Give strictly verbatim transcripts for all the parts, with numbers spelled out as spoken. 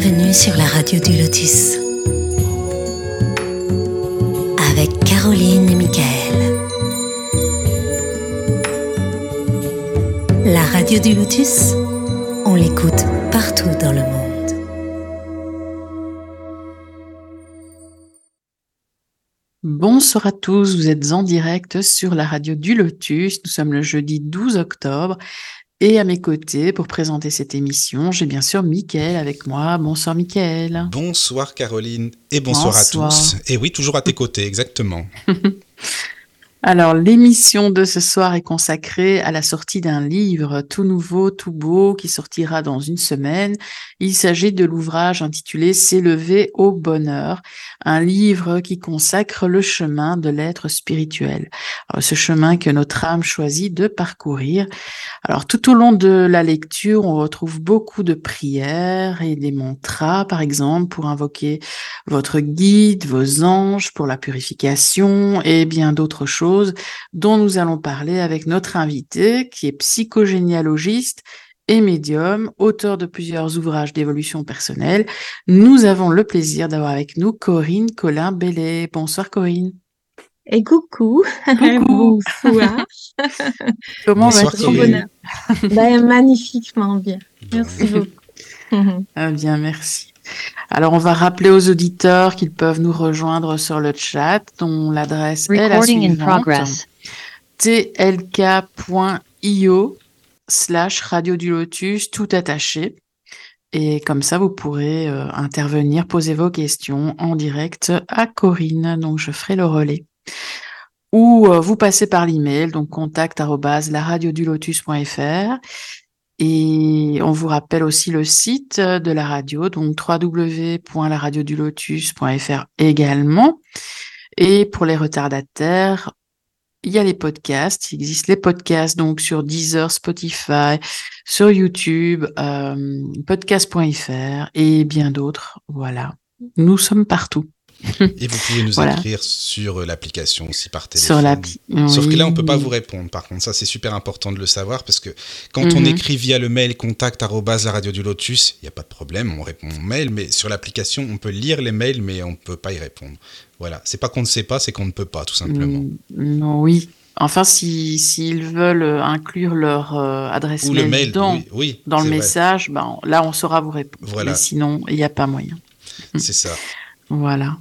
Bienvenue sur la radio du Lotus avec Caroline et Michael. La radio du Lotus, on l'écoute partout dans le monde. Bonsoir à tous, vous êtes en direct sur la radio du Lotus. Nous sommes le jeudi douze octobre et à mes côtés pour présenter cette émission, j'ai bien sûr Michael avec moi. Bonsoir Michael. Bonsoir Caroline et bonsoir, bonsoir. à tous. Et oui, toujours à tes côtés, exactement. Alors, l'émission de ce soir est consacrée à la sortie d'un livre tout nouveau, tout beau, qui sortira dans une semaine. Il s'agit de l'ouvrage intitulé « S'élever au bonheur », un livre qui consacre le chemin de l'être spirituel. Alors, ce chemin que notre âme choisit de parcourir. Alors, tout au long de la lecture, on retrouve beaucoup de prières et des mantras, par exemple, pour invoquer votre guide, vos anges, pour la purification et bien d'autres choses dont nous allons parler avec notre invité qui est psychogénéalogiste et médium, auteur de plusieurs ouvrages d'évolution personnelle. Nous avons le plaisir d'avoir avec nous Corinne Colin-Bellet. Bonsoir Corinne. Et coucou. Coucou. Bonsoir. Comment vas-tu? Ben, magnifiquement bien. Merci beaucoup. Ah bien, merci. Alors, on va rappeler aux auditeurs qu'ils peuvent nous rejoindre sur le chat, dont l'adresse est la suivante, tlk.io slash radio du lotus, tout attaché. Et comme ça, vous pourrez euh, intervenir, poser vos questions en direct à Corinne. Donc, je ferai le relais. Ou euh, vous passez par l'email, donc contact arobase la radio du lotus point f r. Et on vous rappelle aussi le site de la radio, donc w w w point la radio du lotus point f r également. Et pour les retardataires, il y a les podcasts. Il existe les podcasts donc sur Deezer, Spotify, sur YouTube, euh, podcast point f r et bien d'autres. Voilà, nous sommes partout. Et vous pouvez nous voilà. écrire sur l'application aussi par téléphone. Sur l'appli. Sauf oui. que là, on ne peut pas vous répondre. Par contre, ça, c'est super important de le savoir parce que quand mm-hmm. on écrit via le mail contact arobase la radio du lotus, il n'y a pas de problème, on répond au mail, mais sur l'application, on peut lire les mails, mais on ne peut pas y répondre. Voilà. C'est pas qu'on ne sait pas, c'est qu'on ne peut pas, tout simplement. Mm, non, oui. Enfin, si, s'ils veulent inclure leur euh, adresse Ou mail, le mail dans, oui, oui, dans le vrai. message, ben, là, on saura vous répondre. Voilà. Mais sinon, il n'y a pas moyen. C'est ça. Voilà.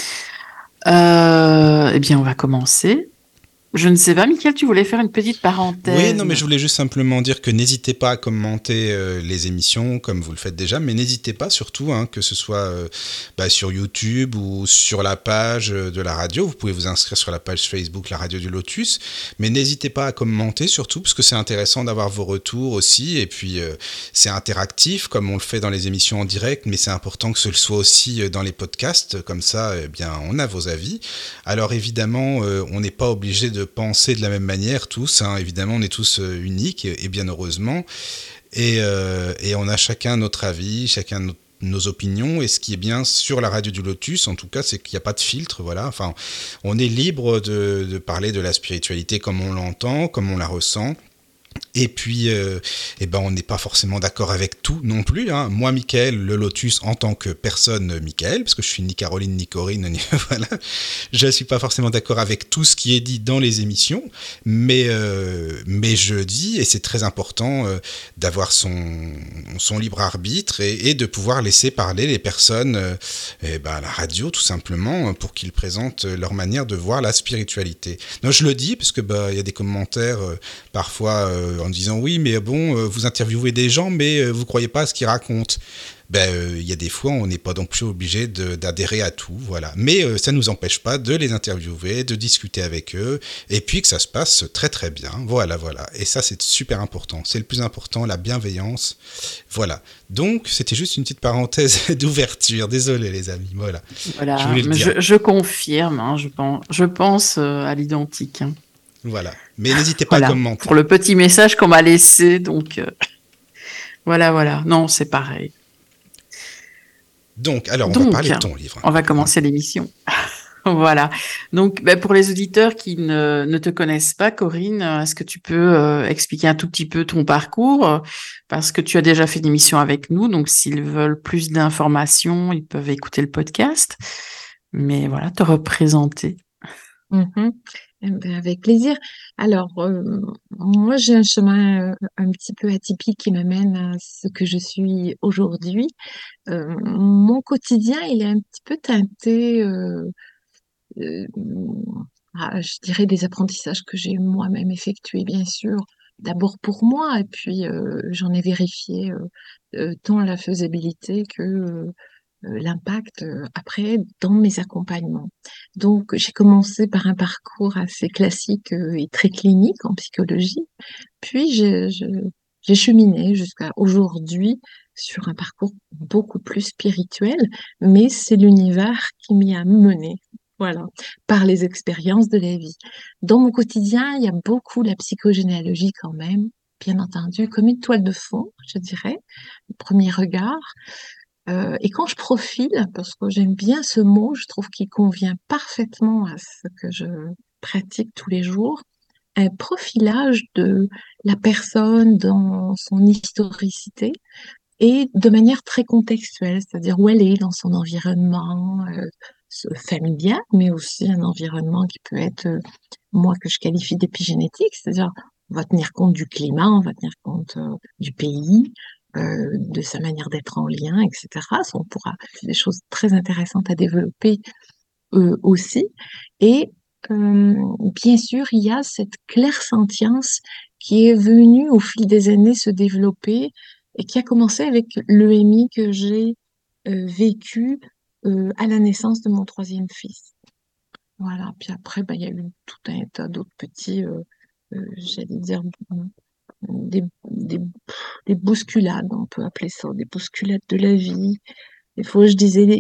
Euh, eh bien, on va commencer. Je ne sais pas, Michael, tu voulais faire une petite parenthèse. Oui, non, mais je voulais juste simplement dire que n'hésitez pas à commenter euh, les émissions, comme vous le faites déjà, mais n'hésitez pas surtout, hein, que ce soit euh, bah, sur YouTube ou sur la page de la radio. Vous pouvez vous inscrire sur la page Facebook La Radio du Lotus, mais n'hésitez pas à commenter surtout, parce que c'est intéressant d'avoir vos retours aussi, et puis euh, c'est interactif, comme on le fait dans les émissions en direct, mais c'est important que ce le soit aussi dans les podcasts, comme ça, eh bien, on a vos avis. Alors évidemment, euh, on n'est pas obligé de penser de la même manière tous, hein. Évidemment on est tous euh, uniques et, et bien heureusement et, euh, et on a chacun notre avis, chacun notre, nos opinions, et ce qui est bien sur la radio du Lotus en tout cas, c'est qu'il n'y a pas de filtre, voilà. Enfin, on est libre de, de parler de la spiritualité comme on l'entend, comme on la ressent. Et puis, euh, eh ben, on n'est pas forcément d'accord avec tout non plus, hein. Moi, Michael, le Lotus, en tant que personne Michael, parce que je suis ni Caroline ni Corinne, ni, voilà, je ne suis pas forcément d'accord avec tout ce qui est dit dans les émissions, mais, euh, mais je dis, et c'est très important, euh, d'avoir son, son libre arbitre et, et de pouvoir laisser parler les personnes euh, eh ben, à la radio, tout simplement, pour qu'ils présentent leur manière de voir la spiritualité. Donc, je le dis, parce que bah, y a des commentaires, euh, parfois, euh, en disant oui mais bon euh, vous interviewez des gens mais euh, vous croyez pas à ce qu'ils racontent. Ben il euh, y a des fois on n'est pas non plus obligé de, d'adhérer à tout, voilà. Mais euh, ça nous empêche pas de les interviewer, de discuter avec eux et puis que ça se passe très très bien. Voilà voilà. Et ça c'est super important. C'est le plus important, la bienveillance. Voilà. Donc c'était juste une petite parenthèse d'ouverture. Désolé les amis. Voilà. Voilà. Je, mais je, je confirme. Hein, je pense, je pense euh, à l'identique. Hein. Voilà, mais n'hésitez pas voilà, à commenter. Pour le petit message qu'on m'a laissé, donc euh, voilà, voilà. Non, c'est pareil. Donc, alors, on donc, va parler de ton livre. On va commencer l'émission. Voilà. Donc, ben, pour les auditeurs qui ne, ne te connaissent pas, Corinne, est-ce que tu peux euh, expliquer un tout petit peu ton parcours? Parce que tu as déjà fait une émission avec nous, donc s'ils veulent plus d'informations, ils peuvent écouter le podcast. Mais voilà, te représenter. Mhm. Eh ben, avec plaisir. Alors, euh, moi, j'ai un chemin euh, un petit peu atypique qui m'amène à ce que je suis aujourd'hui. Euh, mon quotidien, il est un petit peu teinté, euh, euh, ah, je dirais, des apprentissages que j'ai moi-même effectués, bien sûr. D'abord pour moi, et puis euh, j'en ai vérifié euh, euh, tant la faisabilité que euh, euh, l'impact euh, après dans mes accompagnements. Donc, j'ai commencé par un parcours assez classique euh, et très clinique en psychologie, puis j'ai je- j'ai cheminé jusqu'à aujourd'hui sur un parcours beaucoup plus spirituel, mais c'est l'univers qui m'y a mené. Voilà, par les expériences de la vie. Dans mon quotidien, il y a beaucoup la psychogénéalogie quand même, bien entendu, comme une toile de fond, je dirais, au premier regard. Euh, et quand je profile, parce que j'aime bien ce mot, je trouve qu'il convient parfaitement à ce que je pratique tous les jours, un profilage de la personne dans son historicité et de manière très contextuelle, c'est-à-dire où elle est dans son environnement euh, ce- familial, mais aussi un environnement qui peut être, euh, moi, que je qualifie d'épigénétique, c'est-à-dire on va tenir compte du climat, on va tenir compte euh, du pays, euh, de sa manière d'être en lien, et cetera. Ça, on pourra, c'est des choses très intéressantes à développer euh, aussi. Et euh, bien sûr, il y a cette clairsentience qui est venue au fil des années se développer et qui a commencé avec l'E M I que j'ai euh, vécu euh, à la naissance de mon troisième fils. Voilà. Puis après, ben, il y a eu tout un tas d'autres petits, euh, euh, j'allais dire, des, des, des bousculades, on peut appeler ça, des bousculades de la vie. Des fois, je disais,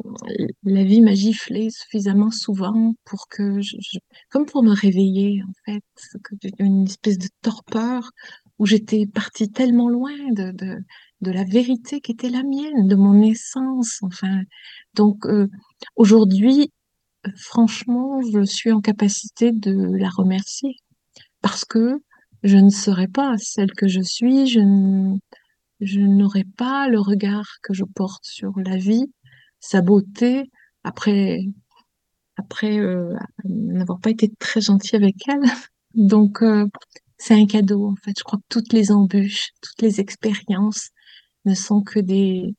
la vie m'a giflé suffisamment souvent pour que je, je- comme pour me réveiller, en fait, que une espèce de torpeur où j'étais partie tellement loin de, de, de la vérité qui était la mienne, de mon essence, enfin. Donc, euh, aujourd'hui, franchement, je suis en capacité de la remercier parce que je ne serais pas celle que je suis, je ne, je n'aurais pas le regard que je porte sur la vie, sa beauté, après, après euh, n'avoir pas été très gentille avec elle. Donc, euh, c'est un cadeau, en fait. Je crois que toutes les embûches, toutes les expériences ne sont que des,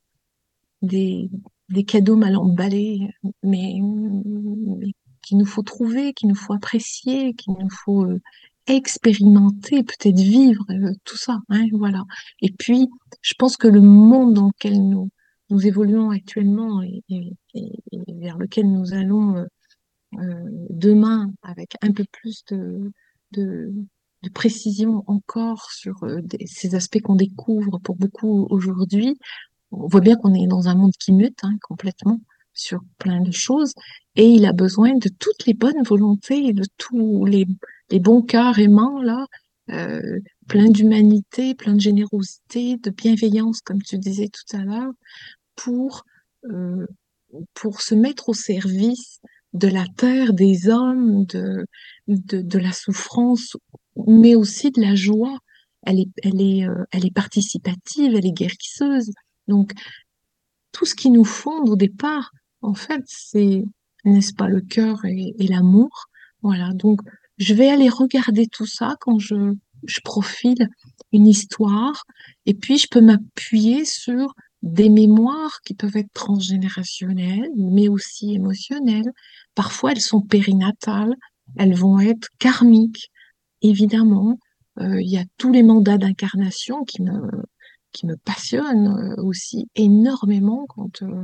des, des cadeaux mal emballés, mais, mais qu'il nous faut trouver, qu'il nous faut apprécier, qu'il nous faut euh, expérimenter, peut-être vivre, euh, tout ça, hein, voilà. Et puis, je pense que le monde dans lequel nous, nous évoluons actuellement et, et- et- et vers lequel nous allons euh, euh, demain avec un peu plus de, de, de précision encore sur euh, des- ces aspects qu'on découvre pour beaucoup aujourd'hui, on voit bien qu'on est dans un monde qui mute hein, complètement sur plein de choses et il a besoin de toutes les bonnes volontés et de tous les, les bons cœurs aimants là, euh, plein d'humanité, plein de générosité, de bienveillance comme tu disais tout à l'heure pour euh, pour se mettre au service de la terre, des hommes, de, de, de la souffrance, mais aussi de la joie. Elle est, elle est, euh, elle est participative, elle est guérisseuse. Donc, tout ce qui nous fonde au départ, en fait, c'est, n'est-ce pas, le cœur et, et l'amour. Voilà. Donc, je vais aller regarder tout ça quand je, je profile une histoire, et puis je peux m'appuyer sur des mémoires qui peuvent être transgénérationnelles, mais aussi émotionnelles. Parfois, elles sont périnatales, elles vont être karmiques, évidemment. Euh, il y a tous les mandats d'incarnation qui me, qui me passionne euh, aussi énormément quand euh,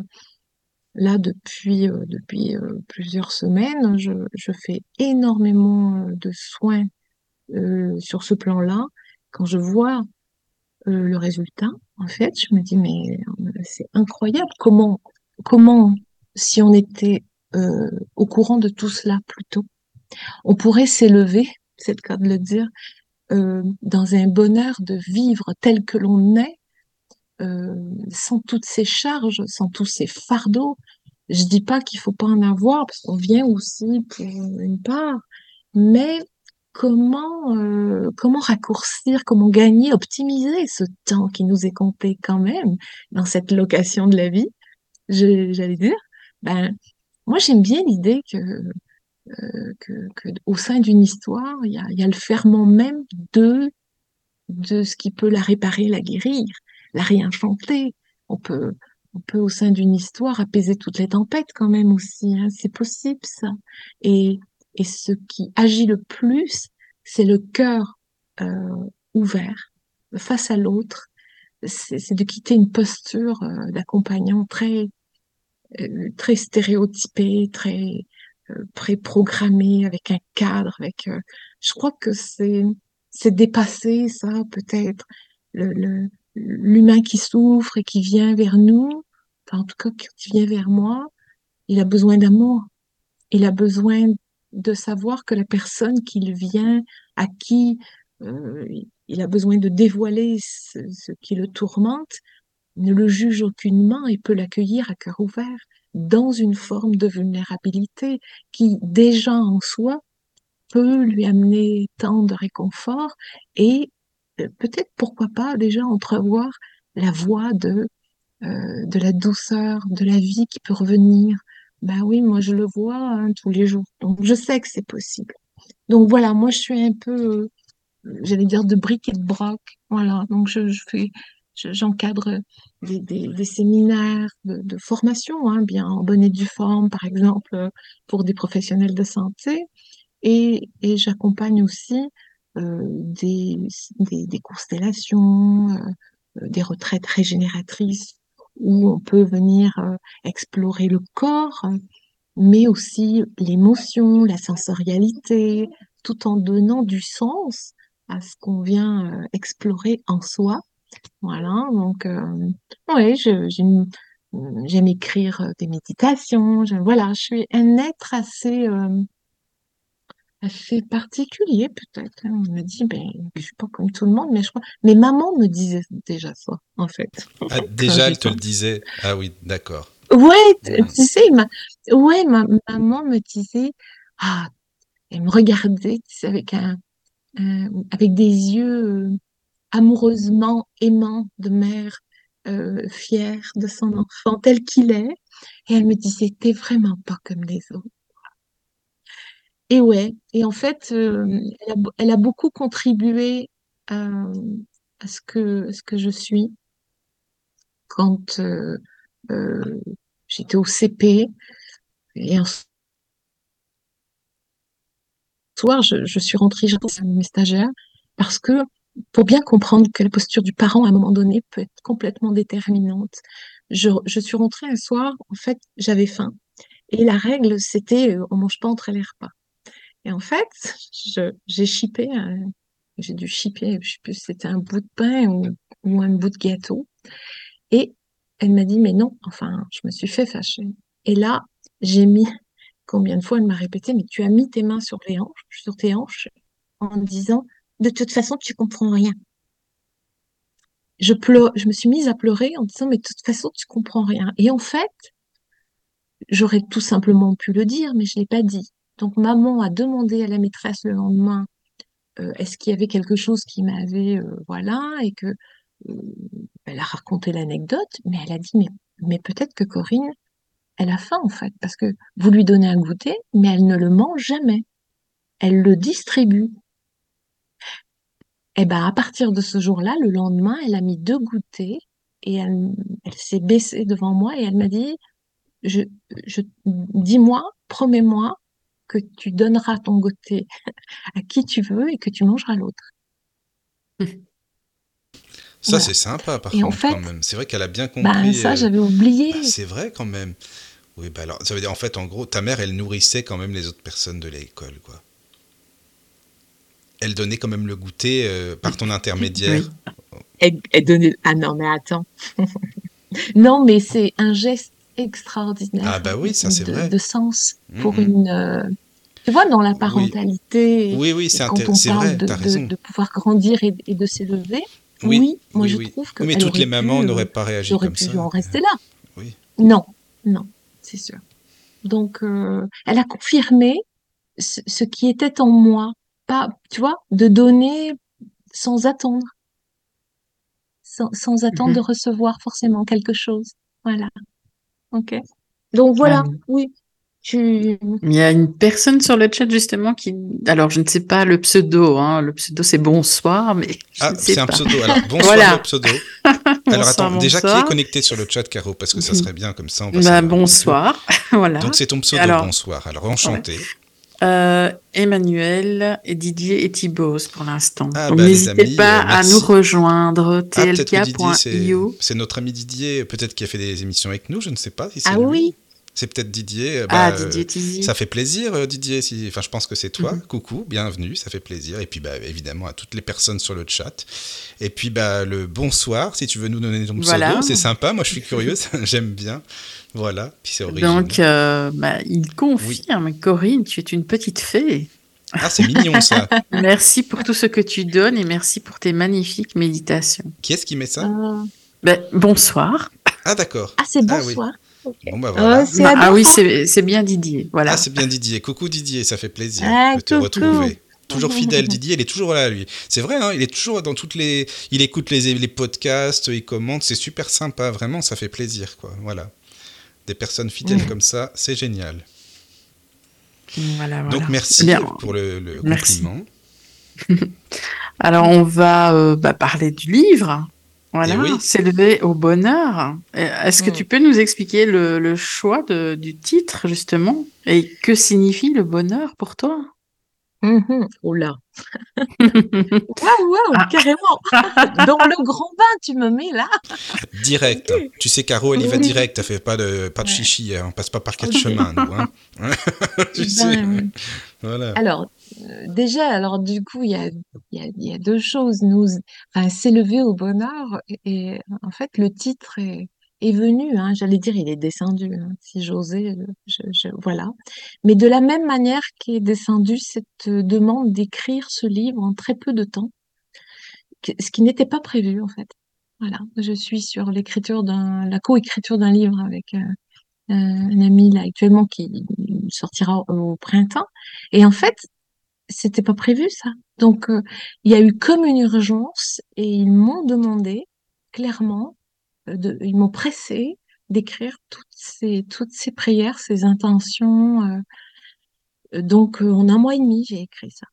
là depuis euh, depuis euh, plusieurs semaines je, je fais énormément euh, de soins euh, sur ce plan-là. Quand je vois euh, le résultat, en fait, je me dis mais euh, c'est incroyable comment comment si on était euh, au courant de tout cela plus tôt, on pourrait s'élever, c'est le cas de le dire, euh, dans un bonheur de vivre tel que l'on est euh, sans toutes ces charges, sans tous ces fardeaux. Je dis pas qu'il faut pas en avoir, parce qu'on vient aussi pour une part, mais comment, euh, comment raccourcir, comment gagner, optimiser ce temps qui nous est compté quand même dans cette location de la vie, je- j'allais dire. Ben, moi, j'aime bien l'idée que, euh, que, que au sein d'une histoire, il y a, il y a le ferment même de, de ce qui peut la réparer, la guérir, la réenchanter. On peut, on peut au sein d'une histoire apaiser toutes les tempêtes quand même aussi, hein. C'est possible ça. Et, et ce qui agit le plus, c'est le cœur euh, ouvert face à l'autre. C'est c'est de quitter une posture euh, d'accompagnant très euh, très stéréotypé, très euh, préprogrammé, avec un cadre, avec. euh, je crois que c'est c'est dépasser ça peut-être le, le l'humain qui souffre et qui vient vers nous. Enfin, en tout cas, qui vient vers moi, il a besoin d'amour. Il a besoin de savoir que la personne qu'il vient, à qui euh, il a besoin de dévoiler ce, ce qui le tourmente, ne le juge aucunement et peut l'accueillir à cœur ouvert dans une forme de vulnérabilité qui déjà en soi peut lui amener tant de réconfort et euh, peut-être pourquoi pas déjà entrevoir la voie de, euh, de la douceur, de la vie qui peut revenir. Ben oui, moi je le vois hein, tous les jours, donc je sais que c'est possible. Donc voilà, moi je suis un peu j'allais dire de bric et de broc. Voilà, donc je, je fais, je- j'encadre des, des, des séminaires de, de formation, hein, bien en bonne et due forme, par exemple, euh, pour des professionnels de santé, et, et j'accompagne aussi euh, des, des, des constellations, euh, euh, des retraites régénératrices où on peut venir euh, explorer le corps, mais aussi l'émotion, la sensorialité, tout en donnant du sens à ce qu'on vient euh, explorer en soi. Voilà, donc euh, ouais, je, j'aime, j'aime écrire euh, des méditations. J'aime, voilà, je suis un être assez euh, assez particulier peut-être, hein. On me dit, ben, je suis pas comme tout le monde, mais je crois. Mais maman me disait déjà ça, en fait, Ah, quand déjà, elle te j'étais. le disait. Ah oui, d'accord. Ouais, t- Hmm. tu sais, ma... ouais, ma maman me disait, ah, elle me regardait, tu sais, avec un, un- avec des yeux euh, amoureusement aimants de mère, euh, fière de son enfant tel qu'il est. Et elle me disait, t'es vraiment pas comme les autres. Et ouais, et en fait, euh, elle a, be- elle a beaucoup contribué à, à ce que, ce que je suis quand euh, euh, j'étais au C P. Et un soir, je, je suis rentrée, j'ai à mes stagiaires, parce que pour bien comprendre que la posture du parent, à un moment donné, peut être complètement déterminante, je, je suis rentrée un soir, en fait, j'avais faim. Et la règle, c'était, euh, on mange pas entre les repas. Et en fait, je, j'ai chippé, un- j'ai dû chipper, je sais plus si c'était un bout de pain ou, ou un bout de gâteau. Et elle m'a dit, mais non, enfin, je me suis fait fâcher. Et là, j'ai mis, combien de fois elle m'a répété, mais tu as mis tes mains sur les hanches, sur tes hanches, en disant, de toute façon, tu comprends rien. Je pleure, je me suis mise à pleurer en disant, mais de toute façon, tu comprends rien. Et en fait, j'aurais tout simplement pu le dire, mais je l'ai pas dit. Donc, maman a demandé à la maîtresse le lendemain, euh, est-ce qu'il y avait quelque chose qui m'avait, euh, voilà, et que, euh, elle a raconté l'anecdote, mais elle a dit, mais, mais peut-être que Corinne, elle a faim, en fait, parce que vous lui donnez un goûter, mais elle ne le mange jamais. Elle le distribue. Et ben, à partir de ce jour-là, le lendemain, elle a mis deux goûters et elle, elle s'est baissée devant moi et elle m'a dit, je, je, dis-moi, promets-moi que tu donneras ton goûter à qui tu veux et que tu mangeras l'autre. Ça, Voilà. c'est sympa, par Et en contre, quand fait, même. C'est vrai qu'elle a bien ben, compris. ça, euh, j'avais Bah, oublié. c'est vrai, quand même. Oui, bah alors, ça veut dire, en fait, en gros, ta mère, elle nourrissait quand même les autres personnes de l'école, quoi. Elle donnait quand même le goûter euh, par ton intermédiaire. Oui. Elle, elle donnait... Ah non, mais attends. Non, mais c'est un geste Ah extraordinaire bah oui, ça, c'est de, vrai. de sens Mm, pour mm. une, euh, tu vois, dans la Oui, parentalité, et, oui, oui, et c'est quand intér- on c'est parle vrai, de, t'as de, raison. de pouvoir grandir et, et de s'élever, Oui, oui, moi oui, je oui. trouve Oui, mais qu'elle toutes aurait les mamans pu, euh, n'auraient pas réagi j'aurais comme pu ça. en quoi. rester là. Oui. Non, non. c'est sûr. Donc, euh, elle a confirmé ce, ce qui était en moi. Pas, tu vois, de donner sans attendre, sans, sans attendre de Mhm. recevoir forcément quelque chose. Voilà. OK. Donc Ah voilà, oui. oui. Tu... Il y a une personne sur le chat justement qui, alors je ne sais pas le pseudo, hein, le pseudo c'est bonsoir, mais je Ah, ne sais c'est un pas. pseudo. Alors, bonsoir le Voilà, pseudo. Alors bonsoir, attends, déjà qui est bonsoir. connecté sur le chat, Caro? Parce que ça serait bien, comme ça on va Bah, savoir un petit peu. bonsoir, Donc voilà. c'est ton pseudo, Alors, bonsoir. Alors ouais. enchanté. Euh, Emmanuel et Didier et Thibaut pour l'instant. Ah Donc bah les n'hésitez amis, pas euh, à nous merci. rejoindre, Ah peut-être que Didier, c'est tlk.io. c'est notre ami Didier, peut-être qui a fait des émissions avec nous, je ne sais pas si c'est Ah lui. oui, C'est peut-être Didier. euh, Ah, Bah, euh, Didier Tizi. ça fait plaisir, euh, Didier. Si... Enfin, je pense que c'est toi. Mhm. Coucou, bienvenue, ça fait plaisir. Et puis, bah, évidemment, à toutes les personnes sur le chat. Et puis, bah, le bonsoir, si tu veux nous donner ton pseudo, Voilà. c'est sympa. Moi, je suis curieux, j'aime bien. Voilà, puis c'est original. Donc, euh, bah, il Oui. confirme, Corinne, tu es une petite fée. Ah, c'est mignon ça. Merci pour tout ce que tu donnes et merci pour tes magnifiques méditations. Qui est-ce qui met ça? euh, Ben, bonsoir. Ah, d'accord. ah, c'est Ah oui. bonsoir. OK. Bon, bah Euh, voilà. c'est Ah adorable. oui, c'est c'est bien Didier. Ah, Voilà. c'est bien Didier. Coucou Didier, ça fait plaisir Ah, de te coucou. retrouver. Toujours fidèle, Didier, il est toujours là, lui. C'est vrai, hein, il est toujours dans toutes les... Il écoute les, les podcasts, il commente, c'est super sympa, vraiment, ça fait plaisir, quoi. Voilà. Des personnes fidèles Mm. comme ça, c'est génial. Voilà, voilà. Donc, merci Bien, pour le, le merci. compliment. Alors, on va euh, bah, parler du livre. Voilà, Et oui. S'élever au bonheur. Euh, Est-ce que Mm. tu peux nous expliquer le, le choix de- du titre, justement, et que signifie le bonheur pour toi? Mhm. Oh là. Waouh, waouh, Ah. carrément. Dans le grand bain, tu me mets là. Direct. OK. Tu sais, Caro, elle y va Oui. direct, elle fait pas de, pas de Ouais. chichi, hein, on passe pas par quatre OK. chemins, nous. Hein. tu Eh sais. ben, Voilà. alors, euh, déjà, alors du coup, il y a, il y a, il y a deux choses. Nous, enfin, s'élever au bonheur, et, et, en fait, le titre est, est venu, hein, j'allais dire, il est descendu, hein, si j'osais, euh, je, je- voilà. Mais de la même manière qu'est descendue cette euh, demande d'écrire ce livre en très peu de temps, que- ce qui n'était pas prévu, en fait. Voilà, je suis sur l'écriture d'un, la coécriture d'un livre avec euh, un ami là actuellement qui sortira au, au printemps. Et en fait, c'était pas prévu ça. Donc euh, il y a eu comme une urgence et ils m'ont demandé clairement, euh, de, ils m'ont pressé d'écrire toutes ces toutes ces prières, ces intentions. euh, donc euh, en un mois et demi, j'ai écrit ça.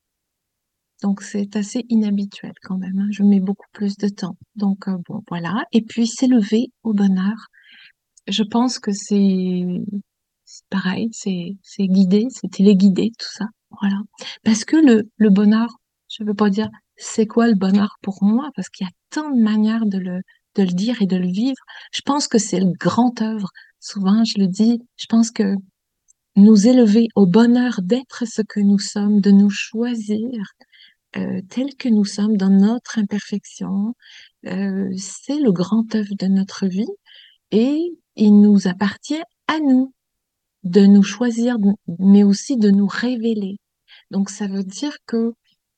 Donc c'est assez inhabituel quand même, hein. Je mets beaucoup plus de temps. Donc euh, bon, voilà. Et puis s'élever au bonheur. Je pense que c'est c'est pareil, c'est c'est guidé, c'est téléguidé, tout ça. Voilà. Parce que le, le bonheur, je veux pas dire c'est quoi le bonheur pour moi, parce qu'il y a tant de manières de le, de le dire et de le vivre. Je pense que c'est le grand œuvre. Souvent, je le dis, je pense que nous élever au bonheur d'être ce que nous sommes, de nous choisir euh, tel que nous sommes dans notre imperfection, euh, c'est le grand œuvre de notre vie et il nous appartient à nous de nous choisir, mais aussi de nous révéler. Donc ça veut dire que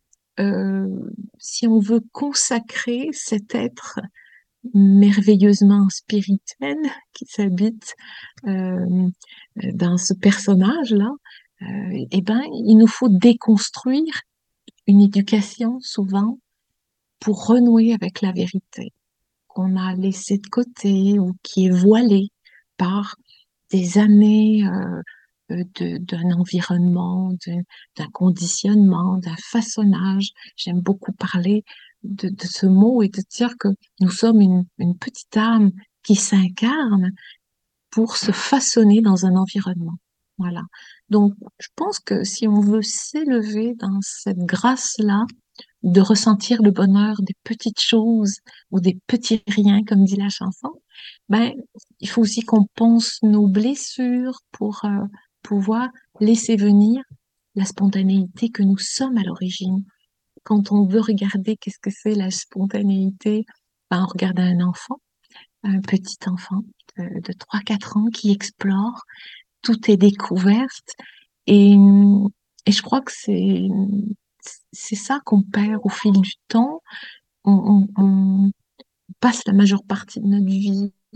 euh, si on veut consacrer cet être merveilleusement spirituel qui s'habite euh, dans ce personnage-là, euh, eh ben, il nous faut déconstruire une éducation souvent pour renouer avec la vérité qu'on a laissée de côté ou qui est voilée par des années euh, euh, de, d'un environnement, d'un, d'un conditionnement, d'un façonnage. J'aime beaucoup parler de, de ce mot et de dire que nous sommes une, une petite âme qui s'incarne pour se façonner dans un environnement. Voilà. Donc, je pense que si on veut s'élever dans cette grâce-là, de ressentir le bonheur des petites choses ou des petits riens, comme dit la chanson, ben, il faut aussi qu'on pense nos blessures pour euh, pouvoir laisser venir la spontanéité que nous sommes à l'origine. Quand on veut regarder qu'est-ce que c'est la spontanéité, ben, on regarde un enfant, un petit enfant de, de trois quatre ans qui explore, tout est découverte et, et je crois que c'est c'est ça qu'on perd au fil du temps. On, on, on passe la majeure partie de notre vie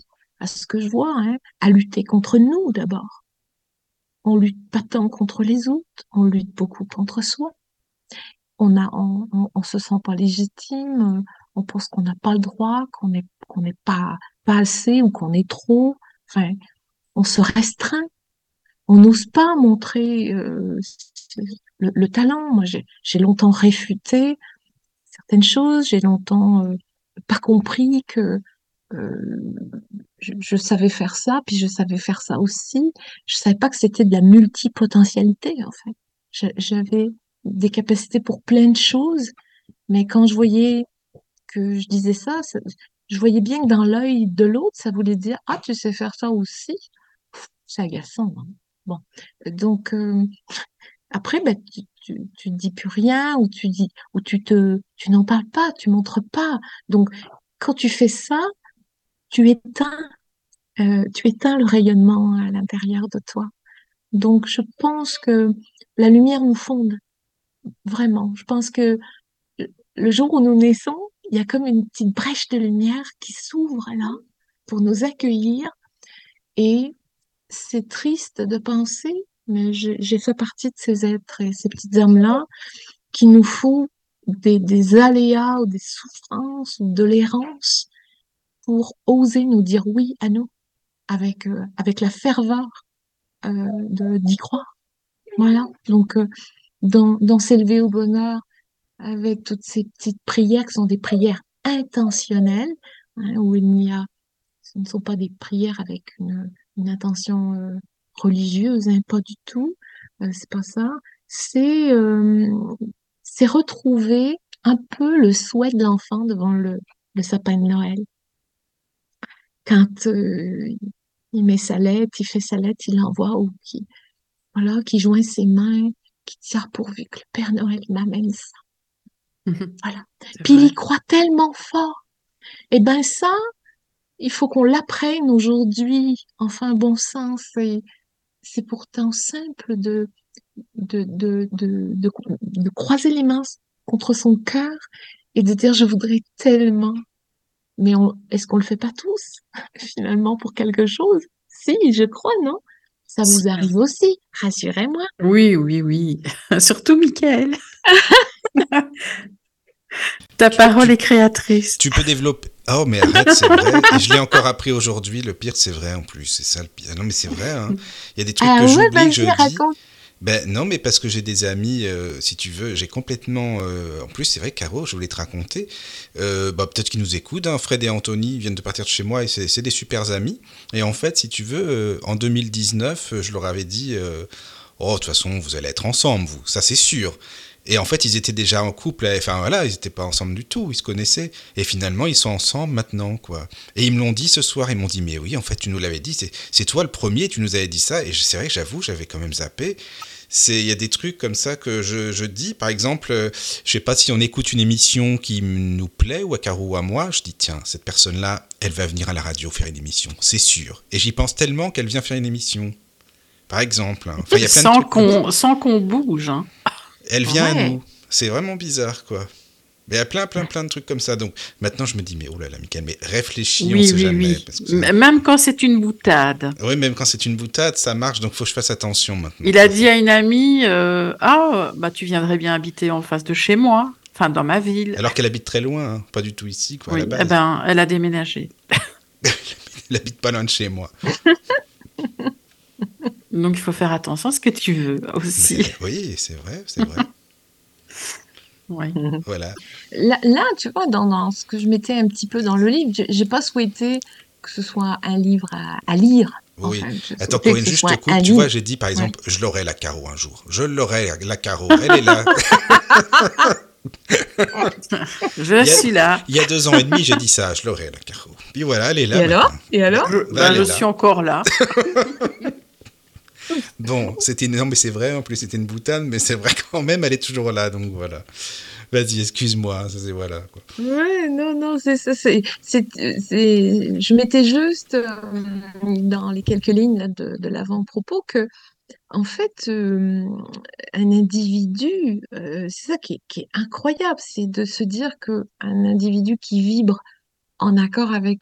à ce que je vois, hein, à lutter contre nous d'abord. On lutte pas tant contre les autres, on lutte beaucoup contre soi. On a, on, on, on se sent pas légitime, euh, on pense qu'on n'a pas le droit, qu'on n'est qu'on n'est pas pas assez ou qu'on est trop. Enfin, on se restreint. On n'ose pas montrer euh, le, le talent. Moi, j'ai j'ai longtemps réfuté certaines choses. J'ai longtemps euh, pas compris que euh, je, je savais faire ça, puis je savais faire ça aussi. Je savais pas que c'était de la multipotentialité, en fait. Je- J'avais des capacités pour plein de choses, mais quand je voyais que je disais ça, ça- je voyais bien que dans l'œil de l'autre, ça voulait dire, ah, tu sais faire ça aussi. C'est agaçant, hein. Bon, donc euh, après, ben, tu, tu, tu dis plus rien ou tu dis ou tu te, tu n'en parles pas, tu montres pas. Donc, quand tu fais ça, tu éteins, euh, tu éteins le rayonnement à l'intérieur de toi. Donc, je pense que la lumière nous fonde, vraiment. Je pense que le jour où nous naissons, il y a comme une petite brèche de lumière qui s'ouvre là pour nous accueillir. Et c'est triste de penser, mais j'ai j'ai fait partie de ces êtres et ces petites âmes-là qui nous font des, des aléas ou des souffrances ou de l'errance pour oser nous dire oui à nous avec, euh, avec la ferveur euh, de, d'y croire. Voilà. Donc, euh, dans, dans s'élever au bonheur avec toutes ces petites prières qui sont des prières intentionnelles, hein, où il n'y a, ce ne sont pas des prières avec une, une intention euh, religieuse, hein, pas du tout. Euh, c'est pas ça. C'est euh, c'est retrouver un peu le souhait de l'enfant devant le, le sapin de Noël. Quand euh, il met sa lettre, il fait sa lettre, il l'envoie ou qui voilà, qui joint ses mains, qui tient pourvu que le Père Noël m'amène ça. Voilà. C'est Puis il vrai. y croit tellement fort. Et ben ça, il faut qu'on l'apprenne aujourd'hui. Enfin, bon sens, c'est c'est pourtant simple de de, de, de, de, de croiser les mains contre son cœur et de dire je voudrais tellement. Mais on, est-ce qu'on le fait pas tous, finalement, pour quelque chose? Si, je crois, non? Ça Si. vous arrive aussi, rassurez-moi. Oui, oui, oui. Surtout Michael. Ta Tu, parole tu, est créatrice. tu peux développer. Oh, mais arrête, c'est vrai. Et je l'ai encore appris aujourd'hui. Le pire, c'est vrai en plus. C'est ça le pire. Non, mais c'est vrai. Hein. Il y a des trucs Ah que ouais, j'oublie, que je vas-y, dis. raconte. Ben non, mais parce que j'ai des amis, euh, si tu veux, j'ai complètement... euh, en plus, c'est vrai, Caro, je voulais te raconter, euh, bah, peut-être qu'ils nous écoutent, hein, Fred et Anthony viennent de partir de chez moi et c'est, c'est des super amis. Et en fait, si tu veux, euh, en deux mille dix-neuf, euh, je leur avais dit, euh, oh, de toute façon, vous allez être ensemble, vous, ça c'est sûr. Et en fait, ils étaient déjà en couple, enfin voilà, ils n'étaient pas ensemble du tout, ils se connaissaient. Et finalement, ils sont ensemble maintenant, quoi. Et ils me l'ont dit ce soir, ils m'ont dit, mais oui, en fait, tu nous l'avais dit, c'est, c'est toi le premier, tu nous avais dit ça. Et c'est vrai que j'avoue, j'avais quand même zappé. C'est, il y a des trucs comme ça que je, je dis. Par exemple, euh, je sais pas si on écoute une émission qui nous plaît, ou à Caro ou à moi, je dis, tiens, cette personne-là, elle va venir à la radio faire une émission, c'est sûr. Et j'y pense tellement qu'elle vient faire une émission. Par exemple. Hein. Enfin, il y a plein de Sans trucs comme ça. qu'on, sans qu'on bouge, hein. Elle vient à Ouais. nous. C'est vraiment bizarre, quoi. Mais il y a plein, plein, plein de trucs comme ça. Donc maintenant, je me dis, mais oh là là, Mickaël, mais réfléchis, on Oui, sait oui, jamais. oui. Parce que... M- Même quand c'est une boutade. Oui, même quand c'est une boutade, ça marche, donc il faut que je fasse attention maintenant. Il a dit à une amie, euh, ah, bah tu viendrais bien habiter en face de chez moi, enfin dans ma ville. Alors qu'elle habite très loin, hein, pas du tout ici, quoi, Oui, à la eh base. ben, elle a déménagé. Elle habite pas loin de chez moi. Donc il faut faire attention à ce que tu veux aussi. Mais, oui, c'est vrai, c'est vrai. Oui. Voilà. Là, là, tu vois, dans, dans ce que je mettais un petit peu dans le livre, j'ai j'ai pas souhaité que ce soit un livre à, à lire. Oui. Enfin, je Attends, souhaitais que Corinne, ce juste te soit coupe. un Tu livre. vois, j'ai dit, par Ouais. exemple, je l'aurai la Caro un jour. Je l'aurai la Caro. Elle est là. Je Il y a- suis là. Il y a deux ans et demi, j'ai dit ça. Je l'aurai la Caro. Puis voilà, elle est là. Et alors? maintenant. Et alors? Je, Bah, ben, elle je est là. suis encore là. Bon, c'était une... non, mais c'est vrai, en plus c'était une boutade, mais c'est vrai quand même, elle est toujours là, donc voilà. Vas-y, excuse-moi, ça c'est voilà. Quoi. Ouais, non, non, c'est ça, c'est, c'est, c'est, je mettais juste euh, dans les quelques lignes là, de, de l'avant-propos que, en fait, euh, un individu, euh, c'est ça qui est, qui est incroyable, c'est de se dire que un individu qui vibre en accord avec euh,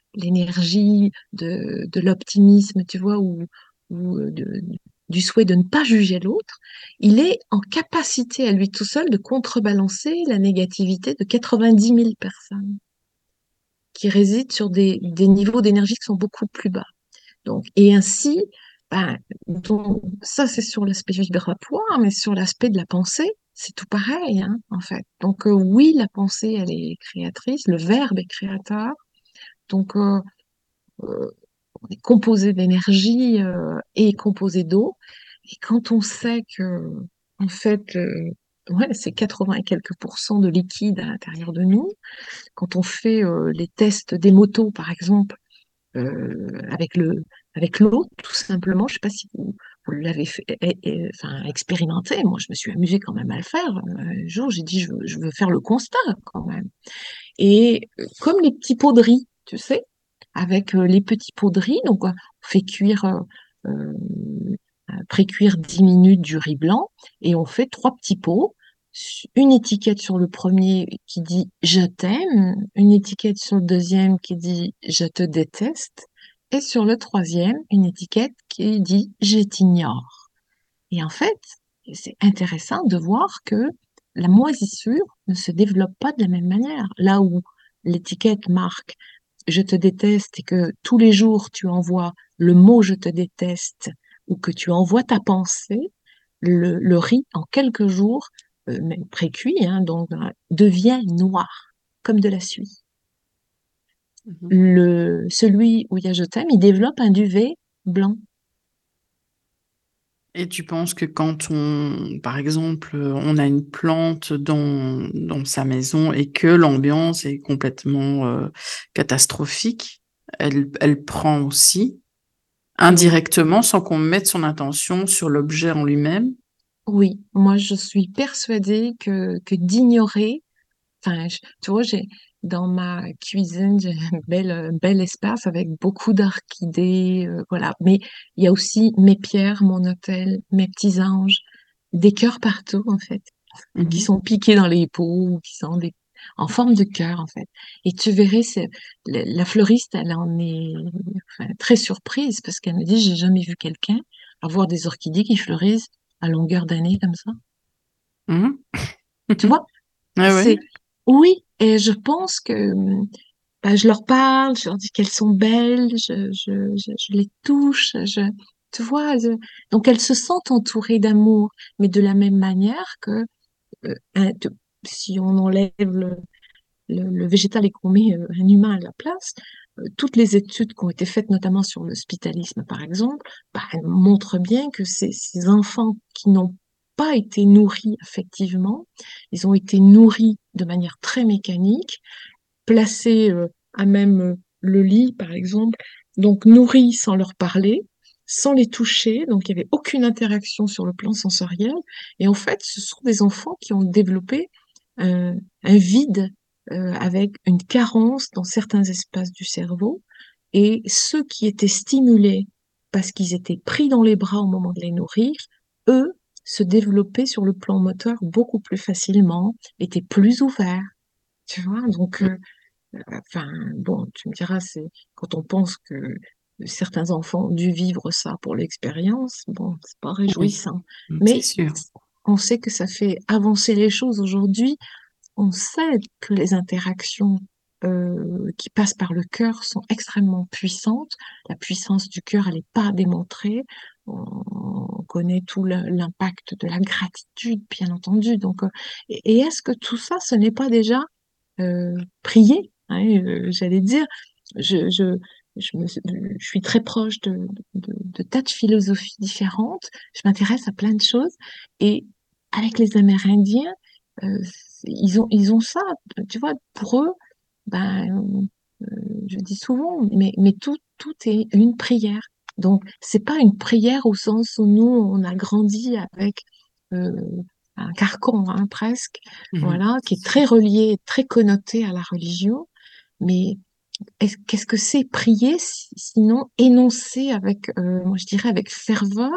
l'énergie de, de l'optimisme, tu vois, ou, ou de, du souhait de ne pas juger l'autre, il est en capacité à lui tout seul de contrebalancer la négativité de quatre-vingt-dix mille personnes qui résident sur des, des niveaux d'énergie qui sont beaucoup plus bas. Donc, et ainsi, ben, donc, ça c'est sur l'aspect vibratoire, mais sur l'aspect de la pensée, c'est tout pareil, hein, en fait. Donc euh, oui, la pensée, elle est créatrice, le verbe est créateur. Donc euh, euh, on est composé d'énergie euh, et composé d'eau. Et quand on sait que, en fait, euh, ouais, c'est quatre-vingts et quelques pourcents de liquide à l'intérieur de nous, quand on fait euh, les tests des motos, par exemple, euh, avec le avec l'eau, tout simplement. Je sais pas si vous, vous l'avez fait, eh, eh, enfin, expérimenté. Moi, je me suis amusée quand même à le faire. Un jour, j'ai dit, je veux, je veux faire le constat quand même. Et euh, comme les petits pots de riz, tu sais, avec euh, les petits pots de riz, donc euh, on fait cuire, euh, euh, pré-cuire dix minutes du riz blanc et on fait trois petits pots. Une étiquette sur le premier qui dit je t'aime, une étiquette sur le deuxième qui dit je te déteste, et sur le troisième, une étiquette qui dit je t'ignore. Et en fait, c'est intéressant de voir que la moisissure ne se développe pas de la même manière. Là où l'étiquette marque je te déteste et que tous les jours tu envoies le mot je te déteste ou que tu envoies ta pensée, le, le riz en quelques jours, euh, même pré-cuit, hein, donc euh, devient noir, comme de la suie. Mhm. Le, celui où il y a je t'aime, il développe un duvet blanc. Et tu penses que quand on, par exemple, on a une plante dans, dans sa maison et que l'ambiance est complètement euh, catastrophique, elle, elle prend aussi Oui, indirectement sans qu'on mette son intention sur l'objet en lui-même? oui, moi je suis persuadée que, que d'ignorer. Enfin, je- tu vois, j'ai dans ma cuisine, j'ai un bel, euh, bel espace avec beaucoup d'orchidées, euh, voilà. Mais il y a aussi mes pierres, mon autel, mes petits anges, des cœurs partout en fait, qui Mhm. sont piqués dans les pots, ou qui sont des, en forme de cœur en fait. Et tu verrais, c'est, la, la fleuriste, elle en est enfin, très surprise parce qu'elle me dit, j'ai jamais vu quelqu'un avoir des orchidées qui fleurissent à longueur d'année comme ça. Mhm. Tu vois? Ah ouais. C'est oui, et je pense que bah, je leur parle, je leur dis qu'elles sont belles, je, je, je, je les touche, je, tu vois, je- donc elles se sentent entourées d'amour, mais de la même manière que euh, un- de- si on enlève le, le, le végétal et qu'on met euh, un humain à la place, euh, toutes les études qui ont été faites, notamment sur l'hospitalisme par exemple, bah, elles montrent bien que ces, ces enfants qui n'ont pas été nourris affectivement, ils ont été nourris de manière très mécanique, placés euh, à même euh, le lit, par exemple, donc nourris sans leur parler, sans les toucher, donc il n'y avait aucune interaction sur le plan sensoriel. Et en fait, ce sont des enfants qui ont développé euh, un vide euh, avec une carence dans certains espaces du cerveau. Et ceux qui étaient stimulés parce qu'ils étaient pris dans les bras au moment de les nourrir, eux, se développaient sur le plan moteur beaucoup plus facilement, étaient plus ouverts. Tu vois, donc euh, enfin, bon, tu me diras, c'est quand on pense que certains enfants ont dû vivre ça pour l'expérience, bon, c'est pas Oui, réjouissant. c'est Mais sûr. on sait que ça fait avancer les choses aujourd'hui. On sait que les interactions euh, qui passent par le cœur sont extrêmement puissantes. La puissance du cœur, elle n'est pas démontrée. On, on connaît tout le- l'impact de la gratitude, bien entendu. Donc, euh, et, et est-ce que tout ça, ce n'est pas déjà euh, prier, hein, euh, j'allais dire. Je, je, je, me, je suis très proche de, de, de tas de philosophies différentes. Je m'intéresse à plein de choses. Et avec les Amérindiens, euh, ils ont, ils ont ça. Tu vois, pour eux, ben, euh, je dis souvent, mais, mais tout, tout est une prière. Donc, c'est pas une prière au sens où nous, on a grandi avec euh, un carcan, hein, presque, Mhm. voilà, qui est très relié, très connoté à la religion. Mais est-ce- qu'est-ce que c'est prier, si- sinon énoncer avec, euh, moi je dirais avec ferveur,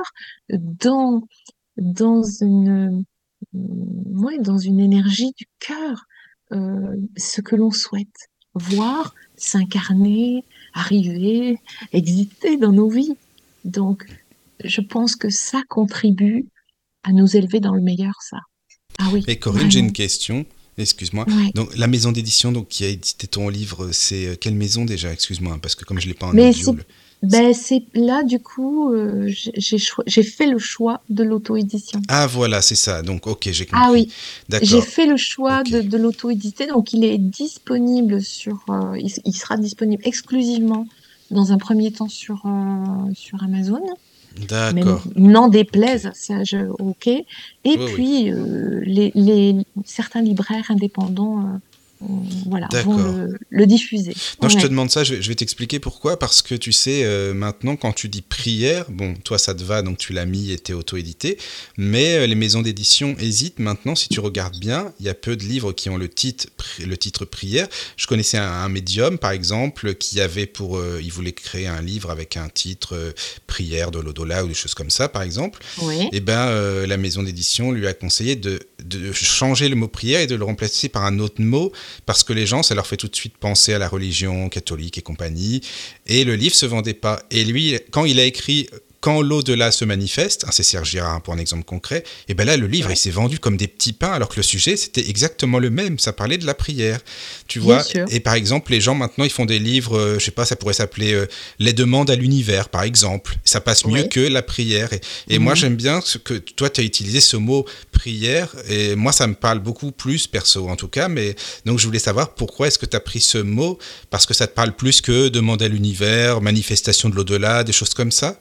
dans dans une, euh, ouais, dans une énergie du cœur, euh, ce que l'on souhaite. voir s'incarner, arriver, exister dans nos vies. Donc, je pense que ça contribue à nous élever dans le meilleur, ça. Ah oui, Et Corinne, j'ai vraiment. une question. Excuse-moi. Ouais. Donc, la maison d'édition donc, qui a édité ton livre, c'est euh, quelle maison déjà? Excuse-moi, parce que comme je ne l'ai pas en Mais audio. c'est, le- ben c'est là, du coup, euh, j'ai j'ai choi- j'ai fait le choix de l'auto-édition. Ah, voilà, c'est ça. Donc, ok, j'ai Ah compris. oui, j'ai D'accord. fait le choix Ok. de, de l'auto-éditer, donc il est disponible sur, euh, il, il sera disponible exclusivement dans un premier temps sur, euh, sur Amazon, même D'accord. n'en Ok. déplaise, ça, je, ok. Et Oui, oui. puis, euh, les, les, certains libraires indépendants, euh, euh, voilà, vont D'accord. le, le diffuser. Non, je te Ouais, demande ça, je vais, je vais t'expliquer pourquoi. Parce que tu sais, euh, maintenant, quand tu dis prière, bon, toi, ça te va, donc tu l'as mis et t'es auto-édité. Mais euh, les maisons d'édition hésitent maintenant. Si tu regardes bien, il y a peu de livres qui ont le titre, pri- le titre prière. Je connaissais un, un médium, par exemple, qui avait pour. Euh, il voulait créer un livre avec un titre euh, prière de l'au-delà ou des choses comme ça, par exemple. ouais. Et ben, euh, la maison d'édition lui a conseillé de, de changer le mot prière et de le remplacer par un autre mot parce que les gens, ça leur fait tout de suite penser à la religion catholique et compagnie. Et le livre se vendait pas. Et lui, quand il a écrit Quand l'au-delà se manifeste, hein, c'est Serge Girard pour un exemple concret, et ben là, le livre, Ouais. il s'est vendu comme des petits pains, alors que le sujet, c'était exactement le même. Ça parlait de la prière, tu Bien vois. sûr. Et par exemple, les gens, maintenant, ils font des livres, euh, je sais pas, ça pourrait s'appeler euh, Les demandes à l'univers, par exemple. Ça passe mieux Ouais. que la prière. Et, et moi, Mhm. j'aime bien ce que toi, tu as utilisé ce mot prière, et moi, ça me parle beaucoup plus, perso, en tout cas, mais donc je voulais savoir pourquoi est-ce que tu as pris ce mot, parce que ça te parle plus que demande à l'univers, manifestation de l'au-delà, des choses comme ça?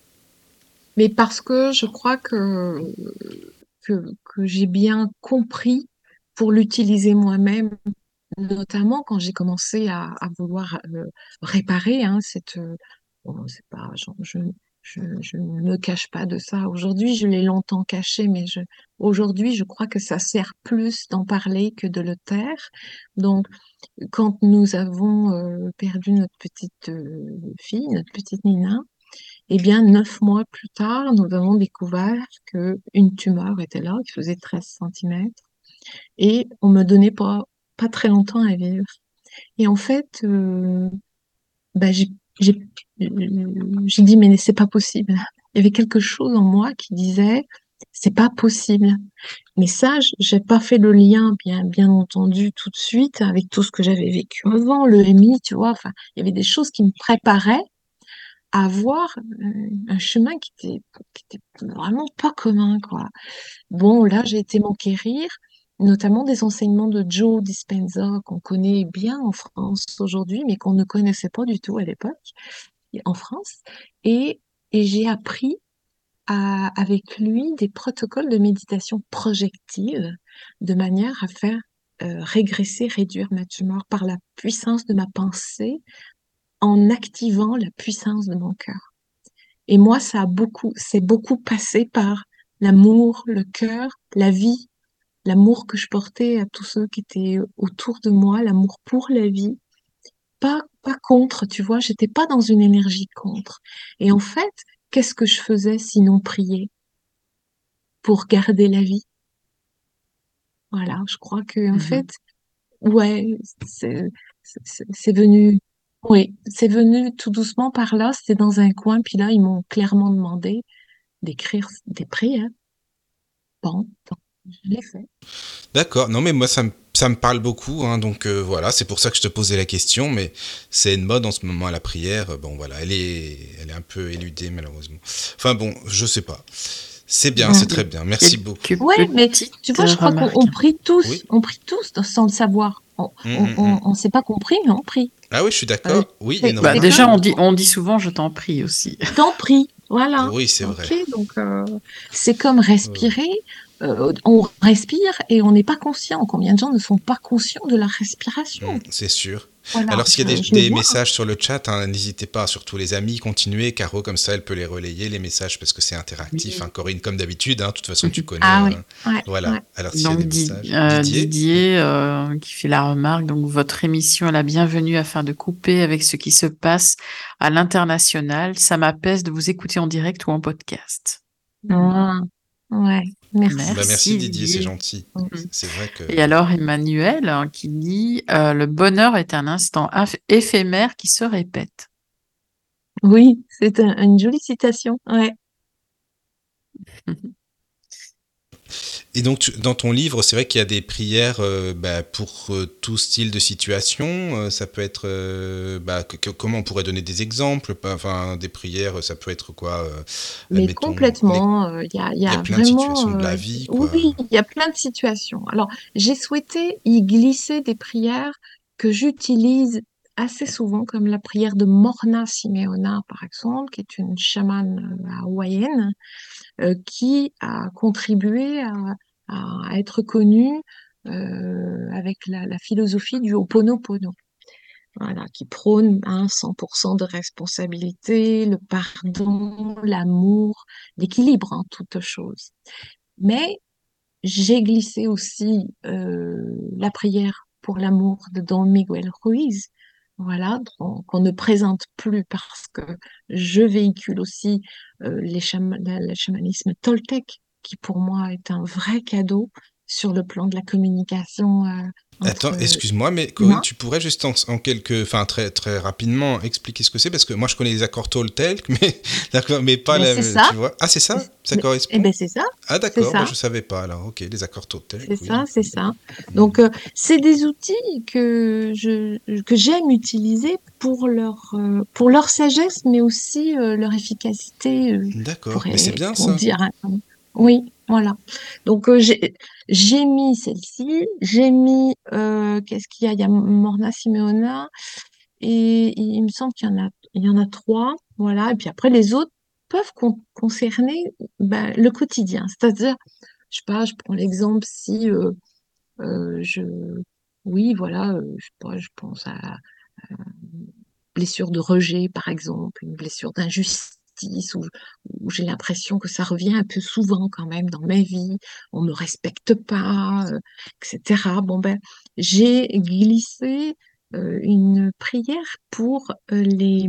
Mais parce que je crois que, que, que j'ai bien compris pour l'utiliser moi-même, notamment quand j'ai commencé à, à vouloir euh, réparer, hein, cette, euh, bon, c'est pas, je, je, je, je ne me cache pas de ça. Aujourd'hui, je l'ai longtemps caché, mais je, aujourd'hui, je crois que ça sert plus d'en parler que de le taire. Donc, quand nous avons euh, perdu notre petite euh, fille, notre petite Nina, eh bien, neuf mois plus tard, nous avons découvert que une tumeur était là, qui faisait treize centimètres, et on me donnait pas, pas très longtemps à vivre. Et en fait, euh, bah, j'ai, j'ai, j'ai dit, mais c'est pas possible. Il y avait quelque chose en moi qui disait, c'est pas possible. Mais ça, j- j'ai pas fait le lien, bien, bien entendu, tout de suite, avec tout ce que j'avais vécu avant, le M I, tu vois. Enfin, il y avait des choses qui me préparaient à avoir euh, un chemin qui était, qui était vraiment pas commun, quoi. Bon, là, j'ai été m'enquérir, notamment des enseignements de Joe Dispenza, qu'on connaît bien en France aujourd'hui, mais qu'on ne connaissait pas du tout à l'époque, en France. Et, et j'ai appris à- avec lui des protocoles de méditation projective, de manière à faire euh, régresser, réduire ma tumeur par la puissance de ma pensée, en activant la puissance de mon cœur. Et moi, ça a beaucoup, c'est beaucoup passé par l'amour, le cœur, la vie, l'amour que je portais à tous ceux qui étaient autour de moi, l'amour pour la vie, pas, pas contre, tu vois, j'étais pas dans une énergie contre. Et en fait, qu'est-ce que je faisais sinon prier pour garder la vie? Voilà, je crois que, en Mhm. fait, ouais, c'est, c'est c'est venu, oui, c'est venu tout doucement par là, c'était dans un coin, puis là, ils m'ont clairement demandé d'écrire des prières. Bon, donc, je l'ai fait. D'accord. Non, mais moi, ça me, ça me parle beaucoup, hein, donc euh, voilà, c'est pour ça que je te posais la question, mais c'est une mode en ce moment à la prière. Bon, voilà, elle est, elle est un peu éludée, malheureusement. Enfin bon, je sais pas. C'est bien, c'est Mm. très bien. Merci beaucoup. Quelques Ouais, mais petites tu vois, je crois qu'on remarques. on prie tous, Oui. on prie tous dans- sans le savoir. On Hum, on, hum, hum. on, on s'est pas compris, mais on prie. Ah oui, je suis Euh, d'accord. Oui, il y a c'est une Bah, c'est remarque déjà, comme on dit, importante. on dit souvent, je t'en prie aussi. t'en prie, voilà. Oui, c'est vrai. Ok, donc euh, c'est comme Oui, oui. respirer. Euh, on respire et on n'est pas conscient. Combien de gens ne sont pas conscients de la respiration? Hum, c'est sûr. Voilà, Alors, s'il y a je, des, je le des vois. messages sur le chat, hein, n'hésitez pas, surtout les amis, continuez. Caro, comme ça, elle peut les relayer, les messages, parce que c'est interactif. Hein. Oui. Corinne, comme d'habitude, hein, de toute façon, tu connais. Ah oui, Hein. ouais, Voilà. ouais. Alors, s'il y a des Donc, Di- messages. euh, Didier? Oui. Didier, euh, qui fait la remarque, donc votre émission est la bienvenue afin de couper avec ce qui se passe à l'international. Ça m'apaise de vous écouter en direct ou en podcast. Ah. Ouais, merci. Bah, merci Merci Didier, c'est Didier. gentil. Mm. Mhm. C'est vrai que... Et alors Emmanuel hein, qui dit euh, le bonheur est un instant inf- éphémère qui se répète. Oui, c'est un- une jolie citation. Ouais. Et donc, tu- dans ton livre, c'est vrai qu'il y a des prières euh, bah, pour euh, tout style de situation. Euh, ça peut être... euh, bah, que- que- comment on pourrait donner des exemples? Enfin, des prières, ça peut être quoi? euh, Mais Admettons, les- complètement, euh, il y a, il y il y a a plein de vraiment, situations de la euh, vie, quoi. oui, il y a plein de situations. Alors, j'ai souhaité y glisser des prières que j'utilise assez souvent, comme la prière de Morna Simeona, par exemple, qui est une chamane euh, hawaïenne, euh, qui a contribué à, à être connue euh, avec la, la philosophie du Ho'oponopono. Voilà, qui prône un cent pour cent de responsabilité, le pardon, l'amour, l'équilibre en toute chose. Mais j'ai glissé aussi euh, la prière pour l'amour de Don Miguel Ruiz, voilà, qu'on qu'on ne présente plus parce que je véhicule aussi euh, les chama- la- le chamanisme toltèque, qui pour moi est un vrai cadeau sur le plan de la communication euh, entre Attends, excuse-moi, mais Corinne, humains. tu pourrais juste en, en quelques, enfin très très rapidement expliquer ce que c'est parce que moi je connais les accords Toltec, mais d'accord, mais pas Ben c'est la, ça. tu vois. Ah c'est ça, ça Eh correspond. ben c'est ça, Ah c'est d'accord, bah ça, je savais pas alors. Ok, les accords Toltec, c'est ça, oui. c'est ça. Hmm. Donc euh, c'est des outils que je que j'aime utiliser pour leur euh, pour leur sagesse, mais aussi euh, leur efficacité euh, D'accord, pour mais c'est euh, bien pour ça. dire. un- Oui, voilà. Donc euh, j'ai j'ai mis celle-ci, j'ai mis euh, qu'est-ce qu'il y a? Il y a Morna Simeona et il me semble qu'il y en a il y en a trois, voilà. Et puis après les autres peuvent con- concerner ben, le quotidien, c'est-à-dire je sais pas, je prends l'exemple si euh, euh, je, oui, voilà, euh, je sais pas, je pense à une blessure de rejet, par exemple, une blessure d'injustice, où, où j'ai l'impression que ça revient un peu souvent quand même dans ma vie, on me respecte pas, euh, et cetera. Bon ben, j'ai glissé euh, une prière pour euh, les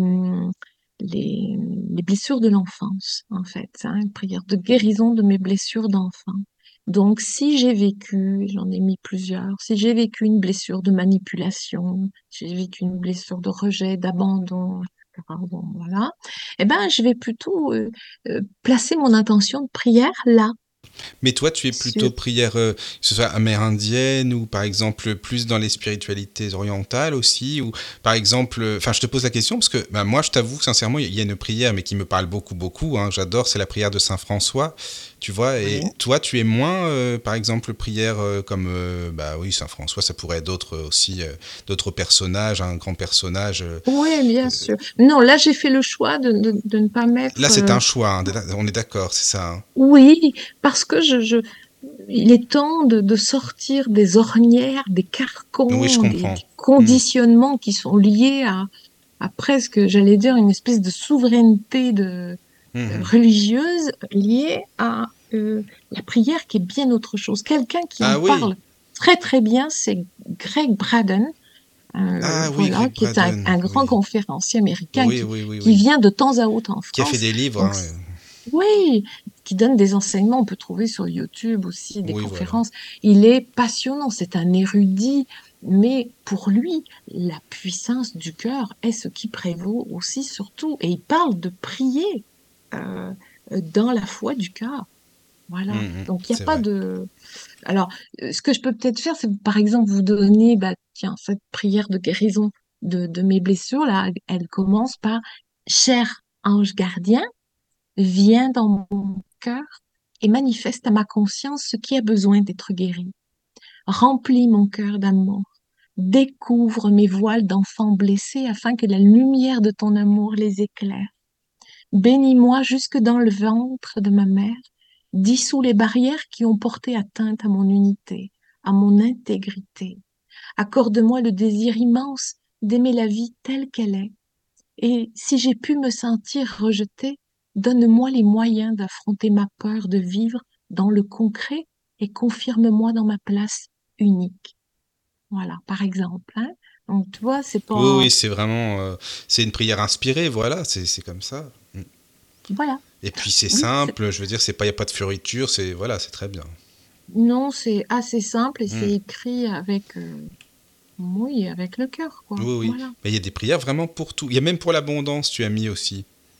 les, les blessures de l'enfance, en fait, hein, une prière de guérison de mes blessures d'enfant. Donc, si j'ai vécu, j'en ai mis plusieurs, si j'ai vécu une blessure de manipulation, si j'ai vécu une blessure de rejet, d'abandon, et cetera, bon, voilà, eh ben, je vais plutôt euh, euh, placer mon intention de prière là, Mais toi, tu es sur, plutôt prière, euh, que ce soit amérindienne ou par exemple plus dans les spiritualités orientales aussi, ou par exemple, euh, enfin, je te pose la question parce que bah, moi, je t'avoue que sincèrement, il y a une prière, mais qui me parle beaucoup, beaucoup. Hein, j'adore, c'est la prière de Saint François, tu vois. ouais. Et toi, tu es moins, euh, par exemple, prière euh, comme, euh, bah oui, Saint François, ça pourrait être d'autres aussi, euh, d'autres personnages, un grand personnage. euh. Oui, bien sûr. Non, là, j'ai fait le choix de, de, de ne pas Là, mettre, c'est euh, un choix. Hein, on est d'accord, c'est ça. Hein. oui, parce que je, je, il est temps de, de sortir des ornières, des Oui, je carcans, des, comprends. des Hmm. conditionnements qui sont liés à, à presque, j'allais dire, une espèce de souveraineté de, euh, Mhm. religieuse liée à euh, la prière qui est bien autre chose. Quelqu'un qui en Ah oui, parle très très bien, c'est Greg Braden, euh, ah oui, voilà, Greg qui est un, Braden, un grand oui. conférencier américain Oui, qui, oui, oui, qui oui. vient de temps à autre en Qui a fait France. des livres, Donc, hein. oui, qui donne des enseignements, on peut trouver sur YouTube aussi des Oui, voilà. conférences. Il est passionnant, c'est un érudit, mais pour lui, la puissance du cœur est ce qui prévaut aussi surtout. Et il parle de prier euh, dans la foi du cœur. Voilà. Mhm, Donc il n'y a c'est pas vrai. de. Alors, euh, ce que je peux peut-être faire, c'est par exemple vous donner, bah tiens, cette prière de guérison de, de mes blessures là, elle commence par Cher ange gardien, viens dans mon cœur et manifeste à ma conscience ce qui a besoin d'être guéri. Remplis mon cœur d'amour. Découvre mes voiles d'enfants blessés afin que la lumière de ton amour les éclaire. Bénis-moi jusque dans le ventre de ma mère. Dissous les barrières qui ont porté atteinte à mon unité, à mon intégrité. Accorde-moi le désir immense d'aimer la vie telle qu'elle est. Et si j'ai pu me sentir rejetée, donne-moi les moyens d'affronter ma peur de vivre dans le concret et confirme-moi dans ma place unique. Voilà, par exemple, hein. Donc, tu vois, c'est Oui, pas, oui, c'est vraiment, euh, c'est une prière inspirée, voilà, c'est c'est comme ça. Mm. Voilà. Et puis c'est Oui, c'est- simple, je veux dire, c'est pas, il n'y a pas de fioriture, c'est voilà, c'est très bien. non, c'est assez simple et c'est Hmm. écrit avec, euh, oui, avec le cœur, quoi. Oui, oui. Voilà. Mais il y a des prières vraiment pour tout. Il y a même pour l'abondance, tu as mis aussi.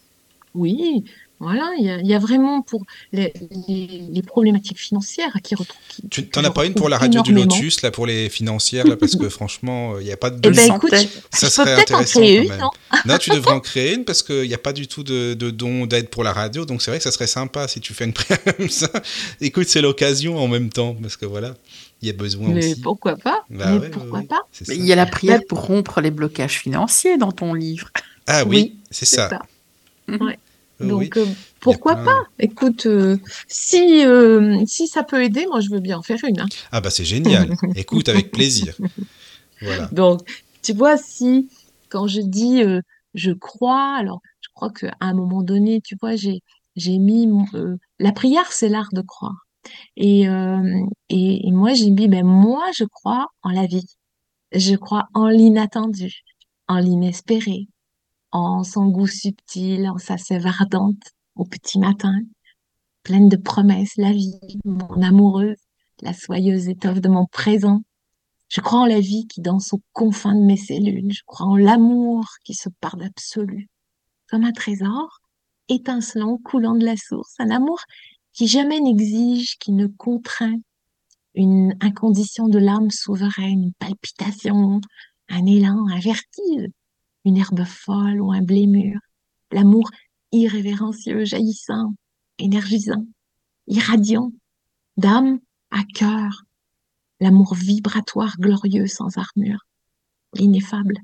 Oui, voilà, il y a, il y a vraiment pour les, les- les problématiques financières qui retrou- qui- Tu que t'en je as pas une pour retrouve la radio du énormément. Lotus, là, pour les financières, là, parce que franchement, il n'y a pas de Eh Je ben dons. écoute, sentais. Ça je peux serait peut-être en intéressant créer quand une, même. non? Non, tu devrais en créer une parce qu'il n'y a pas du tout de, de dons d'aide pour la radio, donc c'est vrai que ça serait sympa si tu fais une prière comme ça. Écoute, c'est l'occasion en même temps, parce que voilà, il y a besoin Mais aussi. pourquoi pas? Bah Mais ouais, ouais, pourquoi ouais, pas? c'est Mais ça. il y a la Ben, prière pour rompre les blocages financiers dans ton livre. Ah oui, oui, c'est c'est ça. ça. Mhm. Ouais. Oui, oui, Donc euh, il y a pourquoi pas? plein. Écoute, euh, si euh, si ça peut aider, moi je veux bien en faire une, hein. Ah bah c'est génial. Écoute, avec plaisir. Voilà. Donc, tu vois, si quand je dis euh, je crois, alors je crois qu'à un moment donné, tu vois, j'ai j'ai mis mon- euh, la prière, c'est l'art de croire. Et, euh, et, et moi, j'ai mis, ben moi, je crois en la vie. Je crois en l'inattendu, en l'inespéré, en son goût subtil, en sa sève ardente au petit matin, pleine de promesses, la vie, mon amoureuse, la soyeuse étoffe de mon présent. Je crois en la vie qui danse aux confins de mes cellules. Je crois en l'amour qui se part d'absolu, comme un trésor, étincelant, coulant de la source. Un amour qui jamais n'exige, qui ne contraint. Une incondition de l'âme souveraine, une palpitation, un élan, un vertige, une herbe folle ou un blé mûr. L'amour irrévérencieux, jaillissant, énergisant, irradiant, d'âme à cœur. L'amour vibratoire, glorieux, sans armure, ineffable.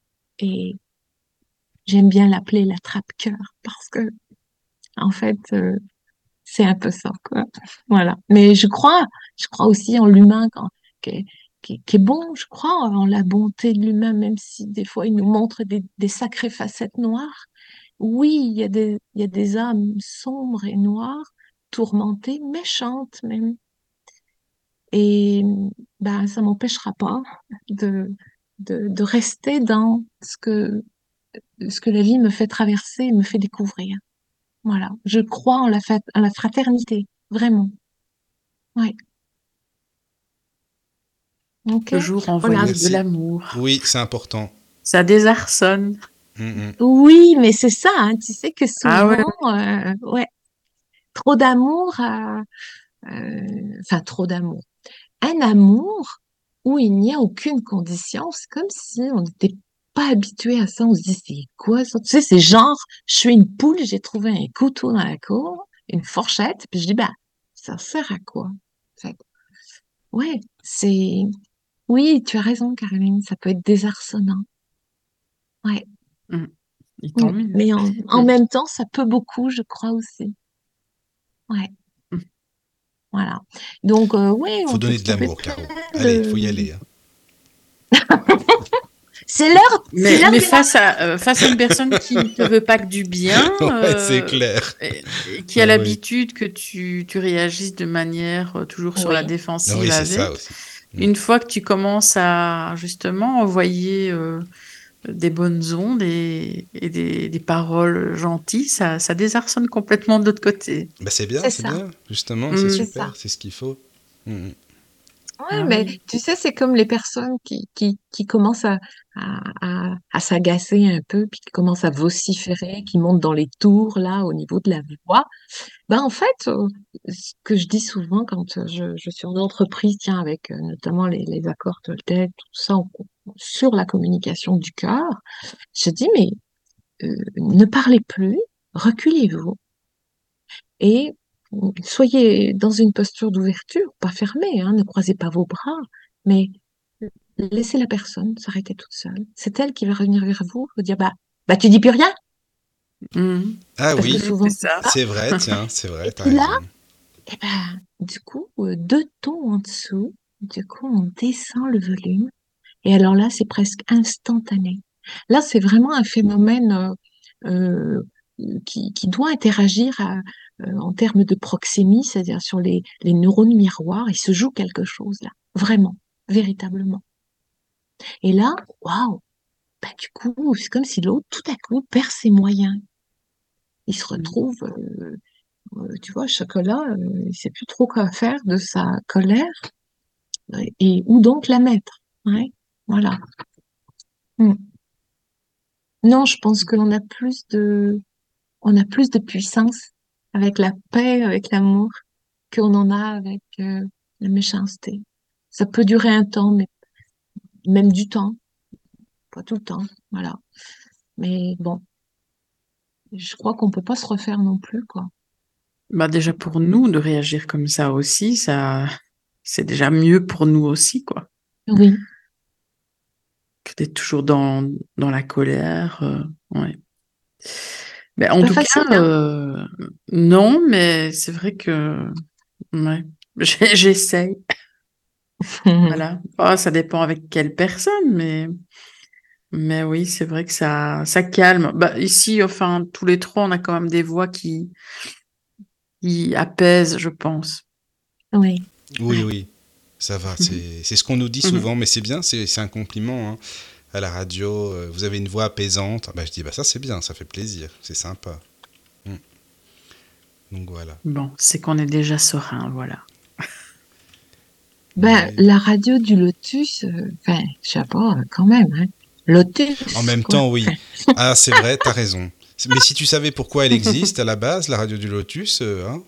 Et j'aime bien l'appeler la trappe-cœur parce que, en fait, euh, c'est un peu ça, quoi. Voilà. Mais je crois, je crois aussi en l'humain quand, qui est, qui, est qui est bon. Je crois en la bonté de l'humain, même si des fois il nous montre des, des sacrées facettes noires. Oui, il y a des, il y a des âmes sombres et noires, tourmentées, méchantes même. Et ben, ça m'empêchera pas de, de, de rester dans ce que, ce que la vie me fait traverser et me fait découvrir. Voilà. Je crois en la, fa- en la fraternité, vraiment. Ouais. Ok. Toujours Voilà. envoyer de Merci. l'amour. Oui, c'est important. Ça désarçonne. Mm, mm. Oui, mais c'est ça, hein. Tu sais que Ah ouais. souvent, euh, ouais, trop d'amour, euh, euh, enfin trop d'amour. Un amour où il n'y a aucune condition, c'est comme si on n'était pas habitué à ça. On se dit, c'est quoi ça? Tu sais, c'est genre, je suis une poule, j'ai trouvé un couteau dans la cour, une fourchette, puis je dis, bah, ça sert à quoi? En fait, ouais, c'est, oui, tu as raison, Caroline, ça peut être désarçonnant. Ouais. Mm. Et Mm. tant mieux. Mais en, en Mm. même temps, ça peut beaucoup, je crois aussi. Ouais. Mm. Voilà. Donc, euh, oui, Faut on peut donner de trouver l'amour, plein Caro. Allez, il de... faut y aller. Hein. C'est l'heure, c'est Mais, l'heure mais de la... face à, euh, face à une personne qui ne te veut pas que du bien, Ouais, c'est euh, clair. et, et qui a Ah oui. l'habitude que tu, tu réagisses de manière euh, toujours sur la Oui, Ah défensive oui, c'est ça avec, aussi. Mm. une fois que tu commences à justement envoyer euh, des bonnes ondes et, et des, des paroles gentilles, ça, ça désarçonne complètement de l'autre côté. Bah c'est bien, c'est c'est ça, bien. Justement, c'est Mm. c'est ça. super, c'est ce qu'il faut. Mm, mm. Ouais, Ah mais oui. tu sais, c'est comme les personnes qui, qui, qui commencent à, à, à, à s'agacer un peu, puis qui commencent à vociférer, qui montent dans les tours, là, au niveau de la voix. Ben, en fait, euh, ce que je dis souvent quand euh, je, je suis en entreprise, tiens, avec euh, notamment les, les accords Toltec, tout ça, en- sur la communication du cœur, je dis, mais euh, ne parlez plus, reculez-vous et euh, soyez dans une posture d'ouverture, pas fermée, hein, ne croisez pas vos bras, mais laissez la personne s'arrêter toute seule. C'est elle qui va revenir vers vous, vous dire, bah, bah, tu dis plus rien, Mm. Ah parce que oui, Mm, souvent c'est c'est ça. ça. c'est vrai, tiens, c'est Et vrai, t'as puis là, raison. eh ben, du coup, euh, deux tons en dessous, du coup, on descend le volume. Et alors là, c'est presque instantané. Là, c'est vraiment un phénomène euh, euh, qui, qui doit interagir à- euh, en termes de proxémie, c'est-à-dire sur les, les neurones miroirs. Il se joue quelque chose là, vraiment, véritablement. Et là, waouh, bah, du coup, c'est comme si l'autre, tout à coup, perd ses moyens. Il se Mhm. retrouve, euh, euh, tu vois, chocolat, euh, il sait plus trop quoi faire de sa colère euh, et où donc la mettre. Ouais, voilà. Mm. Non, je pense qu'on a plus de, on a plus de puissance avec la paix, avec l'amour, qu'on en a avec euh, la méchanceté. Ça peut durer un temps, mais même du temps, pas tout le temps. Voilà. Mais bon, je crois qu'on peut pas se refaire non plus, quoi. Bah déjà pour nous de réagir comme ça aussi, ça c'est déjà mieux pour nous aussi, quoi. Oui, Que d'être toujours dans, dans la colère. euh, ouais. Mais c'est en pas tout cas, facile, hein. euh, non, mais c'est vrai que ouais, j'ai- j'essaye. Voilà. Oh, ça dépend avec quelle personne, mais, mais oui, c'est vrai que ça, ça calme. Bah, ici, enfin, tous les trois, on a quand même des voix qui, qui apaisent, je pense. Oui, Oui, ouais. oui, ça va. C'est c'est ce qu'on nous dit Mhm. souvent, mais c'est bien, c'est c'est un compliment, hein. À la radio, euh, vous avez une voix apaisante. Bah, je dis, bah ça c'est bien, ça fait plaisir, c'est sympa. Mm. Donc voilà. Bon, c'est qu'on est déjà serein, voilà. Ben, Oui. la radio du Lotus, euh, enfin, je sais pas, euh, quand même, hein. En Lotus, même quoi. temps, oui. Enfin, Ah, c'est vrai, t'as raison. Mais si tu savais pourquoi elle existe à la base, la radio du Lotus, euh, hein,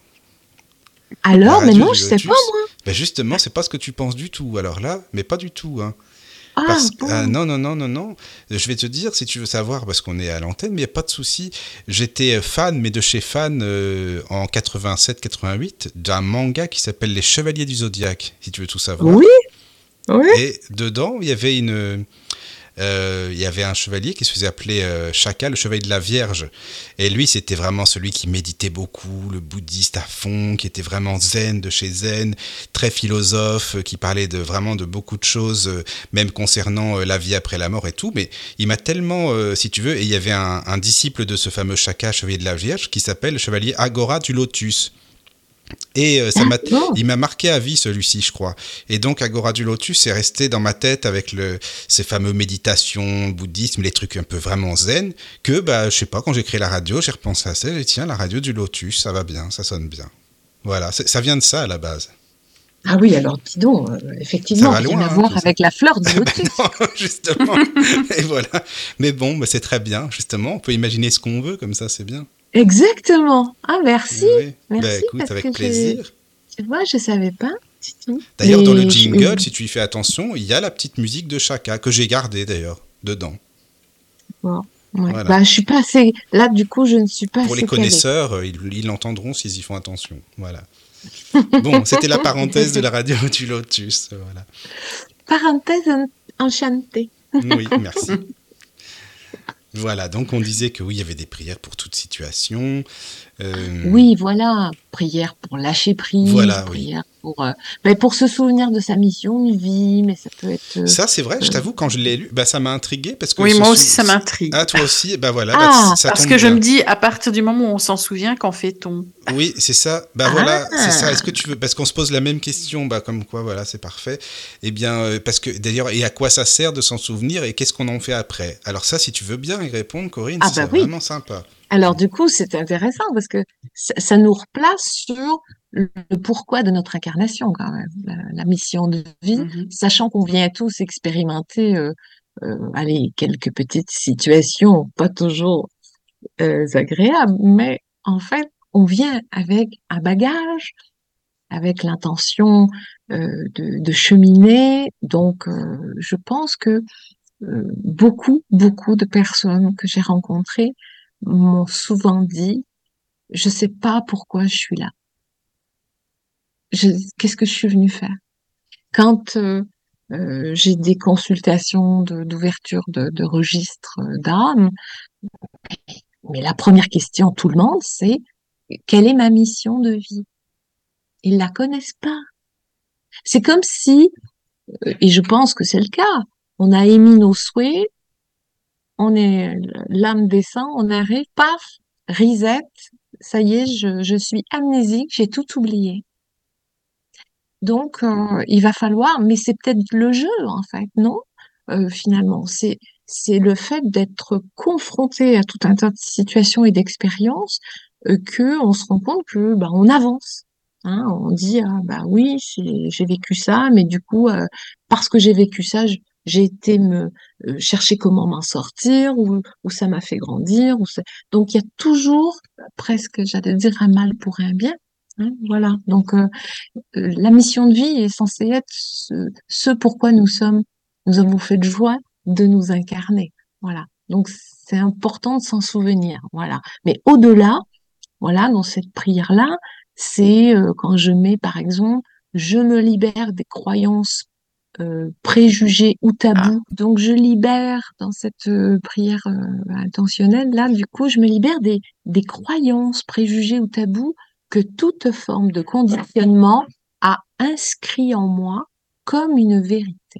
la alors, mais radio non, du je sais pas, Lotus, moi. ben justement, c'est pas ce que tu penses du tout. Alors là, mais pas du tout, hein. Ah, Parce que ah, bon. non, non, non, non, non. Je vais te dire, si tu veux savoir, parce qu'on est à l'antenne, mais il n'y a pas de souci. J'étais fan, mais de chez fan, euh, en quatre-vingt-sept quatre-vingt-huit, d'un manga qui s'appelle Les Chevaliers du Zodiaque, si tu veux tout savoir. Oui, oui. Et dedans, il y avait une, euh, il y avait un chevalier qui se faisait appeler euh, Shaka, le chevalier de la Vierge. Et lui, c'était vraiment celui qui méditait beaucoup, le bouddhiste à fond, qui était vraiment zen de chez zen, très philosophe, euh, qui parlait de vraiment de beaucoup de choses, euh, même concernant euh, la vie après la mort et tout. Mais il m'a tellement, euh, si tu veux, et il y avait un, un disciple de ce fameux Shaka, chevalier de la Vierge, qui s'appelle le chevalier Agora du Lotus. Et euh, ça Ah, m'a, bon. il m'a marqué à vie celui-ci, je crois. Et donc Agora du Lotus est resté dans ma tête avec le, ces fameux méditations, le bouddhisme, les trucs un peu vraiment zen, que bah, je sais pas, quand j'ai créé la radio, j'ai repensé à ça, j'ai dit tiens, la radio du Lotus, ça va bien, ça sonne bien. Voilà, c'est- ça vient de ça à la base. Ah oui, alors dis donc, euh, Ça effectivement, va rien à loin, hein, voir tout ça. avec la fleur du Ben Lotus. non, justement. Et voilà. Mais bon, bah, c'est très bien, justement. On peut imaginer ce qu'on veut, comme ça, c'est bien. Exactement. Ah, merci. Oui, oui. Bah Merci, écoute, parce que avec j'ai, plaisir. tu vois, je savais pas du tout. D'ailleurs, dans le Mais je- jingle, si tu y fais attention, il y a la petite musique de Chaka, que j'ai gardée d'ailleurs, dedans. bon, ouais. Voilà. Bah, je suis pas assez, là, du coup, je ne suis pas Pour les assez calée. connaisseurs, euh, ils ils l'entendront s'ils y font attention. Voilà. Bon, c'était la parenthèse de la radio du Lotus. Voilà. Parenthèse en- enchantée. Oui, merci. Voilà, donc on disait que oui, il y avait des prières pour toute situation. Euh, Oui, voilà, prière pour lâcher prise, voilà, oui. prière pour, euh, ben, pour se souvenir de sa mission de vie, mais ça peut être. euh, Ça, c'est vrai, je euh, t'avoue, quand je l'ai lu, bah, ça m'a intrigué parce que Oui, ce moi aussi, sou... ça m'intrigue. Ah, toi aussi, bah voilà, bah, Ah, ça Parce tombe que je me bien. dis, à partir du moment où on s'en souvient, qu'en fait-on? Oui, c'est ça. Bah voilà, c'est ça. Est-ce ah, que tu veux, parce qu'on se pose la même question, bah comme quoi, voilà, c'est parfait. Eh bien, euh, parce que d'ailleurs, et à quoi ça sert de s'en souvenir et qu'est-ce qu'on en fait après? Alors ça, si tu veux bien y répondre, Corinne, ah ce bah serait oui. vraiment sympa. Alors du coup, c'est intéressant parce que ça, ça nous replace sur le pourquoi de notre incarnation quand même, la, la mission de vie, Mhm. sachant qu'on vient tous expérimenter, euh, euh, allez, quelques petites situations, pas toujours euh, agréables, mais en fait, on vient avec un bagage, avec l'intention euh, de, de cheminer. Donc, euh, je pense que euh, beaucoup, beaucoup de personnes que j'ai rencontrées m'ont souvent dit, je sais pas pourquoi je suis là. Je, qu'est-ce que je suis venue faire? Quand euh, euh, j'ai des consultations de, d'ouverture de, de registres d'âme, mais la première question, tout le monde, c'est quelle est ma mission de vie? Ils la connaissent pas. C'est comme si, et je pense que c'est le cas, on a émis nos souhaits, on est, l'âme descend, on arrive, paf, reset, ça y est, je, je suis amnésique, j'ai tout oublié. Donc, euh, il va falloir, mais c'est peut-être le jeu, en fait, non? Euh, finalement, c'est c'est le fait d'être confronté à tout un tas de situations et d'expériences euh, que on se rend compte que bah, on avance. Hein, on dit ah bah oui j'ai j'ai vécu ça, mais du coup euh, parce que j'ai vécu ça, j- j'ai été me euh, chercher comment m'en sortir ou ou ça m'a fait grandir. Ou ça- Donc il y a toujours presque, j'allais dire, un mal pour un bien. Hein, voilà. Donc euh, euh, la mission de vie est censée être ce, ce pourquoi nous sommes, nous avons fait de joie de nous incarner. Voilà. Donc, c'est important de s'en souvenir. Voilà. Mais au-delà, voilà, dans cette prière-là, c'est euh, quand je mets, par exemple, je me libère des croyances euh, préjugés ou Ah, tabous. Donc, je libère dans cette euh, prière euh, intentionnelle, là, du coup, je me libère des, des croyances préjugés ou tabous que toute forme de conditionnement a inscrit en moi comme une vérité,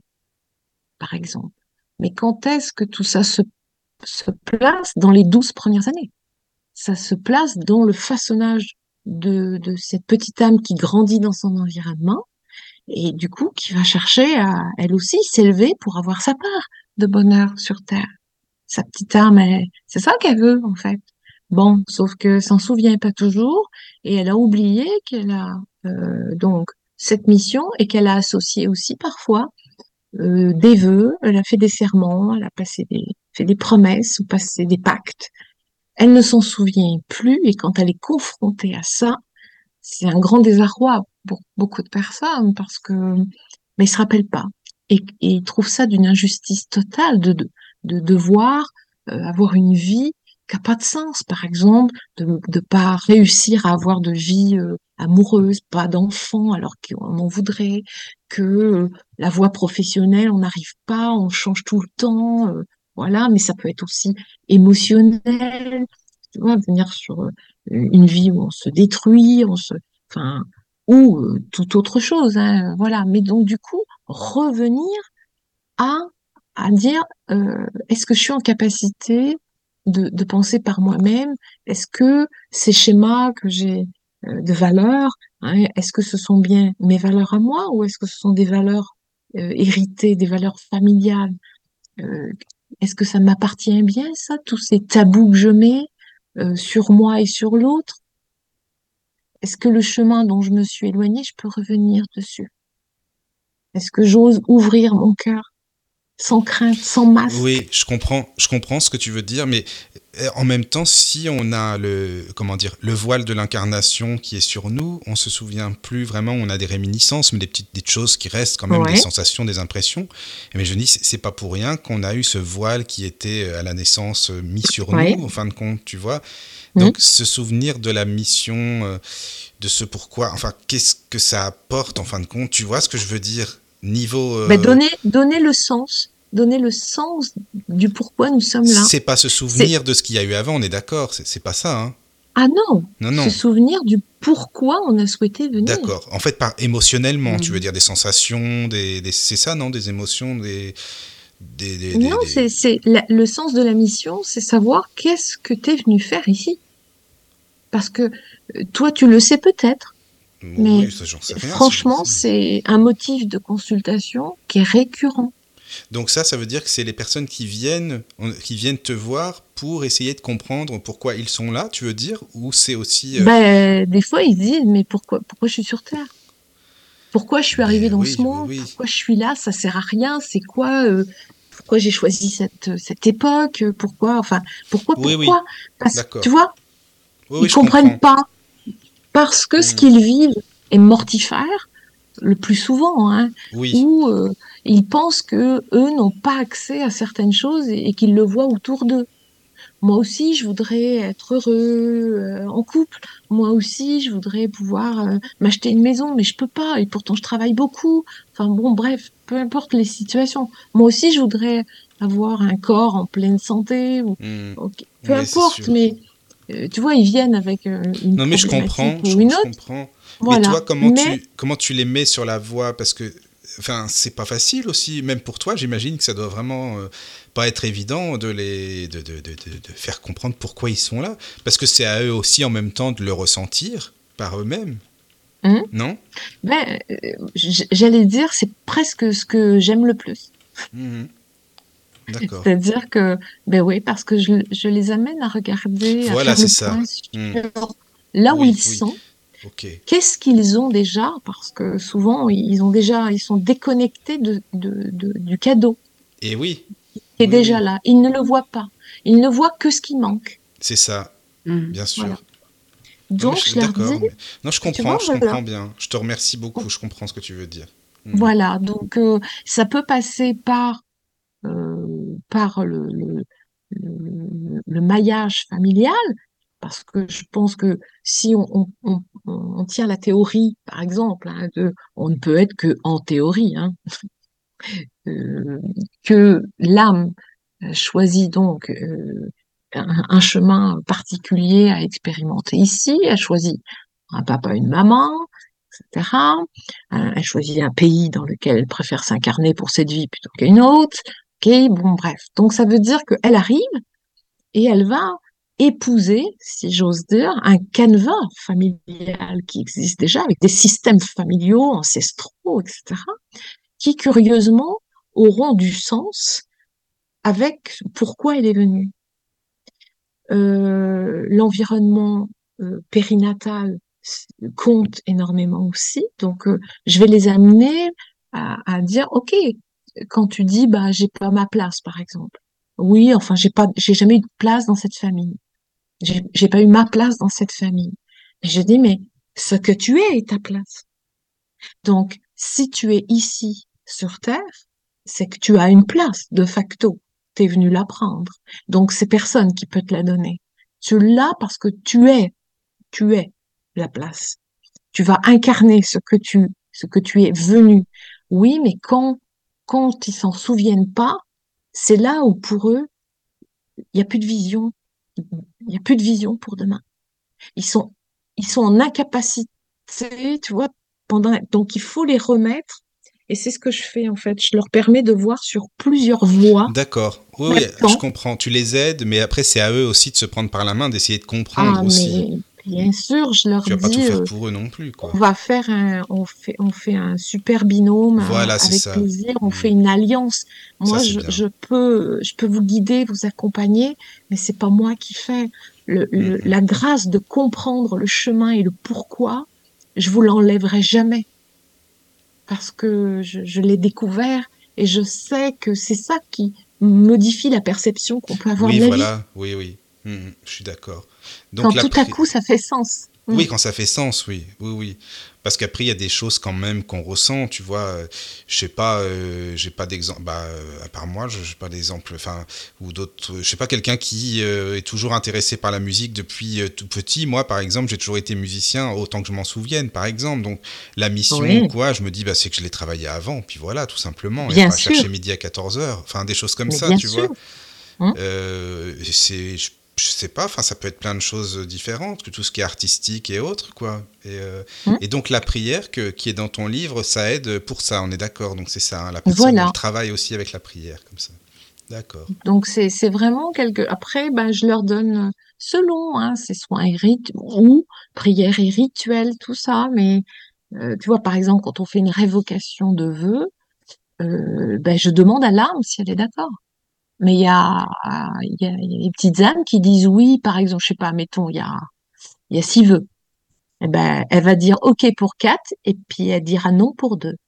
par exemple. Mais quand est-ce que tout ça se, se place dans les douze premières années? Ça se place dans le façonnage de, de cette petite âme qui grandit dans son environnement et du coup qui va chercher à, elle aussi, s'élever pour avoir sa part de bonheur sur Terre. Sa petite âme, elle- c'est ça qu'elle veut en fait. Bon, sauf que s'en souvient pas toujours et elle a oublié qu'elle a euh, donc cette mission et qu'elle a associé aussi parfois euh, des vœux, elle a fait des serments, elle a passé des, fait des promesses ou passé des pactes. Elle ne s'en souvient plus et quand elle est confrontée à ça, c'est un grand désarroi pour beaucoup de personnes parce que mais ils se rappellent pas et, et ils trouvent ça d'une injustice totale de de, de devoir euh, avoir une vie qui a pas de sens, par exemple, de de pas réussir à avoir de vie euh, amoureuse, pas d'enfants alors qu'on en voudrait, que euh, la voie professionnelle on n'arrive pas, on change tout le temps, euh, voilà, mais ça peut être aussi émotionnel, tu vois, venir sur euh, une vie où on se détruit, on se, enfin, ou euh, tout autre chose, hein, voilà. Mais donc du coup, revenir à à dire, euh, est-ce que je suis en capacité de, de penser par moi-même? Est-ce que ces schémas que j'ai euh, de valeurs, hein, est-ce que ce sont bien mes valeurs à moi ou est-ce que ce sont des valeurs euh, héritées, des valeurs familiales? Euh, est-ce que ça m'appartient bien, ça, tous ces tabous que je mets euh, sur moi et sur l'autre? Est-ce que le chemin dont je me suis éloignée, je peux revenir dessus? Est-ce que j'ose ouvrir mon cœur sans crainte, sans masque? Oui, je comprends, je comprends ce que tu veux dire, mais euh, en même temps, si on a le, comment dire, le voile de l'incarnation qui est sur nous, on se souvient plus vraiment, on a des réminiscences, mais des petites des choses qui restent quand même, des Ouais, sensations, des impressions. Mais je dis, c'est c'est pas pour rien qu'on a eu ce voile qui était euh, à la naissance euh, mis sur ouais. nous, en fin de compte, tu vois. Hmm. Donc, se souvenir de la mission, euh, de ce pourquoi, enfin, qu'est-ce que ça apporte, en fin de compte, tu vois ce que je veux dire? Niveau, Ben, euh, donner, donner le sens, donner le sens du pourquoi nous sommes là. c'est pas se C'est, souvenir de ce qu'il y a eu avant, on est d'accord, c'est c'est pas ça, hein. ah non, Non, se non, souvenir du pourquoi on a souhaité venir. d'accord. En fait, par émotionnellement, tu veux mhm. dire des sensations, des, des- c'est ça, non? Des émotions, des, des, des, des- Non, des- c'est, c'est la- le sens de la mission, c'est savoir qu'est-ce que tu es venu faire ici. Parce que euh, toi, tu le sais peut-être, mais Oui, ça, j'en sais rien si je le franchement, sais. c'est un motif de consultation qui est récurrent. Donc ça, ça veut dire que c'est les personnes qui viennent, qui viennent te voir pour essayer de comprendre pourquoi ils sont là, tu veux dire? Ou c'est aussi... euh, Ben, des fois, ils se disent, mais pourquoi, pourquoi je suis sur Terre? Pourquoi je suis arrivée ben dans ce oui, oui, monde? oui. Pourquoi je suis là? Ça sert à rien. C'est quoi? euh, pourquoi j'ai choisi cette, cette époque? Pourquoi? Enfin, pourquoi, Oui, oui, pourquoi? Parce que, tu d'accord. vois, Oui, oui, ils je comprennent comprends. pas. Parce que ce Hmm. qu'ils vivent est mortifère, le plus souvent, hein, Oui, ou euh, ils pensent que eux n'ont pas accès à certaines choses et, et qu'ils le voient autour d'eux. Moi aussi, je voudrais être heureux euh, en couple. Moi aussi, je voudrais pouvoir euh, m'acheter une maison, mais je peux pas. Et pourtant, je travaille beaucoup. Enfin bon, bref, peu importe les situations. Moi aussi, je voudrais avoir un corps en pleine santé. Ou, hmm. ok, peu Oui, c'est importe, sûr. mais euh, tu vois, ils viennent avec euh, une Non, mais je problématique comprends, je, ou une je autre. comprends. Mais Voilà. toi, comment Mais tu, comment tu les mets sur la voie? Parce que, enfin, c'est pas facile aussi, même pour toi, j'imagine que ça doit vraiment euh, pas être évident de les, de, de, de, de, de faire comprendre pourquoi ils sont là. Parce que c'est à eux aussi en même temps de le ressentir par eux-mêmes, hein, non? ben, euh, j- j'allais dire, c'est presque ce que j'aime le plus. Mhm. D'accord. C'est-à-dire que, ben oui, parce que je, je les amène à regarder, à Voilà, faire c'est le ça. point Hmm. sur là où Oui, ils oui. sont, Ok. qu'est-ce qu'ils ont déjà, parce que souvent ils ont déjà, ils sont déconnectés de, de, de- du cadeau Et oui, qui est oui, déjà oui, là. Ils ne le voient pas. Ils ne voient que ce qui manque. c'est ça, Mhm. bien Voilà. sûr. Non, mais Donc je, je leur dis, d'accord. Mais... Non, je tu vois, comprends, je voilà. comprends bien. Je te remercie beaucoup. Je comprends ce que tu veux dire. Mhm. Voilà. Donc euh, ça peut passer par euh, par le, le, le, le maillage familial, parce que je pense que si on, on, on, on tient la théorie, par exemple, hein, de, on ne peut être que en théorie, hein, euh, que l'âme euh, choisit donc euh, un, un chemin particulier à expérimenter ici, elle choisit un papa, une maman, et cetera. Euh, elle choisit un pays dans lequel elle préfère s'incarner pour cette vie plutôt qu'une autre. Ok, bon, bref. Donc ça veut dire qu'elle arrive et elle va épouser, si j'ose dire, un canevas familial qui existe déjà, avec des systèmes familiaux, ancestraux, et cetera, qui curieusement auront du sens avec pourquoi elle est venue. Euh, l'environnement euh, périnatal compte énormément aussi, donc euh, je vais les amener à, à dire, ok, quand tu dis, bah j'ai pas ma place, par exemple. Oui, enfin j'ai pas, j'ai jamais eu de place dans cette famille. J'ai j'ai pas eu ma place dans cette famille. Et je dis, mais ce que tu es est ta place. Donc, si tu es ici sur Terre, c'est que tu as une place de facto. Tu es venu la prendre. Donc, c'est personne qui peut te la donner. Tu l'as parce que tu es, tu es la place. Tu vas incarner ce que tu, ce que tu es venu. Oui, mais quand, quand ils s'en souviennent pas, c'est là où pour eux, il n'y a plus de vision. Il n'y a plus de vision pour demain. Ils sont, ils sont en incapacité, tu vois, pendant, donc il faut les remettre. Et c'est ce que je fais, en fait. Je leur permets de voir sur plusieurs voies. D'accord. Oui, oui, je Maintenant, comprends. Tu les aides, mais après, c'est à eux aussi de se prendre par la main, d'essayer de comprendre ah, aussi. mais bien sûr, je leur Tu vas pas tout dis, faire euh, pour eux non plus, quoi. on va faire un, on fait, on fait un super binôme euh, Voilà, c'est avec ça. plaisir. On Hmm. fait une alliance. Ça, Moi, c'est je, bien. je peux, je peux vous guider, vous accompagner, mais c'est pas moi qui fais le, Hmm, le- hmm. la grâce de comprendre le chemin et le pourquoi. Je vous l'enlèverai jamais parce que je, je l'ai découvert et je sais que c'est ça qui modifie la perception qu'on peut avoir Oui, de la vie. voilà. Oui, oui. Hmm, hmm. Je suis d'accord. Donc, Quand la tout à pri- coup, ça fait sens. Mm. Oui, quand ça fait sens, oui, oui, oui. Parce qu'après, il y a des choses quand même qu'on ressent, tu vois. euh, Je sais pas, euh, j'ai pas d'exemple. Bah, euh, à part moi, je j'ai pas d'exemple. Enfin, ou d'autres. euh, Je sais pas, quelqu'un qui euh, est toujours intéressé par la musique depuis euh, tout petit. Moi, par exemple, j'ai toujours été musicien autant que je m'en souvienne, par exemple. Donc, la mission ou Oui, quoi, je me dis, bah, c'est que je l'ai travaillé avant. Puis voilà, tout simplement. Il n'y a bien pas à chercher sûr, midi à quatorze heures. Enfin, des choses comme mais ça, bien tu sûr. vois. Mm. Euh, c'est, je, je sais pas, enfin, ça peut être plein de choses différentes, que tout ce qui est artistique et autres, quoi. Et, euh, Mm. et donc la prière que, qui est dans ton livre, ça aide pour ça, on est d'accord. Donc c'est ça, hein, la personne, elle Voilà. travaille aussi avec la prière, comme ça. D'accord. Donc c'est c'est vraiment quelque. Après, ben je leur donne euh, selon, hein, c'est soit un rite ou prière et rituel, tout ça. Mais euh, tu vois, par exemple, quand on fait une révocation de vœux, euh, ben je demande à l'âme si elle est d'accord. Mais il y a il y a, il y a des petites âmes qui disent oui. Par exemple, je sais pas, mettons, il y a il y a six vœux. Eh ben elle va dire OK pour quatre et puis elle dira non pour deux.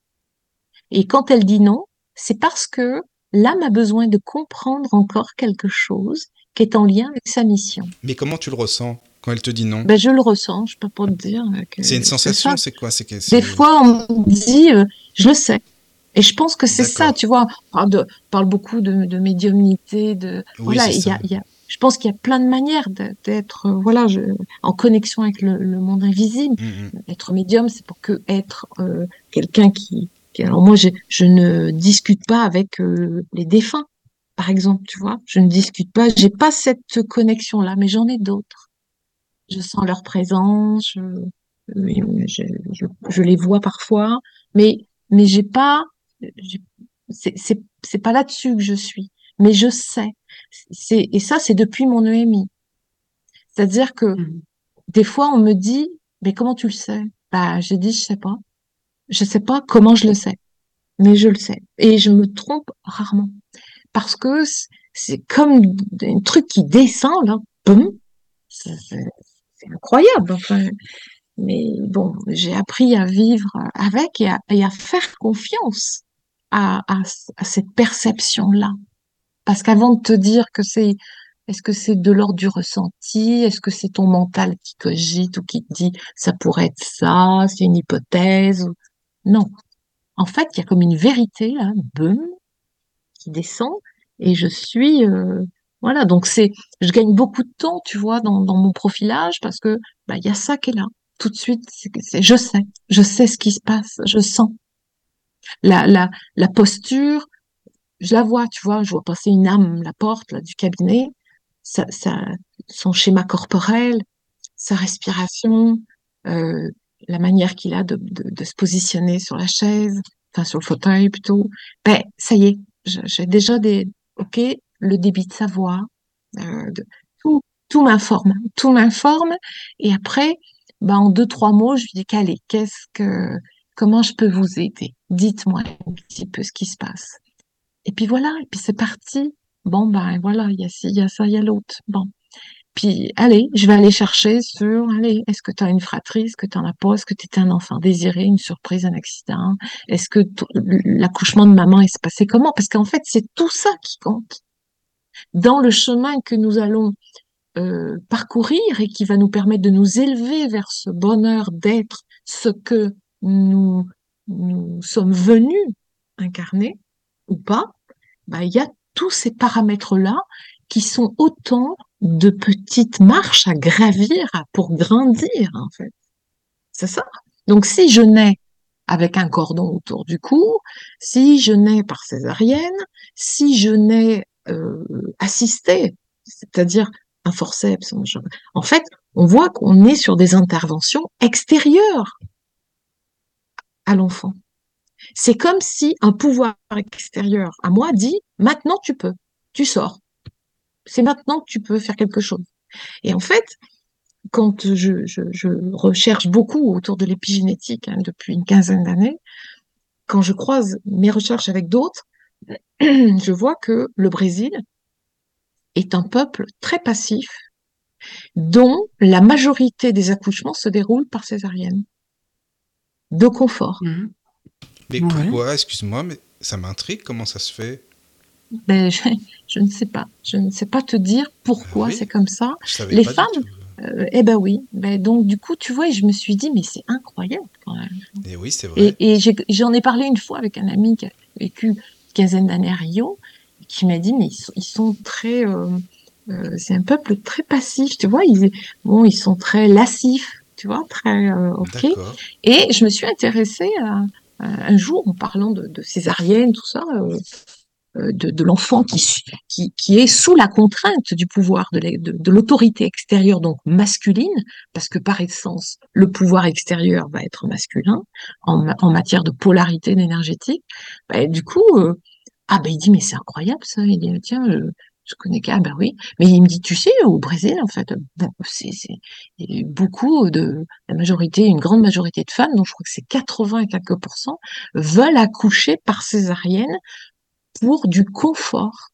Et quand elle dit non, c'est parce que l'âme a besoin de comprendre encore quelque chose qui est en lien avec sa mission. Mais comment tu le ressens quand elle te dit non? Ben, je le ressens, je peux pas te dire que C'est une c'est ça. sensation, c'est quoi? C'est que Des c'est... fois, on me dit, euh, je le sais. Et je pense que c'est ça, D'accord. tu vois. On parle, de, on parle beaucoup de, de médiumnité, de Oui, voilà. c'est Il y ça. a, il y a, je pense qu'il y a plein de manières de- d'être, euh, voilà, je, en connexion avec le, le monde invisible. Mm, mm. Être médium, c'est pour que être euh, quelqu'un qui, qui- alors moi, je, je ne discute pas avec euh, les défunts, par exemple, tu vois. Je ne discute pas, j'ai pas cette connexion-là, mais j'en ai d'autres. Je sens leur présence, je, oui, je, je, je les vois parfois, mais mais j'ai pas, j'ai- c'est c'est c'est pas là-dessus que je suis, mais je sais. C'est et ça, c'est depuis mon E M I. C'est-à-dire que Mhm. des fois, on me dit, mais comment tu le sais? Bah, j'ai dit, je sais pas. Je sais pas comment je le sais, mais je le sais. Et je me trompe rarement. parce que c'est c'est comme un truc qui descend, là, boum, c'est c'est- c'est incroyable, enfin. Mais bon, j'ai appris à vivre avec et à, et à faire confiance à, à, à cette perception-là. Parce qu'avant de te dire que c'est, est-ce que c'est de l'ordre du ressenti, est-ce que c'est ton mental qui cogite ou qui te dit ça pourrait être ça, c'est une hypothèse, ou- non. En fait, il y a comme une vérité là, boum, qui descend et je suis, euh, voilà. Donc c'est, je gagne beaucoup de temps, tu vois, dans, dans mon profilage parce que bah il y a ça qui est là. Tout de suite, c'est, que c'est, je sais, je sais ce qui se passe, je sens la la la posture. Je la vois, tu vois, je vois passer une âme la porte là, du cabinet, ça, ça, son schéma corporel, sa respiration, euh, la manière qu'il a de, de, de se positionner sur la chaise, enfin sur le fauteuil plutôt. Ben, ça y est, je- j'ai déjà des, ok, le débit de sa voix, euh, de- tout, tout m'informe, tout m'informe. Et après, ben, en deux, trois mots, je lui dis, allez, qu'est-ce que, comment je peux vous aider? Dites-moi un petit peu ce qui se passe. Et puis voilà, et puis c'est parti. Bon, ben voilà, il y a ci, il y a ça, il y a l'autre. Bon. Puis, allez, je vais aller chercher sur, allez, est-ce que tu as une fratrie, est-ce que tu en as pas, est-ce que tu étais un enfant désiré, une surprise, un accident, est-ce que t- l'accouchement de maman est passé comment? Parce qu'en fait, c'est tout ça qui compte. Dans le chemin que nous allons euh, parcourir et qui va nous permettre de nous élever vers ce bonheur d'être ce que nous, nous sommes venus incarner ou pas, bah, il y a tous ces paramètres-là qui sont autant de petites marches à gravir à- pour grandir, en fait. C'est ça. Donc, si je nais avec un cordon autour du cou, si je nais par césarienne, si je nais euh, assistée, c'est-à-dire un forceps, en fait, on voit qu'on est sur des interventions extérieures à l'enfant. C'est comme si un pouvoir extérieur à moi dit, maintenant tu peux, tu sors. C'est maintenant que tu peux faire quelque chose. Et en fait, quand je, je, je recherche beaucoup autour de l'épigénétique hein, depuis une quinzaine d'années, quand je croise mes recherches avec d'autres, je vois que le Brésil est un peuple très passif dont la majorité des accouchements se déroulent par césarienne, de confort. Mhm. Mais Ouais. pourquoi, excuse-moi, mais ça m'intrigue, comment ça se fait? Ben, je, je ne sais pas. Je ne sais pas te dire Ah pourquoi c'est oui, comme ça. je savais Les pas du femmes, tout. euh, eh ben oui. Ben, donc, du coup, tu vois, et je me suis dit, mais c'est incroyable quand même. Et oui, c'est vrai. Et, et j'ai- j'en ai parlé une fois avec un ami qui a vécu une quinzaine d'années à Rio, qui m'a dit, mais ils sont, ils sont très, euh, euh, c'est un peuple très passif, tu vois. Ils, bon, ils sont très lascifs, tu vois, très, euh, ok. D'accord. Et je me suis intéressée à, à- un jour, en parlant de, de césarienne, tout ça, euh, euh, de, de l'enfant qui, qui, qui est sous la contrainte du pouvoir, de, la- de, de l'autorité extérieure, donc masculine, parce que par essence, le pouvoir extérieur va être masculin en, ma- en matière de polarité énergétique. Bah, du coup, euh, ah ben il dit mais c'est incroyable ça. Il dit tiens, je, je connais qu'un, ben oui. Mais il me dit tu sais au Brésil en fait, bon, c'est c'est il y a eu beaucoup de la majorité, une grande majorité de femmes, donc je crois que c'est quatre-vingts et quelques pourcents veulent accoucher par césarienne pour du confort.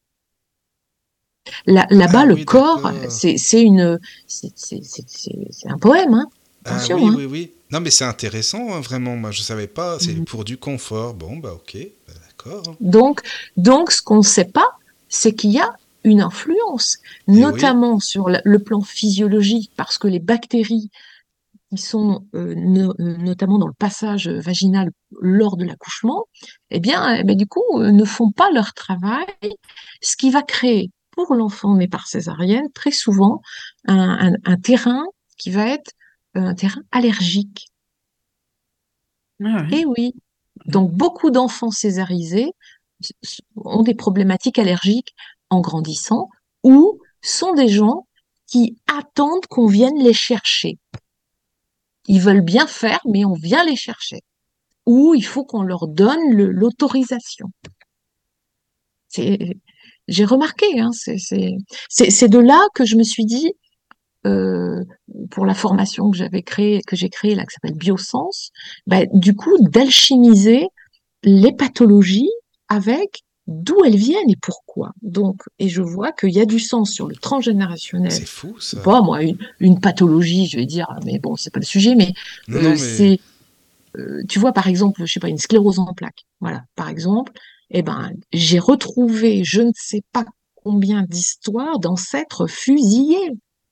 Là, là-bas, Ah le oui, corps, d'accord. c'est, c'est une, c'est, c'est, c'est, c'est- c'est un poème, hein. Ah Attention, oui, hein. oui, oui. Non, mais c'est intéressant, hein, vraiment. Moi, je savais pas. C'est Mhm. pour du confort. Bon, bah ok, bah, d'accord. Donc, donc, ce qu'on ne sait pas, c'est qu'il y a une influence, Et oui, notamment sur le le plan physiologique, parce que les bactéries qui sont euh, no- euh, notamment dans le passage vaginal lors de l'accouchement, eh bien, eh ben, du coup, euh, ne font pas leur travail, ce qui va créer pour l'enfant né par césarienne très souvent un, un- un terrain qui va être euh, un terrain allergique. Ah ouais. Et oui, donc beaucoup d'enfants césarisés s- s- ont des problématiques allergiques en grandissant ou sont des gens qui attendent qu'on vienne les chercher. Ils veulent bien faire, mais on vient les chercher. Ou il faut qu'on leur donne le- l'autorisation. C'est, j'ai remarqué, hein, c'est, c'est, c'est, c'est de là que je me suis dit, euh, pour la formation que j'avais créée, que j'ai créée là, qui s'appelle Biosens, bah, du coup, d'alchimiser les pathologies avec d'où elles viennent et pourquoi. Donc, et je vois qu'il y a du sens sur le transgénérationnel. C'est fou, ça. Pas moi, une, une pathologie, je vais dire, mais bon, c'est pas le sujet, mais, Non, euh, non, mais c'est, euh, tu vois, par exemple, je sais pas, une sclérose en plaques. Voilà, par exemple, eh ben, j'ai retrouvé je ne sais pas combien d'histoires d'ancêtres fusillés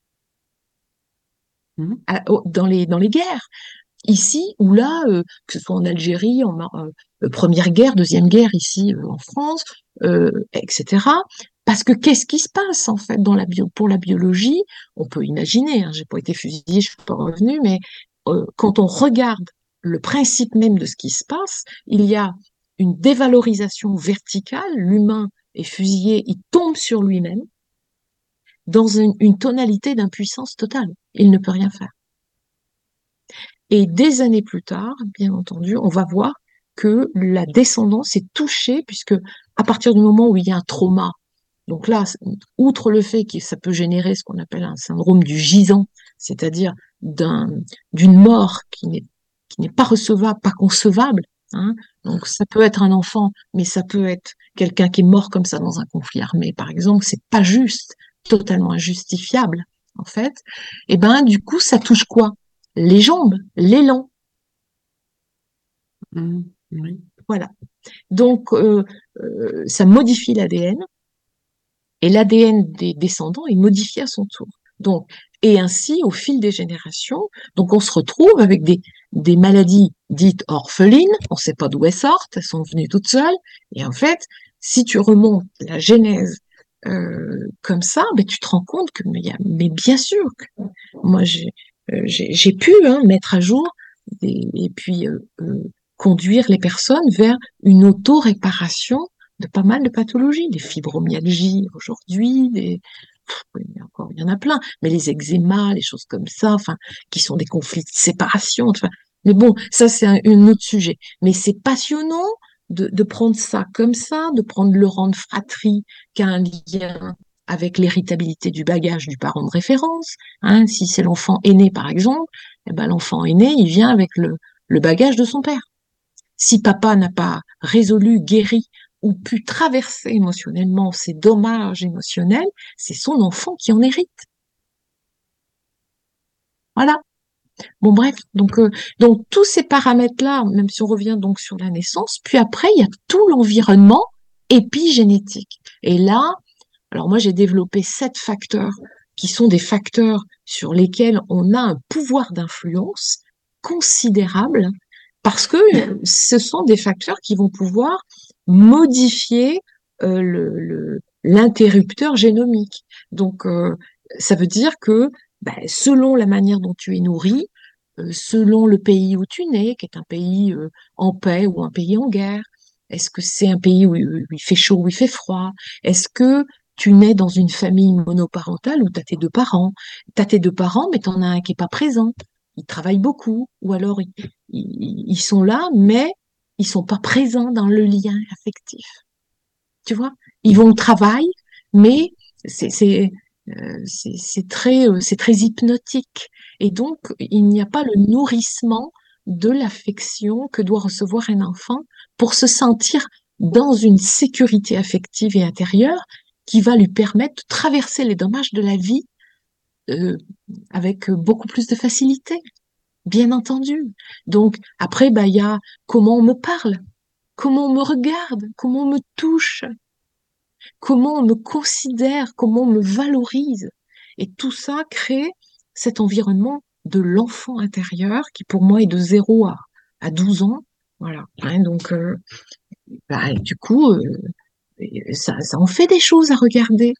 Mhm. à- au- dans les, dans les guerres. Ici ou là, euh, que ce soit en Algérie, en Mar- euh, euh, première guerre, deuxième guerre ici euh, en France, euh, et cetera. Parce que qu'est-ce qui se passe en fait dans la bio, pour la biologie? On peut imaginer, hein, j'ai pas été fusillée, je suis pas revenue, mais euh, quand on regarde le principe même de ce qui se passe, il y a une dévalorisation verticale. L'humain est fusillé, il tombe sur lui-même dans une, une tonalité d'impuissance totale. Il ne peut rien faire. Et des années plus tard, bien entendu, on va voir que la descendance est touchée puisque à partir du moment où il y a un trauma, donc là, outre le fait que ça peut générer ce qu'on appelle un syndrome du gisant, c'est-à-dire d'un, d'une mort qui n'est, qui n'est pas recevable, pas concevable, hein. Donc ça peut être un enfant, mais ça peut être quelqu'un qui est mort comme ça dans un conflit armé, par exemple, c'est pas juste, totalement injustifiable, en fait. Et ben, du coup, ça touche quoi? Les jambes, l'élan, Mhm. Oui. voilà. Donc, euh, euh, ça modifie l'A D N et l'A D N des descendants est modifié à son tour. Donc, et ainsi, au fil des générations, donc on se retrouve avec des, des maladies dites orphelines, on ne sait pas d'où elles sortent, elles sont venues toutes seules, et en fait, si tu remontes la genèse euh, comme ça, ben, tu te rends compte que, mais, y a, mais bien sûr, que moi j'ai euh, j'ai j'ai pu hein, mettre à jour des, et puis euh, euh, conduire les personnes vers une auto-réparation de pas mal de pathologies, des fibromyalgies aujourd'hui, des il y, a encore, il y en a plein, mais les eczémas, les choses comme ça, enfin, qui sont des conflits de séparation. Enfin, mais bon, ça c'est un, un autre sujet. Mais c'est passionnant de, de prendre ça comme ça, de prendre le rang de fratrie qui a un lien avec l'héritabilité du bagage du parent de référence. Hein, si c'est l'enfant aîné, par exemple, eh ben, l'enfant aîné, il vient avec le, le bagage de son père. Si papa n'a pas résolu, guéri ou pu traverser émotionnellement ces dommages émotionnels, c'est son enfant qui en hérite. Voilà. Bon bref, donc euh, donc tous ces paramètres-là, même si on revient donc sur la naissance, puis après il y a tout l'environnement épigénétique. Et là, alors moi j'ai développé sept facteurs qui sont des facteurs sur lesquels on a un pouvoir d'influence considérable parce que ce sont des facteurs qui vont pouvoir modifier euh, le, le- l'interrupteur génomique. Donc, euh, ça veut dire que ben, selon la manière dont tu es nourri, euh, selon le pays où tu nais, qui est un pays euh, en paix ou un pays en guerre, est-ce que c'est un pays où, où il fait chaud ou il fait froid? Est-ce que tu nais dans une famille monoparentale où tu as tes deux parents? Tu as tes deux parents, mais tu en as un qui est pas présent. Ils travaillent beaucoup, ou alors ils, ils, ils sont là, mais ils sont pas présents dans le lien affectif. Tu vois, ils vont au travail, mais c'est c'est euh, c'est c'est très euh, c'est très hypnotique. Et donc il n'y a pas le nourrissement de l'affection que doit recevoir un enfant pour se sentir dans une sécurité affective et intérieure qui va lui permettre de traverser les dommages de la vie euh, avec beaucoup plus de facilité, bien entendu. Donc après, bah, il y a comment on me parle, comment on me regarde, comment on me touche, comment on me considère, comment on me valorise. Et tout ça crée cet environnement de l'enfant intérieur qui pour moi est de zéro à, à douze ans. Voilà. Hein, donc, euh, bah, du coup, euh, ça, ça en fait des choses à regarder.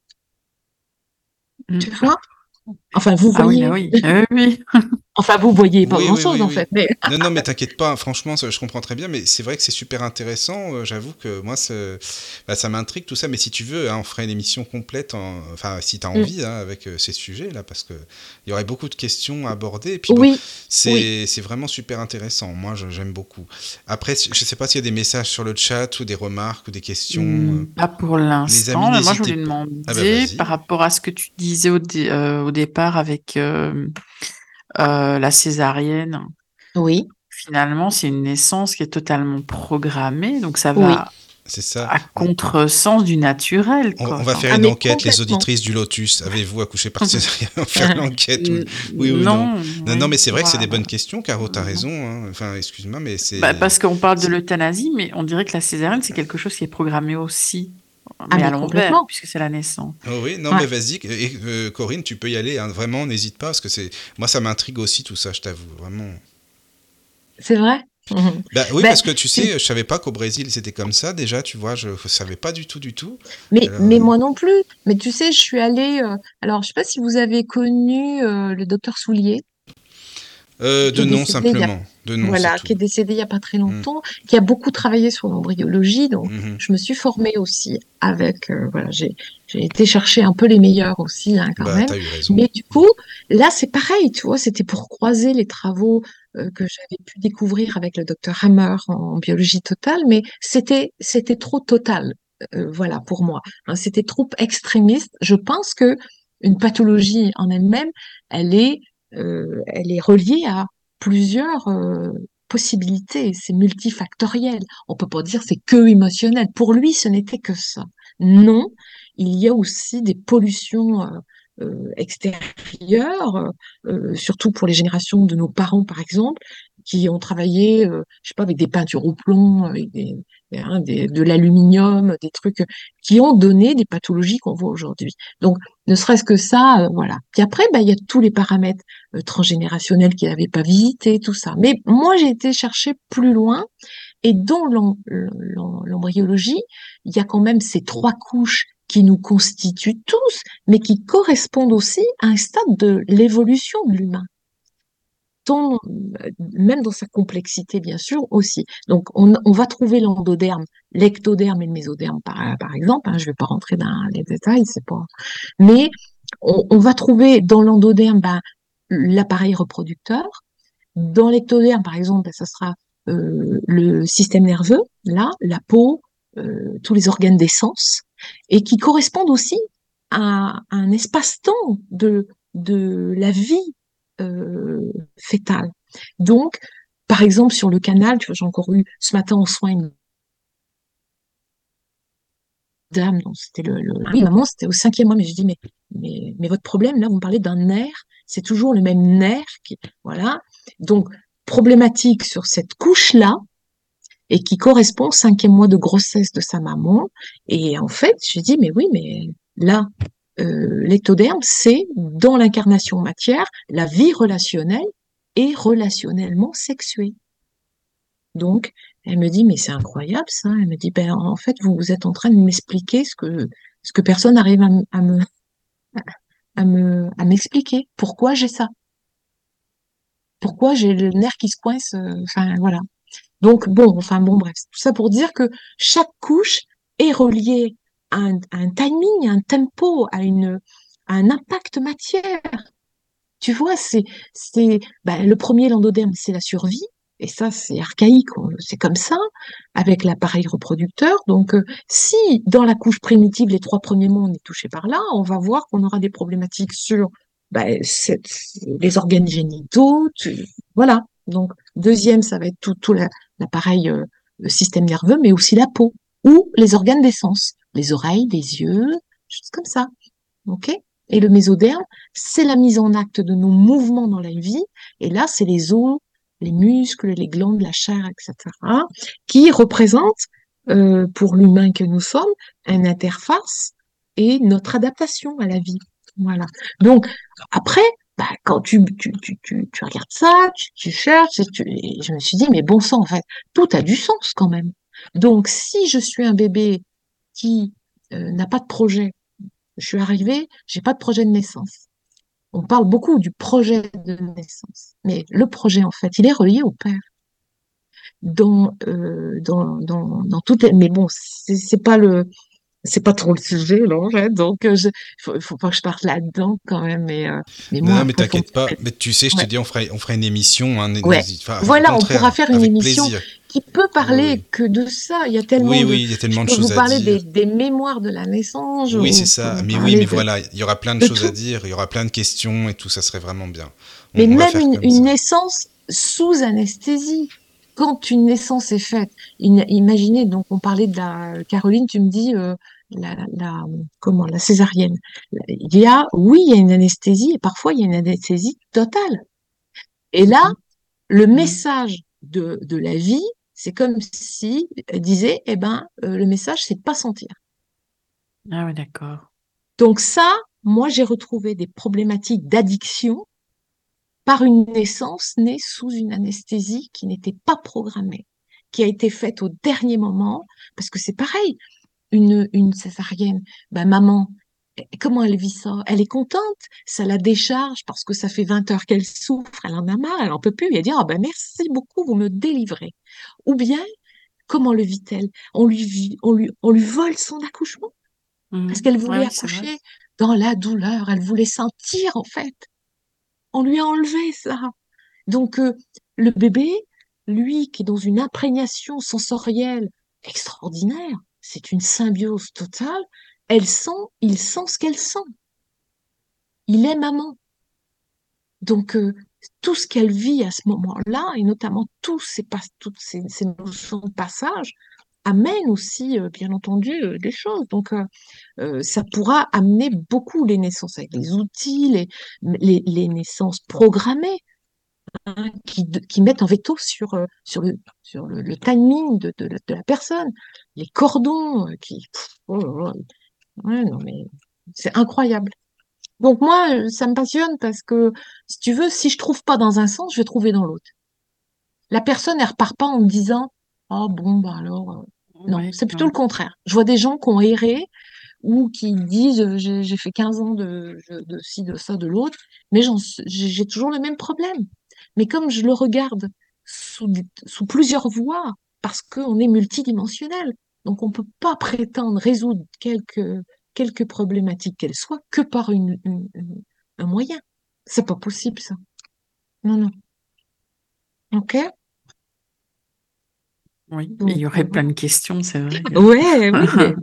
Tu Mm. vois? Enfin, vous Ah oui, bah voyez. oui, euh, oui. Enfin, vous voyez pas Oui, oui, grand-chose oui, en oui. fait. Mais Non, non, mais t'inquiète pas, franchement, ça, je comprends très bien, mais c'est vrai que c'est super intéressant. euh, J'avoue que moi, c'est- bah, ça m'intrigue tout ça, mais si tu veux, hein, on ferait une émission complète, en- enfin, si t'as Mm. envie, hein, avec euh, ces sujets-là, parce que il y aurait beaucoup de questions à aborder. Et puis bon, oui, oui. c'est c'est vraiment super intéressant. Moi, je- j'aime beaucoup. Après, je sais pas s'il y a des messages sur le chat ou des remarques ou des questions. euh, Hmm, Pas pour Les amis, l'instant, mais moi je n'hésitez voulais pas. Ah bah demander vas-y. par rapport à ce que tu disais au, dé- euh, au départ avec euh, euh, la césarienne. Oui, Finalement, c'est une naissance qui est totalement programmée, donc ça oui, va. C'est ça. à contresens du naturel, On, quoi. on va Enfin, faire Ah, une mais enquête, les complètement. auditrices du Lotus. Avez-vous accouché par césarienne? On va faire l'enquête. Oui, n- oui, oui, non. non, Non, non, oui, mais c'est vrai que c'est des voilà. bonnes questions, Caro, t'as Non. raison. Hein. Enfin, excuse-moi, mais Bah, c'est... parce qu'on parle de c'est- l'euthanasie, mais on dirait que la césarienne, c'est quelque chose qui est programmé aussi, Ah, mais à mais l'envers, complètement. puisque c'est la naissance. Oh oui, non, Ouais, mais vas-y. Et, euh, Corinne, tu peux y aller. Hein. Vraiment, n'hésite pas, parce que c'est... Moi, ça m'intrigue aussi, tout ça, je t'avoue. Vraiment. c'est vrai. Mhm. Bah oui, Ben, parce que tu c'est- sais, je savais pas qu'au Brésil, c'était comme ça, déjà, tu vois. Je ne savais pas du tout, du tout. mais, Alors, mais moi non plus. Mais tu sais, je suis allée. euh, alors, je sais pas si vous avez connu euh, le docteur Soulier, euh, qui de est nom, décédé il y a simplement. De nom, c'est Voilà, tout. qui est décédé il y a pas très Mhm. longtemps, qui a beaucoup travaillé sur l'embryologie. Donc, Mhm. je me suis formée aussi avec. euh, voilà, j'ai j'ai été chercher un peu les meilleurs aussi, hein, quand Bah, même. t'as eu raison. Mais du coup, là, c'est pareil, tu vois, c'était pour croiser les travaux euh, que j'avais pu découvrir avec le docteur Hammer en biologie totale, mais c'était c'était trop total, euh, voilà, pour moi. Hein, c'était trop extrémiste. Je pense que une pathologie en elle-même, elle est euh, elle est reliée à plusieurs euh, possibilités, c'est multifactoriel. On peut pas dire c'est que émotionnel. Pour lui, ce n'était que ça. Non, il y a aussi des pollutions euh, euh, extérieures, euh, surtout pour les générations de nos parents, par exemple, qui ont travaillé, euh, je sais pas, avec des peintures au plomb, avec des, hein, des- de l'aluminium, des trucs qui ont donné des pathologies qu'on voit aujourd'hui. Donc, ne serait-ce que ça, euh, voilà. Puis après, bah, il y a tous les paramètres euh, transgénérationnels qu'il n'avait pas visités, tout ça. Mais moi, j'ai été chercher plus loin et dans l'em- l'em- l'embryologie, il y a quand même ces trois couches qui nous constituent tous, mais qui correspondent aussi à un stade de l'évolution de l'humain. Tant, euh, même dans sa complexité, bien sûr, aussi. Donc, on, on va trouver l'endoderme, l'ectoderme et le mésoderme, par, par exemple. Hein, je ne vais pas rentrer dans les détails, c'est pas. Mais on, on va trouver dans l'endoderme ben, l'appareil reproducteur. Dans l'ectoderme, par exemple, ben, ça sera euh, le système nerveux, là, la peau, euh, tous les organes des sens, et qui correspondent aussi à, à un espace-temps de, de la vie euh, fétale. Donc, par exemple, sur le canal, tu vois, j'ai encore eu ce matin en soins une dame, donc c'était le, le- oui, maman, c'était au cinquième mois, mais je dis, mais, mais, mais votre problème, là, vous me parlez d'un nerf, c'est toujours le même nerf qui, voilà. Donc, problématique sur cette couche-là, et qui correspond au cinquième mois de grossesse de sa maman. Et en fait, je dis, mais oui, mais là, euh, l'ectoderme, c'est dans l'incarnation matière, la vie relationnelle et relationnellement sexuée. Donc, elle me dit, mais c'est incroyable ça. Elle me dit, ben, en fait, vous, vous êtes en train de m'expliquer ce que, ce que personne n'arrive à, m- à me, à me, à m'expliquer. Pourquoi j'ai ça? Pourquoi j'ai le nerf qui se coince? euh, Enfin, voilà. Donc, bon, enfin, bon, bref. Tout ça pour dire que chaque couche est reliée à un, à un timing, à un tempo, à une, à un impact matière. Tu vois, c'est, c'est, ben, le premier, l'endoderme, c'est la survie. Et ça, c'est archaïque, on- c'est comme ça, avec l'appareil reproducteur. Donc, euh, si dans la couche primitive, les trois premiers mois, on est touché par là, on va voir qu'on aura des problématiques sur ben, cette- les organes génitaux. tu- voilà. Donc, deuxième, ça va être tout, tout la- l'appareil, euh, le système nerveux, mais aussi la peau ou les organes des sens, les oreilles, les yeux, choses comme ça. OK? Et le mésoderme, c'est la mise en acte de nos mouvements dans la vie. Et là, c'est les os, les muscles, les glandes, la chair, et cetera, qui représentent, euh, pour l'humain que nous sommes, une interface et notre adaptation à la vie. Voilà. Donc, après, bah, quand tu, tu, tu, tu, tu regardes ça, tu, tu cherches, et, tu, et je me suis dit, mais bon sang, en fait, tout a du sens quand même. Donc, si je suis un bébé qui euh, n'a pas de projet, je suis arrivée, j'ai pas de projet de naissance. On parle beaucoup du projet de naissance, mais le projet, en fait, il est relié au père. Dans, euh, dans, dans, dans toutes les... Mais bon, c'est c'est pas le, c'est pas trop le sujet, là, en fait. Donc, euh, je, faut, faut pas que je parte là-dedans, quand même. Mais, euh, mais Non, moi, non, mais après, faut... t'inquiète pas. Mais tu sais, je te Ouais. dis, on fera, on fera une émission. Hein, Ouais. n'hésite- enfin, au Voilà, on pourra contraire, faire une avec émission plaisir. qui peut Oui, parler oui. que de ça. Il y a tellement Oui, de... oui, il y a Je tellement de peux vous choses à parler des, dire. des mémoires de la naissance, je Oui, c'est vous ça. peux Mais oui, parler mais de, voilà, il y aura plein de de choses à tout. dire, il y aura plein de questions et tout, ça serait vraiment bien. On, Mais on va même faire une, comme une ça. naissance sous anesthésie. quand une naissance est faite, in- imaginez, donc on parlait de la Caroline, tu me dis euh, la, la comment la césarienne. Il y a, oui, il y a une anesthésie et parfois il y a une anesthésie totale. Et là, le Mhm. message de, de la vie, c'est comme si elle disait, eh ben, euh, le message, c'est de pas sentir. Ah ouais, d'accord. Donc ça, moi, j'ai retrouvé des problématiques d'addiction par une naissance née sous une anesthésie qui n'était pas programmée, qui a été faite au dernier moment, parce que c'est pareil, une, une césarienne, ben maman, eh, comment elle vit ça? Elle est contente, ça la décharge parce que ça fait vingt heures qu'elle souffre, elle en a marre, elle en peut plus, et elle dit, ah ben merci beaucoup, vous me délivrez. Ou bien, comment le vit-elle? On lui, vit- on lui, on lui vole son accouchement parce Mhm. qu'elle Ouais, voulait oui, c'est vrai. accoucher dans la douleur, elle voulait sentir en fait. On lui a enlevé ça. Donc, euh, le bébé, lui, qui est dans une imprégnation sensorielle extraordinaire, c'est une symbiose totale. Elle sent, il sent ce qu'elle sent. Il est maman. Donc, euh, tout ce qu'elle vit à ce moment-là, et notamment tous ces, pas- toutes ces, ces notions de passage, amènent aussi, euh, bien entendu, euh, des choses. Donc, euh, euh, ça pourra amener beaucoup les naissances avec les outils, les, les, les naissances programmées qui, qui mettent un veto sur, euh, sur, le, sur le, le timing de, de, la- de la personne, les cordons euh, qui... pff, oh là là. Ouais, non, mais c'est incroyable. Donc moi, euh, ça me passionne parce que, si tu veux, si je trouve pas dans un sens, je vais trouver dans l'autre. La personne, elle repart pas en me disant, oh bon, bah alors... euh, non, Oui, c'est plutôt oui. le contraire. Je vois des gens qui ont erré ou qui disent, euh, j'ai j'ai fait quinze ans de, de ci, de ça, de l'autre, mais j'en suis- j'ai j'ai toujours le même problème. Mais comme je le regarde sous, des- sous plusieurs voies, parce qu'on est multidimensionnel, donc on peut pas prétendre résoudre quelques, quelques problématiques qu'elles soient que par une, une- une- un moyen. C'est pas possible, ça. Non, non. OK? Oui, il Donc, y euh, aurait plein voilà. de questions, c'est vrai que... Ouais, oui, mais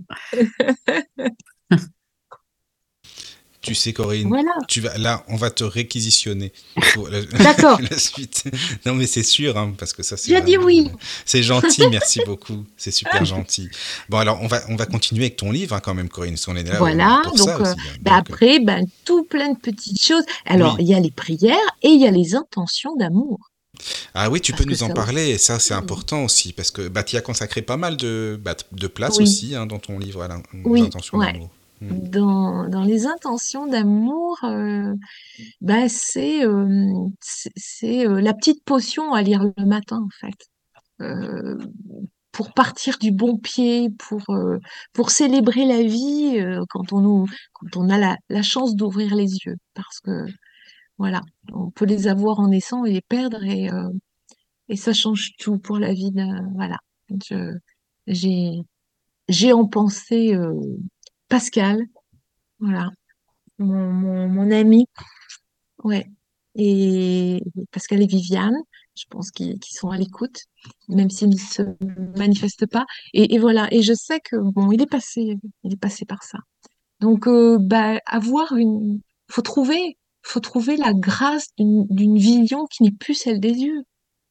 Tu sais, Corinne, voilà. tu vas, là, on va te réquisitionner pour la, D'accord. la suite. Non, mais c'est sûr, hein, parce que ça, c'est J'ai dit vraiment. oui. euh, C'est gentil, merci beaucoup. C'est super gentil. Bon, alors, on va, on va continuer avec ton livre, hein, quand même, Corinne, parce qu'on est là euh, Voilà, pour ça donc euh, aussi, hein. ben Donc, euh, après, ben, tout plein de petites choses. Alors, oui. il y a les prières et il y a les intentions d'amour, Ah oui, tu peux parce que nous en ça parler, et ça, c'est aussi, important aussi, parce que bah, tu y as consacré pas mal de, bah, de place oui, aussi, hein, dans ton livre, à l'in- aux oui, intentions ouais. d'amour. Hmm. Dans, dans les intentions d'amour, euh, ben, c'est euh, c'est c'est, euh, la petite potion à lire le matin, en fait. Euh, pour partir du bon pied, pour, euh, pour célébrer la vie euh, quand on, nous, quand on a la, la chance d'ouvrir les yeux. Parce que voilà, on peut les avoir en naissant et les perdre et, euh, et ça change tout pour la vie d'un, voilà. Je, j'ai, j'ai en pensée euh, Pascal, voilà, mon, mon, mon ami, ouais, et Pascal et Viviane, je pense qu'ils qu'ils sont à l'écoute, même s'ils ne se manifestent pas. Et, et voilà, et je sais que bon, il est passé, il est passé par ça. Donc, euh, bah, avoir une, faut trouver, faut trouver la grâce d'une d'une vision qui n'est plus celle des yeux.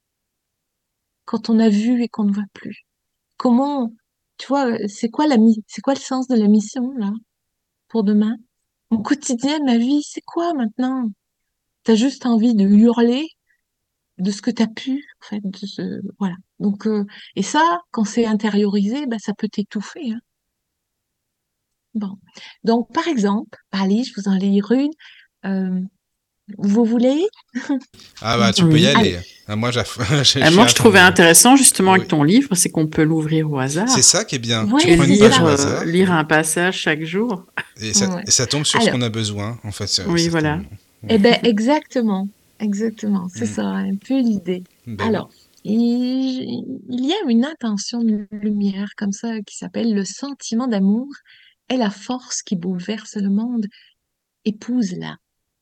Quand on a vu et qu'on ne voit plus. Comment, tu vois, euh, c'est quoi la mi- c'est quoi le sens de la mission là pour demain? Mon quotidien, ma vie, c'est quoi maintenant? T'as juste envie de hurler de ce que t'as pu, en fait, de ce, voilà. Donc, euh, et ça, quand c'est intériorisé, bah, ça peut t'étouffer, hein. Bon. Donc, par exemple, allez, je vous en lire une. Euh, vous voulez? Ah bah, tu peux y Oui. Allez, aller. Ah, moi, j'aff- je je Euh, suis moi, à je fond trouvais dedans. intéressant justement avec Oui. ton livre, c'est qu'on peut l'ouvrir au C'est hasard ça qui est bien. Tu ouais, et prends une c'est page lire, ça. au euh, hasard, lire un passage chaque jour. et ça, Ouais. et ça tombe sur ce Alors, qu'on a besoin, en fait, cer- Oui, voilà. certainement. eh Ouais. ben, exactement, exactement, c'est Mm. ça, un peu l'idée. Ben oui. Alors, il, il y a une intention de lumière comme ça qui s'appelle le sentiment d'amour est la force qui bouleverse le monde. Épouse-la.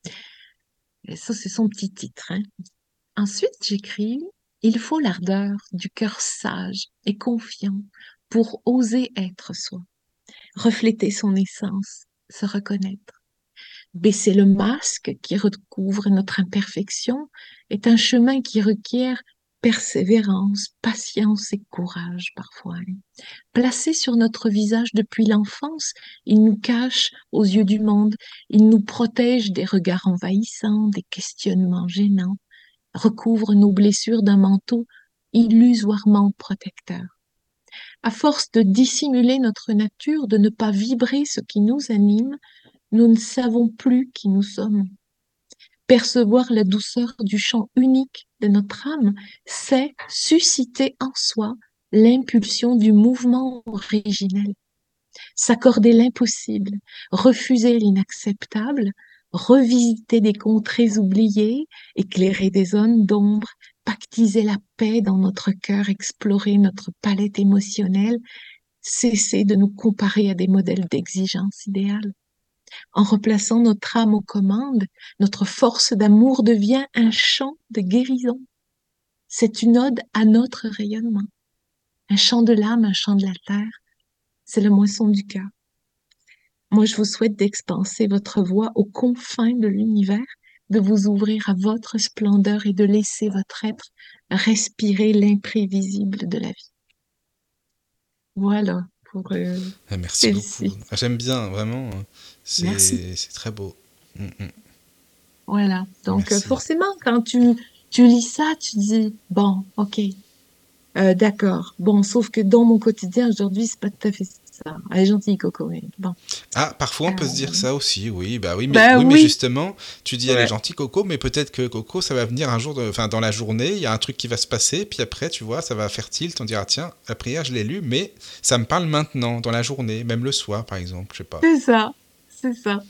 Et ça, c'est son petit titre, hein. Ensuite, j'écris, il faut l'ardeur du cœur sage et confiant pour oser être soi, refléter son essence, se reconnaître. Baisser le masque qui recouvre notre imperfection est un chemin qui requiert persévérance, patience et courage parfois. Placé sur notre visage depuis l'enfance, il nous cache aux yeux du monde, il nous protège des regards envahissants, des questionnements gênants, recouvre nos blessures d'un manteau illusoirement protecteur. À force de dissimuler notre nature, de ne pas vibrer ce qui nous anime, nous ne savons plus qui nous sommes. Percevoir la douceur du chant unique de notre âme, c'est susciter en soi l'impulsion du mouvement originel. S'accorder l'impossible, refuser l'inacceptable, revisiter des contrées oubliées, éclairer des zones d'ombre, pactiser la paix dans notre cœur, explorer notre palette émotionnelle, cesser de nous comparer à des modèles d'exigence idéale. En replaçant notre âme aux commandes, notre force d'amour devient un chant de guérison. C'est une ode à notre rayonnement. Un chant de l'âme, un chant de la terre, c'est la moisson du cœur. Moi, je vous souhaite d'expanser votre voix aux confins de l'univers, de vous ouvrir à votre splendeur et de laisser votre être respirer l'imprévisible de la vie. Voilà pour euh, Ah, merci beaucoup. celle-ci. Ah, j'aime bien, vraiment. C'est, Merci. c'est très beau. Mm, mm. Voilà. Donc, euh, Merci. forcément, quand tu, tu lis ça, tu dis, bon, ok, euh, d'accord. Bon, sauf que dans mon quotidien, aujourd'hui, c'est pas tout à fait ça. Elle est gentille, Coco, mais bon. Ah, parfois on peut se dire Euh, ça aussi, oui, bah oui, mais, bah oui, mais oui. justement, tu dis elle est Ouais. gentille, Coco, mais peut-être que Coco, ça va venir un jour, de- enfin dans la journée, il y a un truc qui va se passer, puis après, tu vois, ça va faire tilt, on dira, tiens, la prière, je l'ai lue, mais ça me parle maintenant, dans la journée, même le soir, par exemple, je sais pas. C'est ça. C'est ça.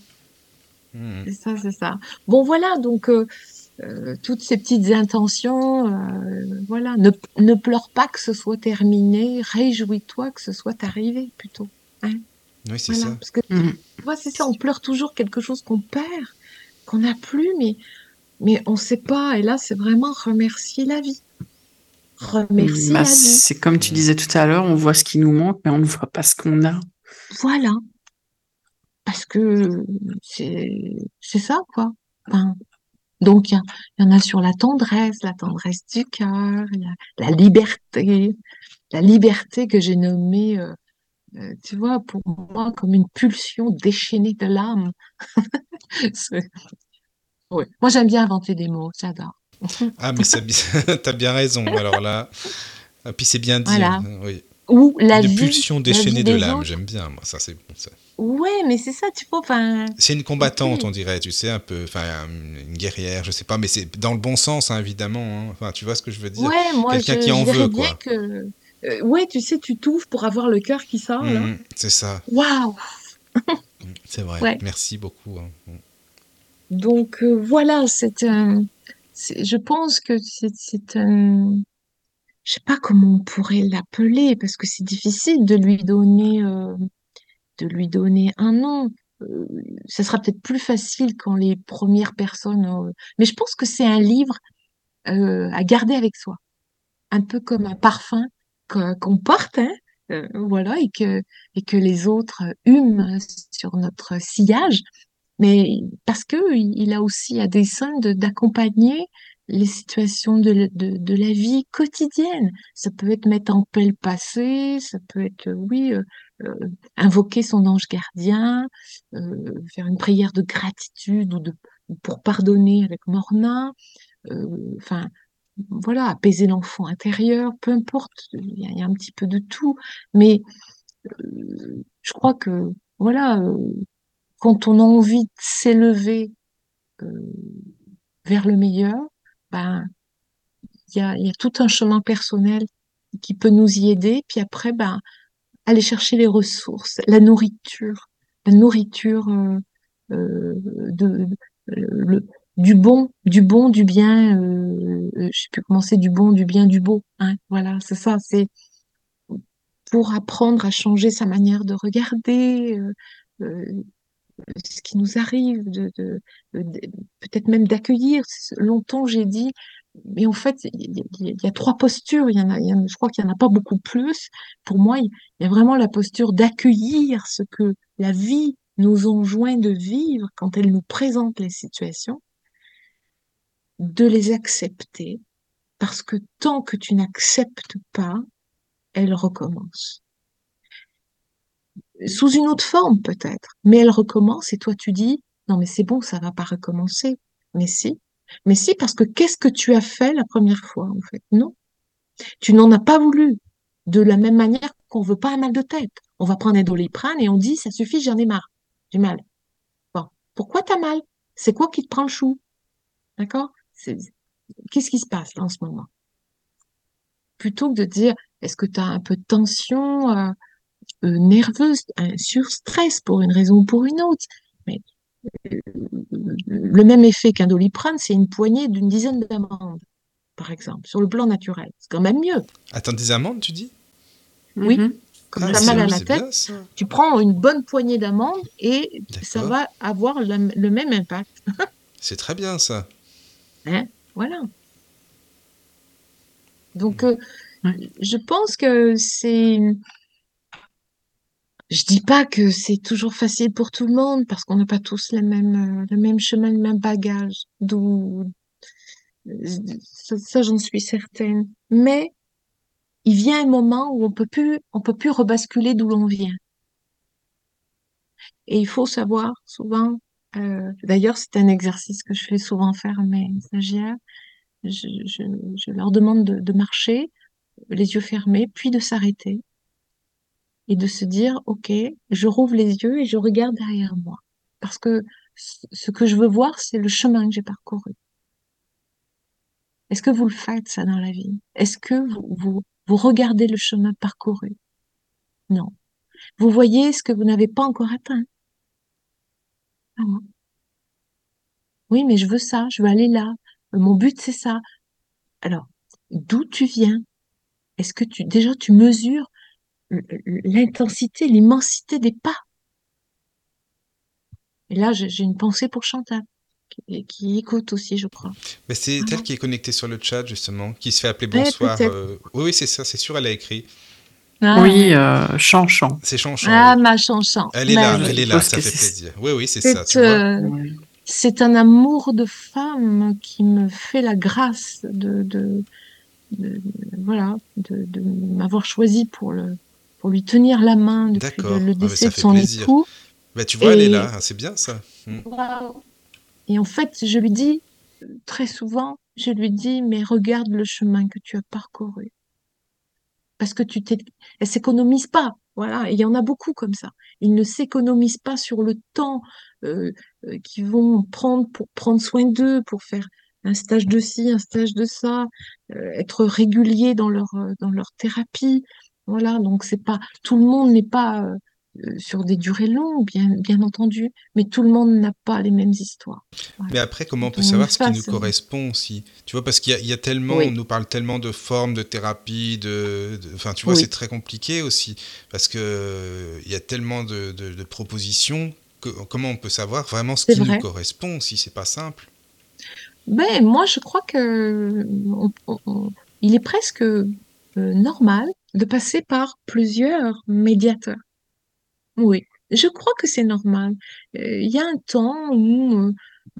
Mm. C'est ça, c'est ça. Bon, voilà, donc, euh, euh, toutes ces petites intentions, euh, voilà. Ne, ne pleure pas que ce soit terminé, réjouis-toi que ce soit arrivé, plutôt. Hein, Oui, c'est voilà. ça. Parce que, Mhm. tu vois, c'est ça, on pleure toujours quelque chose qu'on perd, qu'on n'a plus, mais, mais on sait pas. Et là, c'est vraiment remercier la vie. Remercie Bah, la vie. c'est comme tu disais tout à l'heure, on voit ce qui nous manque, mais on ne voit pas ce qu'on a. Voilà. Parce que c'est, c'est ça, quoi. Enfin, donc, il y, a- il y en a sur la tendresse, la tendresse du cœur, il y a la liberté, la liberté que j'ai nommée, euh, euh, tu vois, pour moi, comme une pulsion déchaînée de l'âme. C'est- ouais. Moi, j'aime bien inventer des mots, j'adore. Ah, mais c'est bien- t'as bien raison, alors là, et puis c'est bien dit, hein, Voilà. oui. Ou la Une vie, pulsion la vie déchaînée de des l'âme, autres. j'aime bien, moi, ça c'est bon, ça. Ouais, mais c'est ça, tu vois, enfin, C'est une combattante, on ok. dirait, tu sais, un peu, enfin, une guerrière, je sais pas, mais c'est dans le bon sens, hein, évidemment. Hein. Enfin, tu vois ce que je veux dire? Ouais, moi, Quelqu'un qui je, je en verrais veut, bien quoi. que, euh, ouais, tu sais, tu t'ouvres pour avoir le cœur qui sort, là. Mhm, c'est ça, Waouh! c'est vrai. Ouais. Merci beaucoup. Hein. Donc, euh, voilà, c'est un, c'est- je pense que c'est, c'est un, je sais pas comment on pourrait l'appeler, parce que c'est difficile de lui donner, euh, de lui donner un nom. Euh, ça sera peut-être plus facile quand les premières personnes, euh, mais je pense que c'est un livre, euh, à garder avec soi. Un peu comme un parfum que- qu'on porte, hein, euh, voilà, et que, et que les autres hument sur notre sillage, mais parce que il il a aussi à dessein de- d'accompagner les situations de, la- de, de la vie quotidienne. Ça peut être mettre en paix le passé, ça peut être, euh, oui, euh, euh, invoquer son ange gardien, euh, faire une prière de gratitude ou de, pour pardonner avec Morna, euh, enfin, voilà, apaiser l'enfant intérieur, peu importe, il y, a il y a un petit peu de tout, mais euh, je crois que, voilà, euh, quand on a envie de s'élever euh, vers le meilleur, ben, il y a, il y a tout un chemin personnel qui peut nous y aider, puis après, ben, aller chercher les ressources, la nourriture, la nourriture euh, euh, de, le, du bon, du bon, du bien, euh, euh, je sais plus comment c'est, du bon, du bien, du beau, hein, voilà, c'est ça, c'est pour apprendre à changer sa manière de regarder euh, euh, ce qui nous arrive, de, de, de- peut-être même d'accueillir. Longtemps, j'ai dit, mais en fait, il y, a il y a trois postures, il y en a, il y en a- je crois qu'il n'y en a pas beaucoup plus. Pour moi, il y a vraiment la posture d'accueillir ce que la vie nous enjoint de vivre quand elle nous présente les situations, de les accepter parce que tant que tu n'acceptes pas, elle recommence. Sous une autre forme peut-être, mais elle recommence et toi tu dis, non mais c'est bon, ça va pas recommencer. Mais si, mais si, parce que qu'est-ce que tu as fait la première fois en fait? Non, tu n'en as pas voulu. De la même manière qu'on veut pas un mal de tête. On va prendre un Doliprane et on dit, ça suffit, j'en ai marre, j'ai mal. Bon, pourquoi t'as mal? C'est quoi qui te prend le chou? D'accord? C'est- Qu'est-ce qui se passe là en ce moment? Plutôt que de dire, est-ce que tu as un peu de tension euh, euh, nerveuse, un surstress pour une raison ou pour une autre? Mais euh, le même effet qu'un Doliprane, c'est une poignée d'une dizaine d'amandes, par exemple, sur le plan naturel. C'est quand même mieux. Attends, des amendes, tu dis? Oui, Mhm. comme Ah, tu as c'est mal à la c'est tête, bien ça. tu prends une bonne poignée d'amandes et ça D'accord. va avoir la- le même impact. C'est très bien ça. Hein? Voilà. Donc, euh, Ouais. je pense que c'est... Je dis pas que c'est toujours facile pour tout le monde parce qu'on n'a pas tous les mêmes, euh, le même chemin, le même bagage. D'où ça, ça, j'en suis certaine. Mais il vient un moment où on peut plus, on peut plus rebasculer d'où l'on vient. Et il faut savoir souvent. Euh, d'ailleurs, c'est un exercice que je fais souvent faire à mes stagiaires. Je, je, je leur demande de, de marcher, les yeux fermés, puis de s'arrêter et de se dire, OK, je rouvre les yeux et je regarde derrière moi. Parce que ce ce que je veux voir, c'est le chemin que j'ai parcouru. Est-ce que vous le faites, ça, dans la vie? Est-ce que vous, vous, vous regardez le chemin parcouru? Non. Vous voyez ce que vous n'avez pas encore atteint. Ah non. Oui, mais je veux ça, je veux aller là. Euh, Mon but, c'est ça. Alors, d'où tu viens? Est-ce que tu, déjà, tu mesures l- l- l'intensité, l'immensité des pas? Et là, j'ai j'ai une pensée pour Chantal, qui, qui écoute aussi, je crois. Mais c'est Ah, elle qui est connectée sur le chat justement, qui se fait appeler ouais, bonsoir. peut-être. euh, Oui, oui, c'est ça, c'est sûr, elle a écrit. Ah, Oui, ouais. euh, Chanchant. C'est Chanchan, Ah, oui. ma chanson. Elle est Mais là, Je oui. elle est là, suppose ça que fait c'est... plaisir. Oui, oui, c'est ça, C'est, tu vois. euh, Ouais. c'est un amour de femme qui me fait la grâce de, de, de- voilà, de, de m'avoir choisi pour le, pour lui tenir la main depuis le, D'accord, le ah, mais décès ça de fait son plaisir. époux. Bah, tu vois, elle est Et, là, c'est bien ça. Hmm. waouh. Et en fait, je lui dis, très souvent, je lui dis, mais regarde le chemin que tu as parcouru. Parce que tu t'es, elle s'économise pas. Voilà, et il y en a beaucoup comme ça. Ils ne s'économisent pas sur le temps euh, euh, qu'ils vont prendre pour prendre soin d'eux, pour faire un stage de ci, un stage de ça, euh, être réguliers dans leur euh, dans leur thérapie. Voilà, donc c'est pas tout le monde n'est pas euh, euh, sur des durées longues, bien bien entendu, mais tout le monde n'a pas les mêmes histoires. Voilà. Mais après, comment on peut On est savoir ce qui nous face. correspond aussi? Tu vois, parce qu'il y a, il y a tellement, on Oui, nous parle tellement de formes de thérapie, de, de- enfin, tu vois, c'est oui, très compliqué aussi, parce que euh, il y a tellement de, de- de propositions. Que, comment on peut savoir vraiment ce c'est qui nous vrai. correspond si c'est pas simple? Ben, moi, je crois que on- on- on- il est presque euh, normal de passer par plusieurs médiateurs. Oui, je crois que c'est normal. Euh, Il y a un temps où euh,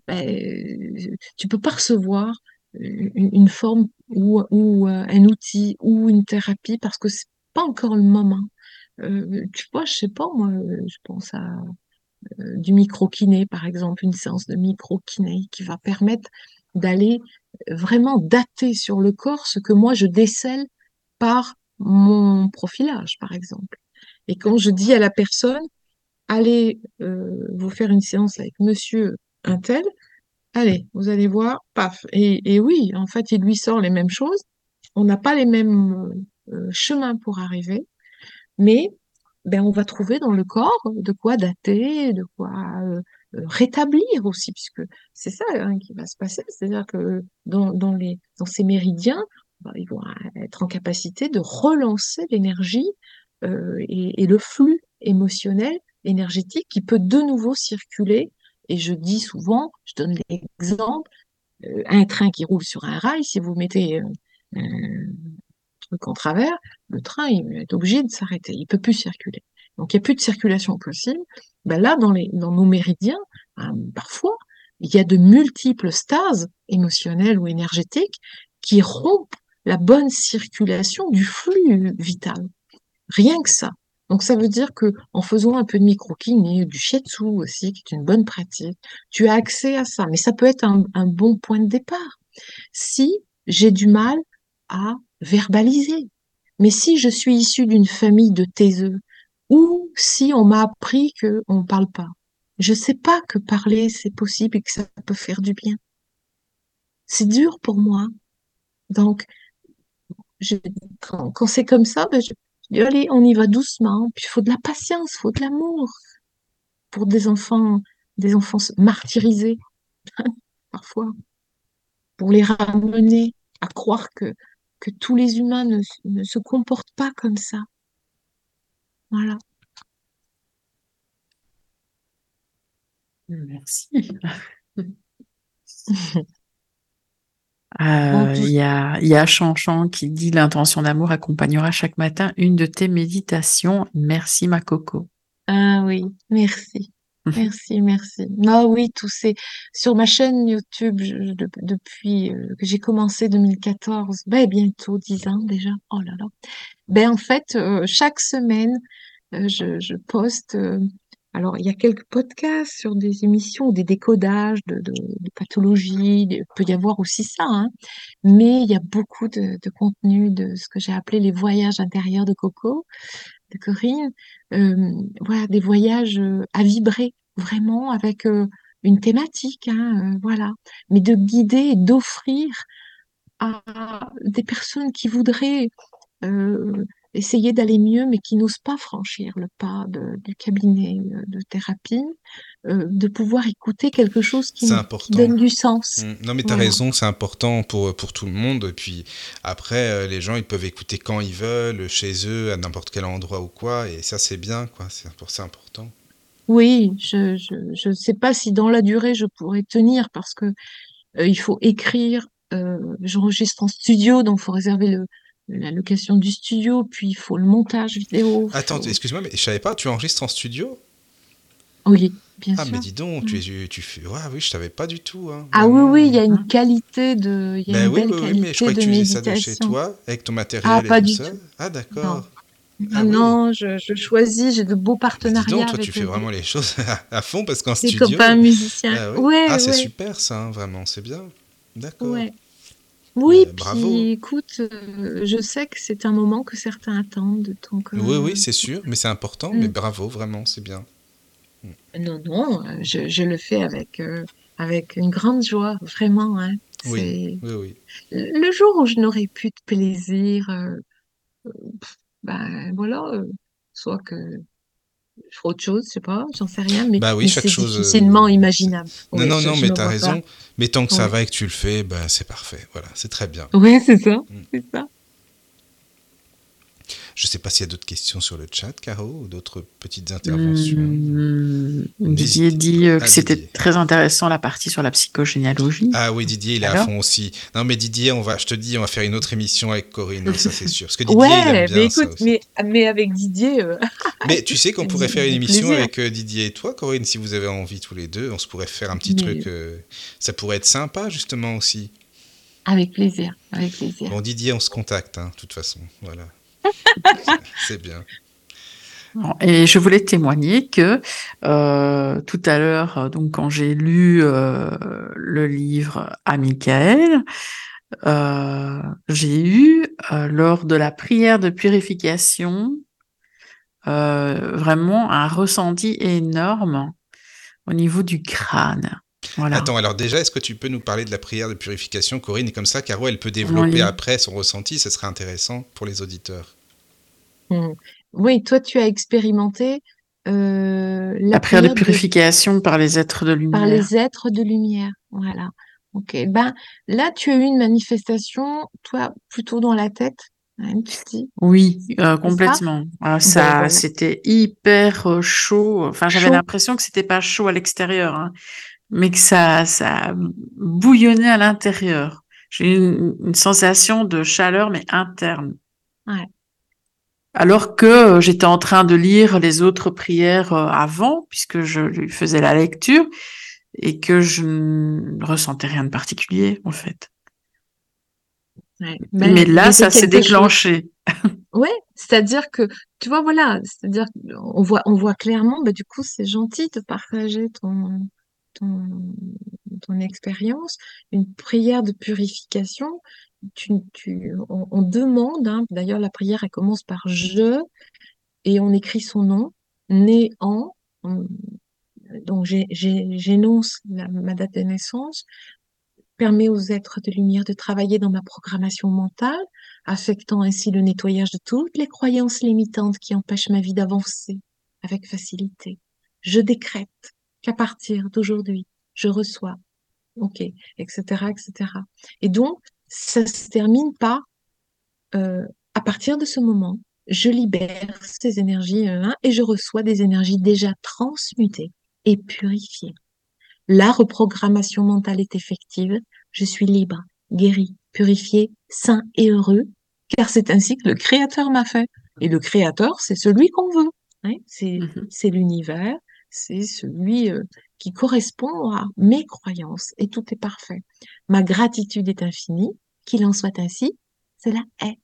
ben, tu peux pas recevoir une, une forme ou, ou euh, un outil ou une thérapie parce que c'est pas encore le moment. Euh, tu vois, je sais pas, moi, euh, je pense à euh, du micro-kiné, par exemple, une séance de micro-kiné qui va permettre d'aller vraiment dater sur le corps ce que moi je décèle par mon profilage, par exemple. Et quand je dis à la personne, allez euh, vous faire une séance avec monsieur untel, allez, vous allez voir, paf. Et, et oui, en fait, il lui sort les mêmes choses. On n'a pas les mêmes euh, chemins pour arriver, mais ben, on va trouver dans le corps de quoi dater, de quoi euh, euh, rétablir aussi, puisque c'est ça hein, qui va se passer. C'est-à-dire que dans, dans les, dans ces méridiens, ben, ils vont être en capacité de relancer l'énergie euh, et, et le flux émotionnel, énergétique qui peut de nouveau circuler. Et je dis souvent, je donne l'exemple, euh, un train qui roule sur un rail, si vous mettez euh, un truc en travers, le train il est obligé de s'arrêter, il peut plus circuler. Donc il n'y a plus de circulation possible. Ben là, dans les, dans nos méridiens, hein, parfois, il y a de multiples stases émotionnelles ou énergétiques qui rompent la bonne circulation du flux vital. Rien que ça. Donc ça veut dire que en faisant un peu de micro-kiné, du shiatsu aussi, qui est une bonne pratique, tu as accès à ça. Mais ça peut être un, un bon point de départ. Si j'ai du mal à verbaliser, mais si je suis issue d'une famille de taiseux, ou si on m'a appris qu'on ne parle pas, je sais pas que parler c'est possible et que ça peut faire du bien. C'est dur pour moi. Donc je, quand, quand c'est comme ça, ben je, je dis allez, on y va doucement. Puis il faut de la patience, il faut de l'amour pour des enfants, des enfants martyrisés parfois, pour les ramener à croire que que tous les humains ne, ne se comportent pas comme ça. Voilà. Merci. Bon, Euh, tout... Il y a, il y a Chanchan qui dit l'intention d'amour accompagnera chaque matin une de tes méditations. Merci ma coco. Ah oui, merci. Merci, merci. Ah oui, tous ces... Sur ma chaîne YouTube, je- de- depuis euh, que j'ai commencé deux mille quatorze, ben bientôt dix ans déjà. Oh là là. Ben en fait, euh, chaque semaine, euh, je, je poste. euh, alors, il y a quelques podcasts sur des émissions, des décodages de, de, de pathologies. Il peut y avoir aussi ça, hein. Mais il y a beaucoup de, de contenu de ce que j'ai appelé les voyages intérieurs de Coco, de Corinne. Euh, voilà, des voyages euh, à vibrer vraiment avec euh, une thématique, hein, euh, voilà. Mais de guider et d'offrir à des personnes qui voudraient euh, essayer d'aller mieux, mais qui n'osent pas franchir le pas de- du cabinet euh, de thérapie, euh, de pouvoir écouter quelque chose qui, C'est qui important. donne du sens. Mm. Non, mais tu as Voilà. raison, c'est important pour, pour tout le monde. Et puis après, euh, les gens, ils peuvent écouter quand ils veulent, chez eux, à n'importe quel endroit ou quoi. Et ça, c'est bien, quoi. C'est pour ça important. Oui, je je je sais pas si dans la durée je pourrais tenir parce que euh, il faut écrire. Euh, j'enregistre en studio, donc il faut réserver le la location du studio, puis il faut le montage vidéo. Attends, Faut... excuse-moi, mais je savais pas, tu enregistres en studio? Oui, bien Ah, sûr. mais dis donc, Mm. tu, tu, tu fais. Ouais, oui, je savais pas du tout, hein, Ah oui, oui, il y vraiment. a une Hein. qualité de, il y a Ben une oui, belle oui, oui, mais je qualité crois que de tu faisais ça de chez méditation. toi, avec ton Ah, matériel et pas tout du ça. tout. Ah, Non. d'accord. Ah Non, oui. non, je, je choisis, j'ai de beaux Bah dis donc, partenariats toi, tu avec fais euh, vraiment des, les choses à, à fond parce qu'en des copains studio. musiciens. Ah oui. Ah, Ouais, c'est ouais, super ça, hein, vraiment, c'est bien. D'accord. ouais. Oui, Ben, bravo. puis écoute, euh, je sais que c'est un moment que certains attendent, donc Oui, euh, oui, c'est sûr, mais c'est important, mais mm. bravo, vraiment, c'est bien. Non, non, euh, je, je le fais avec, euh, avec une grande joie, vraiment, hein. Oui, C'est oui, oui. le jour où je n'aurai plus de plaisir, euh, ben voilà, euh, soit que je ferai autre chose, je sais pas, j'en sais rien, mais, Bah oui, mais chaque c'est chose. euh, difficilement c'est- imaginable. non, Oui, non, je, non, je mais me t'as vois pas. raison. Mais tant que ça Ouais. va et que tu le fais, bah c'est parfait. Voilà, c'est très bien. Ouais, c'est ça, Mm. c'est ça. Je sais pas s'il y a d'autres questions sur le chat, Caro, ou d'autres petites interventions. Hum, Didier N'hésitez pas. dit euh, que Ah, c'était Didier. très intéressant la partie sur la psychogénéalogie. Ah oui, Didier, il est à Alors? fond aussi. Non, mais Didier, on va, je te dis, on va faire une autre émission avec Corinne, hein, ça c'est sûr. Parce que Didier, il aime Ouais, mais bien ça écoute, aussi. mais, mais avec Didier, euh, Mais tu sais qu'on du, pourrait faire une du émission plaisir. avec euh, Didier et toi, Corinne, si vous avez envie tous les deux. On se pourrait faire un petit Mais truc. euh, ça pourrait être sympa, justement, aussi. avec plaisir, avec plaisir. Bon, Didier, on se contacte, hein, de toute façon. Voilà. C'est bien. Bon, et je voulais témoigner que euh, tout à l'heure, euh, donc quand j'ai lu euh, le livre à Michael, euh, j'ai eu euh, lors de la prière de purification euh, vraiment un ressenti énorme au niveau du crâne. Voilà. Attends, alors déjà, est-ce que tu peux nous parler de la prière de purification, Corinne? Et comme ça, Caro, elle peut développer Oui. après son ressenti. Ce serait intéressant pour les auditeurs. Mm. Oui, toi, tu as expérimenté euh, la La prière de prière de, purification par les êtres de par lumière. les êtres de lumière. Voilà. Ok. Ben, là, tu as eu une manifestation, toi, plutôt dans la tête, hein, tu dis, Oui, euh, n'est-ce pas? complètement. Euh, Ben ça, voilà. c'était hyper euh, chaud. Enfin, j'avais Chaud. l'impression que c'était pas chaud à l'extérieur, hein, mais que ça, ça bouillonnait à l'intérieur. J'ai eu une, une sensation de chaleur, mais interne. Ouais. Alors que euh, j'étais en train de lire les autres prières euh, avant, puisque je lui faisais la lecture, et que je ne ressentais rien de particulier, en fait. Ouais. Mais Ben, il y là, avait ça s'est quelque chose. déclenché. Ouais, c'est-à-dire que, tu vois, voilà, c'est-à-dire on voit, on voit clairement, bah, du coup, c'est gentil de partager ton, ton, ton expérience, une prière de purification. Tu, tu, on, on demande, hein, d'ailleurs, la prière, elle commence par je, et on écrit son nom, né en, on- donc j'ai- j'ai- j'énonce la- ma date de naissance, permet aux êtres de lumière de travailler dans ma programmation mentale, affectant ainsi le nettoyage de toutes les croyances limitantes qui empêchent ma vie d'avancer avec facilité. Je décrète qu'à partir d'aujourd'hui, je reçois, ok, et cetera, et cetera. Et donc, ça se termine par, euh, à partir de ce moment, je libère ces énergies euh, hein, et je reçois des énergies déjà transmutées et purifiées. La reprogrammation mentale est effective. Je suis libre, guéri, purifié, sain et heureux, car c'est ainsi que le Créateur m'a fait. Et le Créateur, c'est celui qu'on veut. Hein. C'est, Mhm. c'est l'univers, c'est celui euh, qui correspond à mes croyances. Et tout est parfait. Ma gratitude est infinie, qu'il en soit ainsi. Cela est.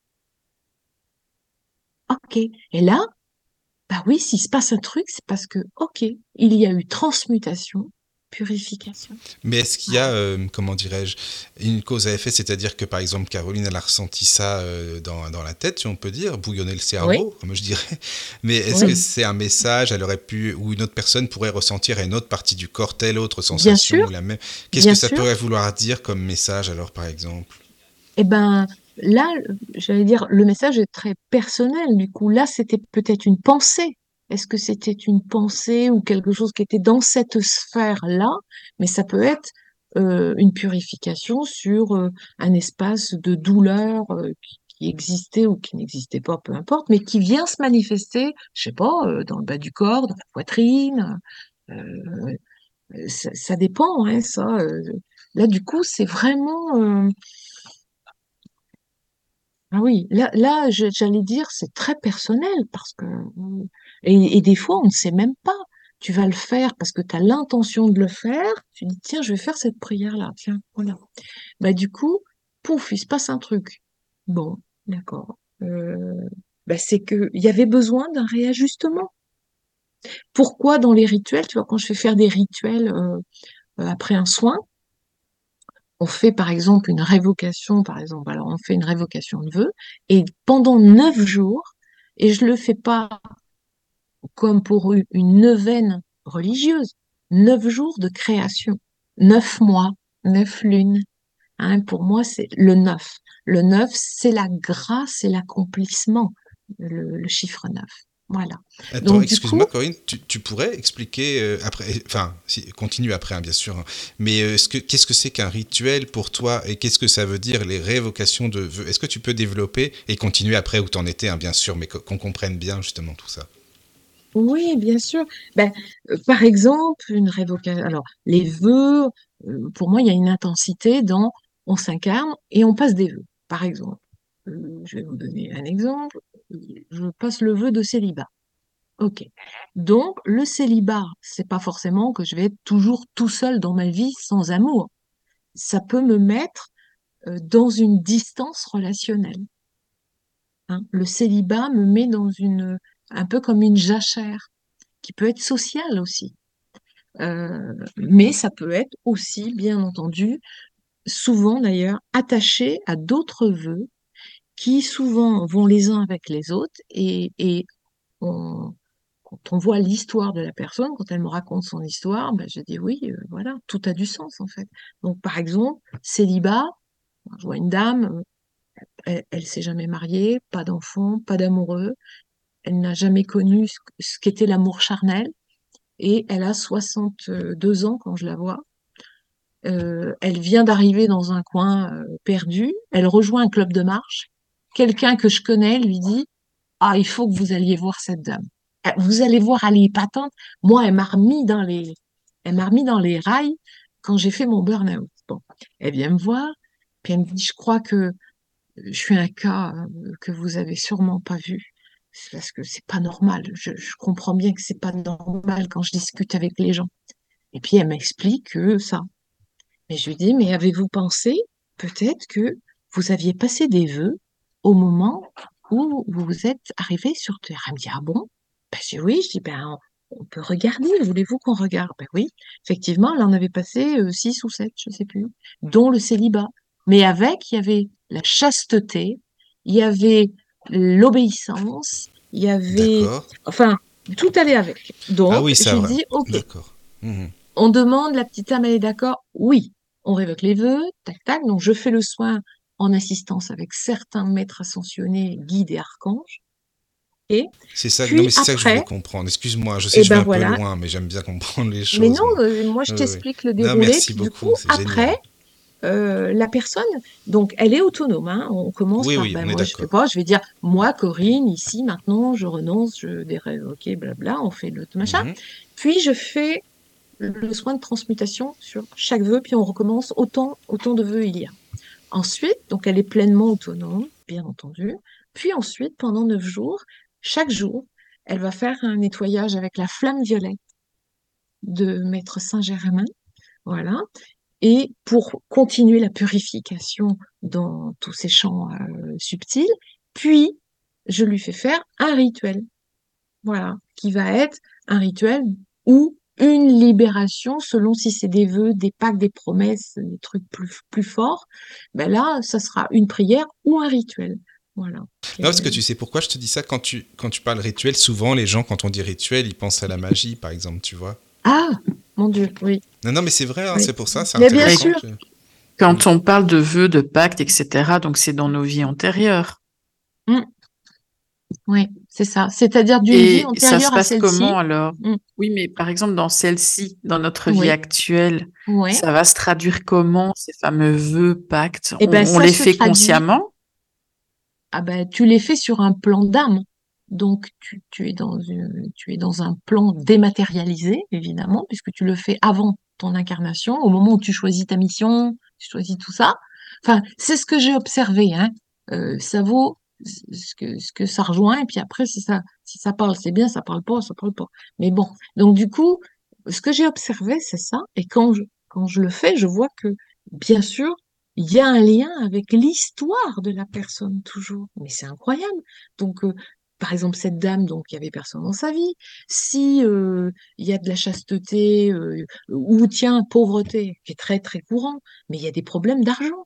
OK. Et là, bah oui, s'il se passe un truc, c'est parce que, OK, il y a eu transmutation, purification. Mais est-ce qu'il y a, Voilà. euh, comment dirais-je, une cause à effet, c'est-à-dire que par exemple Caroline, elle a ressenti ça euh, dans, dans la tête, si on peut dire, bouillonner le Oui, cerveau, moi je dirais. Mais est-ce que oui. c'est un message, elle aurait pu, ou une autre personne pourrait ressentir à une autre partie du corps telle autre Bien sensation sûr, ou la même. Qu'est-ce que bien ça sûr. pourrait vouloir dire comme message alors, par exemple? Eh ben, là, j'allais dire, le message est très personnel. Du coup, là, c'était peut-être une pensée. Est-ce que c'était une pensée ou quelque chose qui était dans cette sphère-là? Mais ça peut être euh, une purification sur euh, un espace de douleur euh, qui, qui existait ou qui n'existait pas, peu importe, mais qui vient se manifester, je sais pas, euh, dans le bas du corps, dans la poitrine. euh, ça, ça dépend, hein, ça. euh. Là, du coup, c'est vraiment. euh, Ah oui, là, là, je- j'allais dire, c'est très personnel parce que, et, et des fois, on ne sait même pas. Tu vas le faire parce que tu as l'intention de le faire. Tu dis, tiens, je vais faire cette prière-là. Tiens, voilà. Bah, du coup, pouf, il se passe un truc. Bon, d'accord. Euh, bah, c'est que il y avait besoin d'un réajustement. Pourquoi dans les rituels, tu vois, quand je fais faire des rituels euh, euh, après un soin, on fait par exemple une révocation, par exemple, alors on fait une révocation de vœux, et pendant neuf jours, et je le fais pas comme pour u- une neuvaine religieuse, neuf jours de création, neuf mois, neuf lunes. Hein, pour moi, c'est le neuf. Le neuf, c'est la grâce et l'accomplissement, le, le chiffre neuf. Voilà. Attends, Donc du coup, excuse-moi, Corinne, tu, tu pourrais expliquer euh, après, enfin, si, continue après, hein, bien sûr. Hein, mais euh, ce que, qu'est-ce que c'est qu'un rituel pour toi et qu'est-ce que ça veut dire les révocations de vœux? Est-ce que tu peux développer et continuer après où t'en étais, hein, bien sûr, mais qu'on comprenne bien justement tout ça? oui, bien sûr. Ben, euh, par exemple, une révocation. Alors, les vœux, euh, pour moi, il y a une intensité dans on s'incarne et on passe des vœux. Par exemple, euh, je vais vous donner un exemple. Je passe le vœu de célibat. Ok. Donc, le célibat, c'est pas forcément que je vais être toujours tout seul dans ma vie sans amour. Ça peut me mettre euh, dans une distance relationnelle. Hein. Le célibat me met dans une, un peu comme une jachère qui peut être sociale aussi. Euh, mais ça peut être aussi, bien entendu, souvent d'ailleurs, attaché à d'autres vœux qui souvent vont les uns avec les autres et, et on, quand on voit l'histoire de la personne, quand elle me raconte son histoire, ben, je dis oui, euh, voilà, tout a du sens en fait. Donc par exemple, célibat, je vois une dame, euh, elle, elle s'est jamais mariée, pas d'enfant, pas d'amoureux, elle n'a jamais connu ce, ce qu'était l'amour charnel et elle a soixante-deux ans quand je la vois. Euh, elle vient d'arriver dans un coin euh, perdu. Elle rejoint un club de marche. Quelqu'un que je connais lui dit, ah, il faut que vous alliez voir cette dame. Euh, Vous allez voir, elle est épatante. Moi, elle m'a remis dans les, elle m'a remis dans les rails quand j'ai fait mon burn-out. Bon, elle vient me voir, puis elle me dit, je crois que je suis un cas euh, que vous avez sûrement pas vu. C'est parce que c'est pas normal. Je, je comprends bien que c'est pas normal quand je discute avec les gens. Et puis elle m'explique que ça. Mais je lui dis, mais avez-vous pensé peut-être que vous aviez passé des vœux au moment où vous êtes arrivé sur Terre. Elle me dit, ah bon? Ben, je dis oui, je dis, ben, on peut regarder, voulez-vous qu'on regarde? Ben oui, effectivement, elle en avait passé euh, six ou sept, je sais plus, dont le célibat. Mais avec, il y avait la chasteté, il y avait l'obéissance, il y avait, D'accord. enfin, tout allait avec. Ah Donc, oui, ça j'ai va. dit, ok, D'accord. Mhm. on demande, la petite âme, elle est d'accord? Oui. On révoque les vœux, tac, tac. Donc, je fais le soin en assistance avec certains maîtres ascensionnés, guides et archanges. Et C'est ça, non puis mais c'est ça que je voulais après, comprendre. Excuse-moi, je sais eh que je vais ben un peu voilà. loin, mais j'aime bien comprendre les Mais choses, non, moi. euh, moi, je Oui, oui. t'explique le Non, déroulé. merci Puis du beaucoup, coup, c'est génial. après, euh, la personne, donc, elle est autonome, hein. On commence Oui, par, oui, ben, on est moi, je fais d'accord. pas, je vais dire, moi, Corinne, ici, maintenant, je renonce, je vais révoquer, blabla, on fait le machin. Mhm. Puis, je fais le soin de transmutation sur chaque vœu, puis on recommence autant, autant de vœux il y a. Ensuite, donc elle est pleinement autonome, bien entendu. Puis ensuite, pendant neuf jours, chaque jour, elle va faire un nettoyage avec la flamme violette de Maître Saint-Germain, voilà. Et pour continuer la purification dans tous ces champs euh, subtils, puis je lui fais faire un rituel, voilà, qui va être un rituel ou une libération selon si c'est des vœux, des pactes, des promesses, des trucs plus, plus forts. Ben là, ça sera une prière ou un rituel. Voilà. Non, parce que tu sais pourquoi je te dis ça quand tu, quand tu parles rituel, souvent les gens, quand on dit rituel, ils pensent à la magie, par exemple, tu vois. Ah, mon Dieu, oui, Non, non, mais c'est vrai, hein, oui. c'est pour ça, c'est Mais bien intéressant. sûr, que- Mm. Quand on parle de vœux, de pactes, et cetera, donc c'est dans nos vies antérieures. mm, oui, c'est ça. C'est-à-dire d'une vie Et ça se antérieure à passe celle-ci. comment alors? Mm, Oui, mais par exemple, dans celle-ci, dans notre vie oui, actuelle, oui. ça va se traduire comment, ces fameux vœux, pactes? Eh On, ben, on ça les se fait traduit. consciemment? Ah ben, tu les fais sur un plan d'âme. Donc, tu, tu es dans une- tu es dans un plan dématérialisé, évidemment, puisque tu le fais avant ton incarnation, au moment où tu choisis ta mission, tu choisis tout ça. Enfin, c'est ce que j'ai observé, hein. Euh, ça vaut ce que, ce que ça rejoint, et puis après, si ça, si ça parle, c'est bien, ça parle pas, ça parle pas. Mais bon. Donc, du coup, ce que j'ai observé, c'est ça. Et quand je, quand je le fais, je vois que, bien sûr, il y a un lien avec l'histoire de la personne, toujours. Mais c'est incroyable. Donc, euh, par exemple, cette dame, donc, il y avait personne dans sa vie. Si euh, il y a de la chasteté euh, ou tiens, pauvreté, qui est très très courant, mais il y a des problèmes d'argent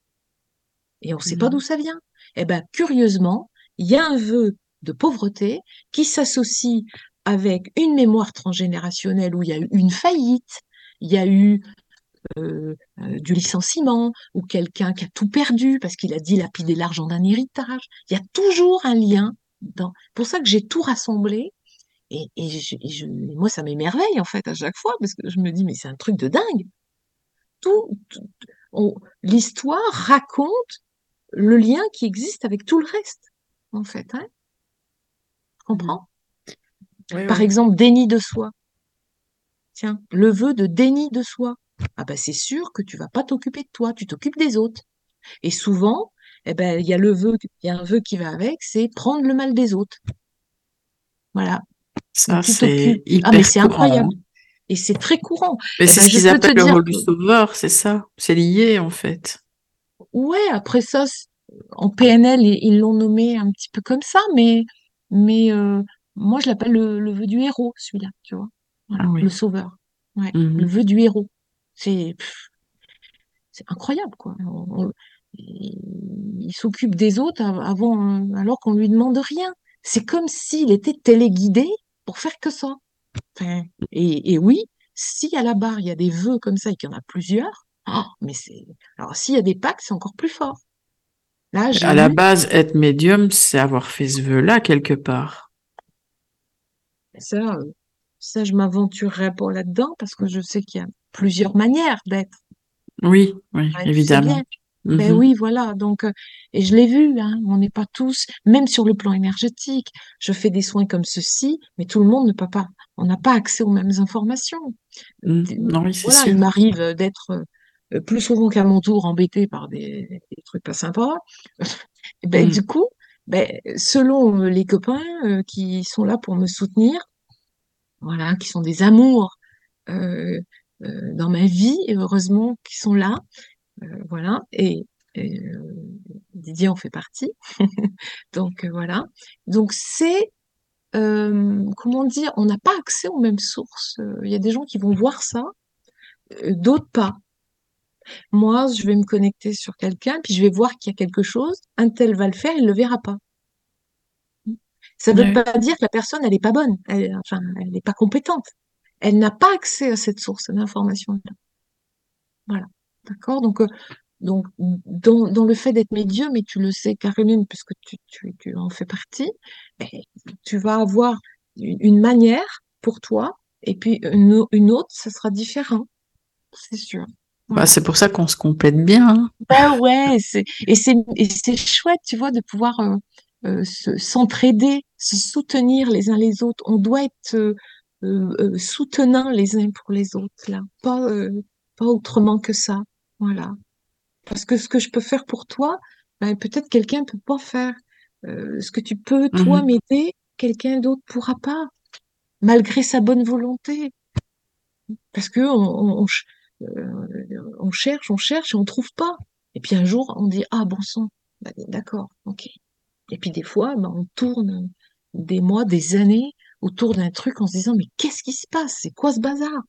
et on ne sait pas d'où Mhm. ça vient. Eh ben, curieusement, il y a un vœu de pauvreté qui s'associe avec une mémoire transgénérationnelle où il y a eu une faillite, il y a eu euh, euh, du licenciement ou quelqu'un qui a tout perdu parce qu'il a dilapidé l'argent d'un héritage. Il y a toujours un lien. Dans... C'est pour ça que j'ai tout rassemblé et, et, je, et je- et moi ça m'émerveille en fait à chaque fois parce que je me dis mais c'est un truc de dingue. Tout, tout- on- l'histoire raconte le lien qui existe avec tout le reste en fait. Hein, tu Mhm. comprends? Oui, Par oui. exemple, déni de soi. Tiens, le vœu de déni de soi. Ah ben c'est sûr que tu vas pas t'occuper de toi, tu t'occupes des autres. Et souvent, eh ben, il y a le vœu, il y a un vœu qui va avec, c'est prendre le mal des autres. Voilà. Ça, Donc tu c'est t'occupes. Ah, mais hyper c'est courant, incroyable. hein. Et c'est très courant. Mais Eh c'est ben, ce je qu'ils peux te appellent le dire rôle du que, sauveur, c'est ça. C'est lié, en fait. ouais, après ça, c'est- en P N L, ils ils l'ont nommé un petit peu comme ça, mais, mais euh, moi, je l'appelle le, le vœu du héros, celui-là, tu vois. Ah Voilà, le oui. sauveur. Ouais, le Mhm. vœu du héros. C'est, pff, c'est incroyable, quoi. On- on- il il s'occupe des autres av- avant, euh, alors qu'on lui demande rien. C'est comme s'il était téléguidé pour faire que ça. Enfin, et, et oui, si à la barre il y a des vœux comme ça et qu'il y en a plusieurs, oh, mais c'est. Alors s'il y a des packs, c'est encore plus fort. Là, j'ai À la eu base, être médium, c'est avoir fait ce vœu-là quelque part. ça, euh, ça je m'aventurerai pas là-dedans parce que je sais qu'il y a plusieurs manières d'être. Oui, oui, Ouais, tu sais évidemment. bien. Ben Mhm. oui, voilà. Donc, euh, et je l'ai vu, hein, on n'est pas tous, même sur le plan énergétique. Je fais des soins comme ceci, mais tout le monde ne peut pas, on n'a pas accès aux mêmes informations. Mhm. D- Non, oui, c'est Voilà, sûr. il m'arrive d'être euh, plus souvent qu'à mon tour embêté par des, des trucs pas sympas. Et ben, du Mhm. coup, ben, selon euh, les copains euh, qui sont là pour me soutenir, voilà, qui sont des amours euh, euh, dans ma vie, et heureusement qu'ils sont là. Euh, voilà. Et, et, euh, Didier en fait partie. Donc euh, voilà. Donc c'est, euh, comment dire, on n'a pas accès aux mêmes sources. Euh, Il y a des gens qui vont voir ça, euh, d'autres pas. Moi, je vais me connecter sur quelqu'un, puis je vais voir qu'il y a quelque chose. Un tel va le faire, il le verra pas. Ça ne veut Ouais. pas dire que la personne, elle n'est pas bonne, elle, enfin, elle n'est pas compétente. Elle n'a pas accès à cette source d'information-là. Voilà. D'accord? Donc, euh, donc dans, dans le fait d'être médium, et tu le sais, Caroline, puisque tu, tu, tu en fais partie, ben, tu vas avoir une, une manière pour toi, et puis une, au- une autre, ça sera différent, c'est sûr. Bah, Voilà. c'est pour ça qu'on se complète bien, hein. Ben ouais, c'est, et c'est, et c'est chouette, tu vois, de pouvoir euh, euh, se- s'entraider, se soutenir les uns les autres. On doit être euh, euh, euh, soutenants les uns pour les autres, là. Pas, euh, pas autrement que ça. Voilà. Parce que ce que je peux faire pour toi, ben, peut-être quelqu'un peut pas faire. Euh, ce que tu peux, toi, Mhm. m'aider, quelqu'un d'autre pourra pas, malgré sa bonne volonté. Parce que on, on, on ch- euh, on cherche, on cherche et on trouve pas. Et puis un jour, on dit, ah bon sang, bah, d'accord, ok. Et puis des fois, ben, on tourne des mois, des années autour d'un truc en se disant, mais qu'est-ce qui se passe? C'est quoi ce bazar?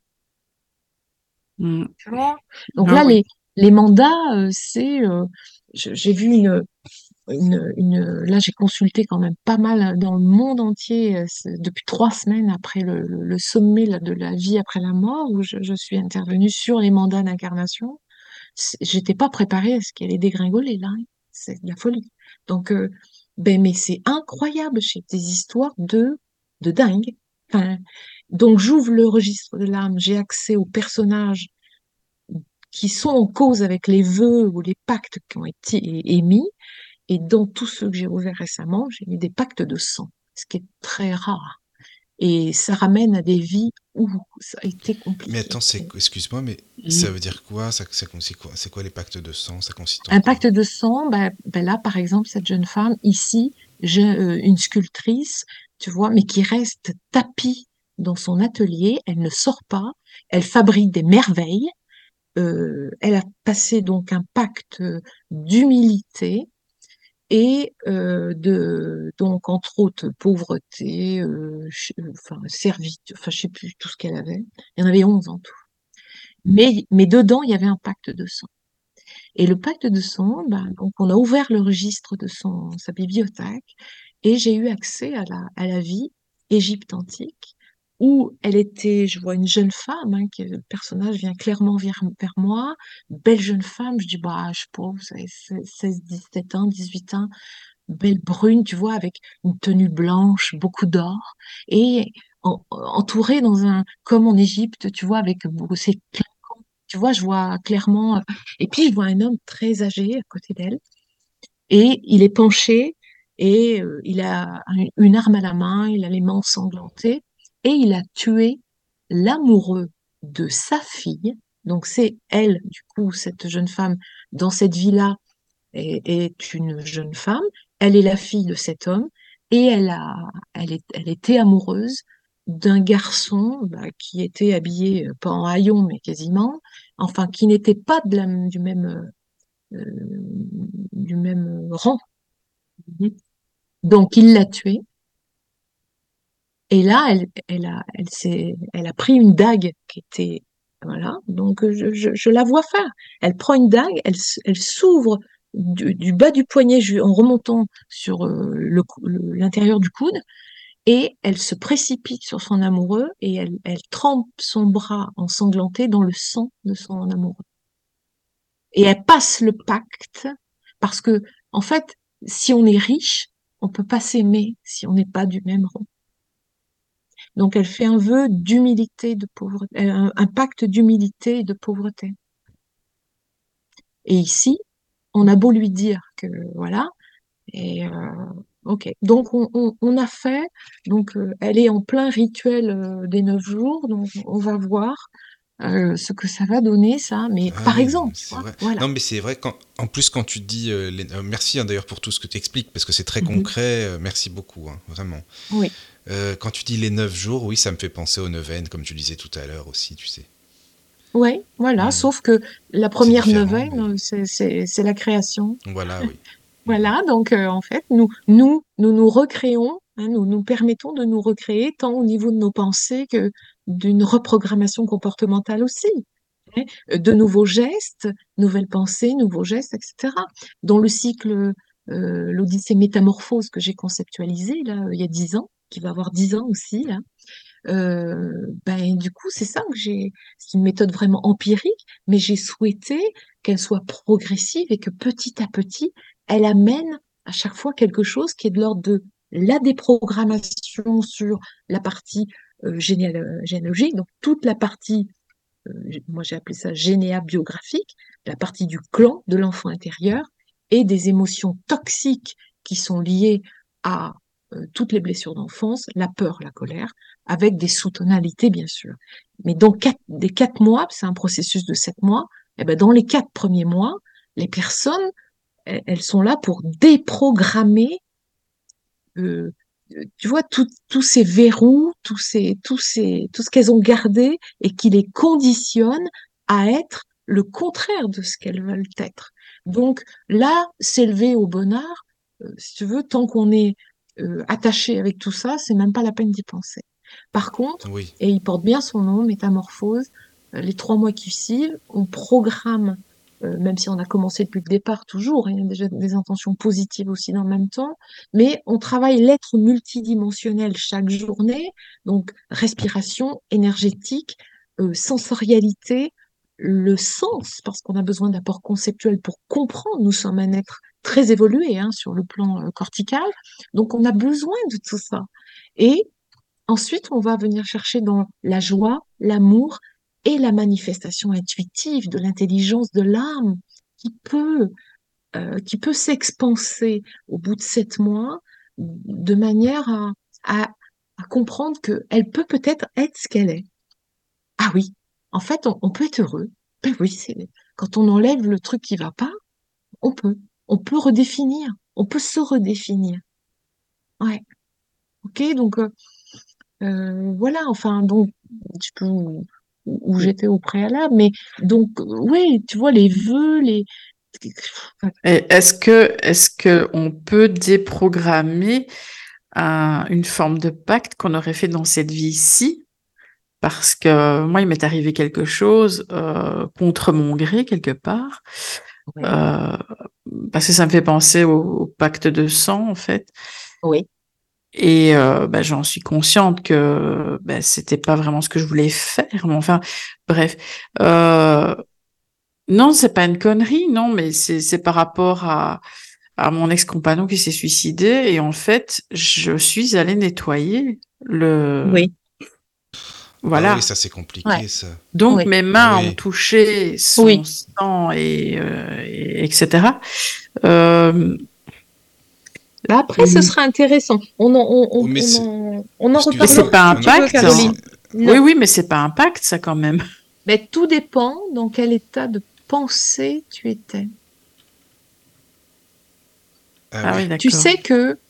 Mm. Tu vois. Donc Ah là, oui. les, les mandats, euh, c'est, euh, je- j'ai vu une, une, une, là, j'ai consulté quand même pas mal hein, dans le monde entier euh, c'est- depuis trois semaines après le, le, le sommet là, de la vie après la mort, où je, je suis intervenue sur les mandats d'incarnation. C'est- J'étais pas préparée à ce qu'elle allait dégringoler là, hein. C'est de la folie. Donc, euh, ben, mais c'est incroyable, j'ai des histoires de, de dingue. Enfin, donc j'ouvre le registre de l'âme, j'ai accès aux personnages qui sont en cause avec les vœux ou les pactes qui ont été é- émis. Et dans tous ceux que j'ai ouverts récemment, j'ai eu des pactes de sang, ce qui est très rare. Et ça ramène à des vies où ça a été Mais compliqué. attends, c'est, excuse-moi, mais ça Mm. veut dire quoi? Ça, ça consiste quoi? C'est quoi les pactes de sang? Ça consiste en Un quoi? pacte de sang, ben, ben là, par exemple, cette jeune femme, ici, j'ai euh, une sculptrice, tu vois, mais qui reste tapie dans son atelier, elle ne sort pas, elle fabrique des merveilles, euh, elle a passé donc un pacte d'humilité, et euh, de donc entre autres pauvreté, euh, ch- euh, enfin servitude, enfin je sais plus tout ce qu'elle avait. Il y en avait onze en tout. Mais mais dedans il y avait un pacte de sang. Et le pacte de sang, ben donc on a ouvert le registre de son sa bibliothèque et j'ai eu accès à la à la vie Égypte antique où elle était, je vois une jeune femme, hein, qui, le personnage vient clairement vers, vers moi, belle jeune femme, je dis bah je sais pas, vous savez, seize, dix-sept ans, dix-huit ans, belle brune, tu vois, avec une tenue blanche, beaucoup d'or, et en- entourée dans un, comme en Égypte, tu vois, avec beaucoup, c'est, tu vois, je vois clairement, euh, et puis je vois un homme très âgé à côté d'elle, et il est penché, et euh, il a un- une arme à la main, il a les mains ensanglantées, et il a tué l'amoureux de sa fille. Donc c'est elle, du coup, cette jeune femme, dans cette villa, est, est une jeune femme. Elle est la fille de cet homme et elle a, elle est, elle était amoureuse d'un garçon bah, qui était habillé euh, pas en haillons mais quasiment, enfin qui n'était pas de la, du même euh, du même rang. Donc il l'a tué et là elle, elle a, elle s'est, elle a pris une dague qui était voilà, donc je, je, je la vois faire. Elle prend une dague, elle, s- elle s'ouvre du, du bas du poignet ju- en remontant sur euh, le cou- le- l'intérieur du coude et elle se précipite sur son amoureux et elle, elle trempe son bras ensanglanté dans le sang de son amoureux. Et elle passe le pacte parce que, en fait, si on est riche, on peut pas s'aimer si on n'est pas du même rang. Donc elle fait un vœu d'humilité, de pauvreté, un, un pacte d'humilité et de pauvreté. Et ici, on a beau lui dire que voilà, et euh, ok. Donc on, on, on a fait, donc euh, elle est en plein rituel euh, des neuf jours, donc on va voir euh, ce que ça va donner ça. Mais Ah par oui, non, exemple, mais tu c'est vois, vrai. voilà. Non, mais c'est vrai, quand, en plus, quand tu dis. euh, les- euh, merci hein, d'ailleurs pour tout ce que tu expliques, parce que c'est très Mhm. concret. euh, merci beaucoup, hein, vraiment. Oui, Euh, quand tu dis les neuf jours, oui, ça me fait penser aux neuvaines, comme tu disais tout à l'heure aussi, tu sais. ouais, voilà. Hmm. Sauf que la C'est première différent, mais. neuvaine, c'est c'est c'est la création. Voilà, oui. Voilà, donc euh, en fait, nous, nous, nous nous recréons, hein, nous nous permettons de nous recréer tant au niveau de nos pensées que d'une reprogrammation comportementale aussi, hein, de nouveaux gestes, nouvelles pensées, nouveaux gestes, et cetera. Dans le cycle, euh, l'Odyssée métamorphose que j'ai conceptualisé là, il y a dix ans, qui va avoir dix ans aussi, là, euh, ben, du coup, c'est ça que j'ai, c'est une méthode vraiment empirique, mais j'ai souhaité qu'elle soit progressive et que petit à petit, elle amène à chaque fois quelque chose qui est de l'ordre de la déprogrammation sur la partie euh, généalo- généalogique, donc toute la partie, euh, moi j'ai appelé ça généa biographique, la partie du clan de l'enfant intérieur et des émotions toxiques qui sont liées à euh, toutes les blessures d'enfance, la peur, la colère, avec des sous-tonalités bien sûr. Mais dans quatre, des quatre mois, c'est un processus de sept mois, et ben dans les quatre premiers mois, les personnes, elles, elles sont là pour déprogrammer euh, tu vois, tout- tous ces verrous, tous ces, tous ces, tout ce qu'elles ont gardé et qui les conditionne à être le contraire de ce qu'elles veulent être. Donc là, s'élever au bonheur, euh, si tu veux, tant qu'on est euh, attaché avec tout ça, c'est même pas la peine d'y penser. Par contre, Oui. et il porte bien son nom, métamorphose, euh, les trois mois qui suivent, on programme, euh, même si on a commencé depuis le départ toujours, il y a déjà des intentions positives aussi dans le même temps, mais on travaille l'être multidimensionnel chaque journée, donc respiration, énergétique, euh, sensorialité, le sens, parce qu'on a besoin d'apports conceptuels pour comprendre. Nous sommes un être très évolué hein, sur le plan euh, cortical, donc on a besoin de tout ça. Et ensuite, on va venir chercher dans la joie, l'amour et la manifestation intuitive de l'intelligence de l'âme qui peut euh, qui peut s'expanser au bout de sept mois de manière à, à, à comprendre qu'elle peut peut-être être ce qu'elle est. Ah oui, en fait, on, on peut être heureux. Ben oui, c'est quand on enlève le truc qui va pas, on peut. On peut redéfinir. On peut se redéfinir. Ouais. Ok, donc euh, euh, voilà, enfin, donc, je peux où, où j'étais au préalable, mais donc, euh, ouais, tu vois, les vœux, les. Et est-ce que, est-ce que on peut déprogrammer un- une forme de pacte qu'on aurait fait dans cette vie-ci? Parce que moi, il m'est arrivé quelque chose euh, contre mon gré quelque part, Ouais, euh, parce que ça me fait penser au, au pacte de sang en fait. oui, Et euh, bah, j'en suis consciente que bah, c'était pas vraiment ce que je voulais faire. Mais enfin, bref. Euh, non, c'est pas une connerie, non, mais c'est c'est par rapport à à mon ex-compagnon qui s'est suicidé et en fait, je suis allée nettoyer le oui, Ah oui, voilà. ça c'est ouais, compliqué, ça. Donc oui, mes Ah mains ont oui. touché son oui. sang et, euh, et etc. Euh, Bah après, ce mais sera intéressant. On en, on, Oh, on, mais on c'est... en, on en c'est Excuse-moi. reparlera pas un si Non, tu non, veux, pacte. mais en- Caroline. c'est... Oui, Non. oui, mais c'est pas un pacte, ça quand même. Mais tout dépend dans quel état de pensée tu étais. Ah Ah oui. oui, Tu d'accord. sais que,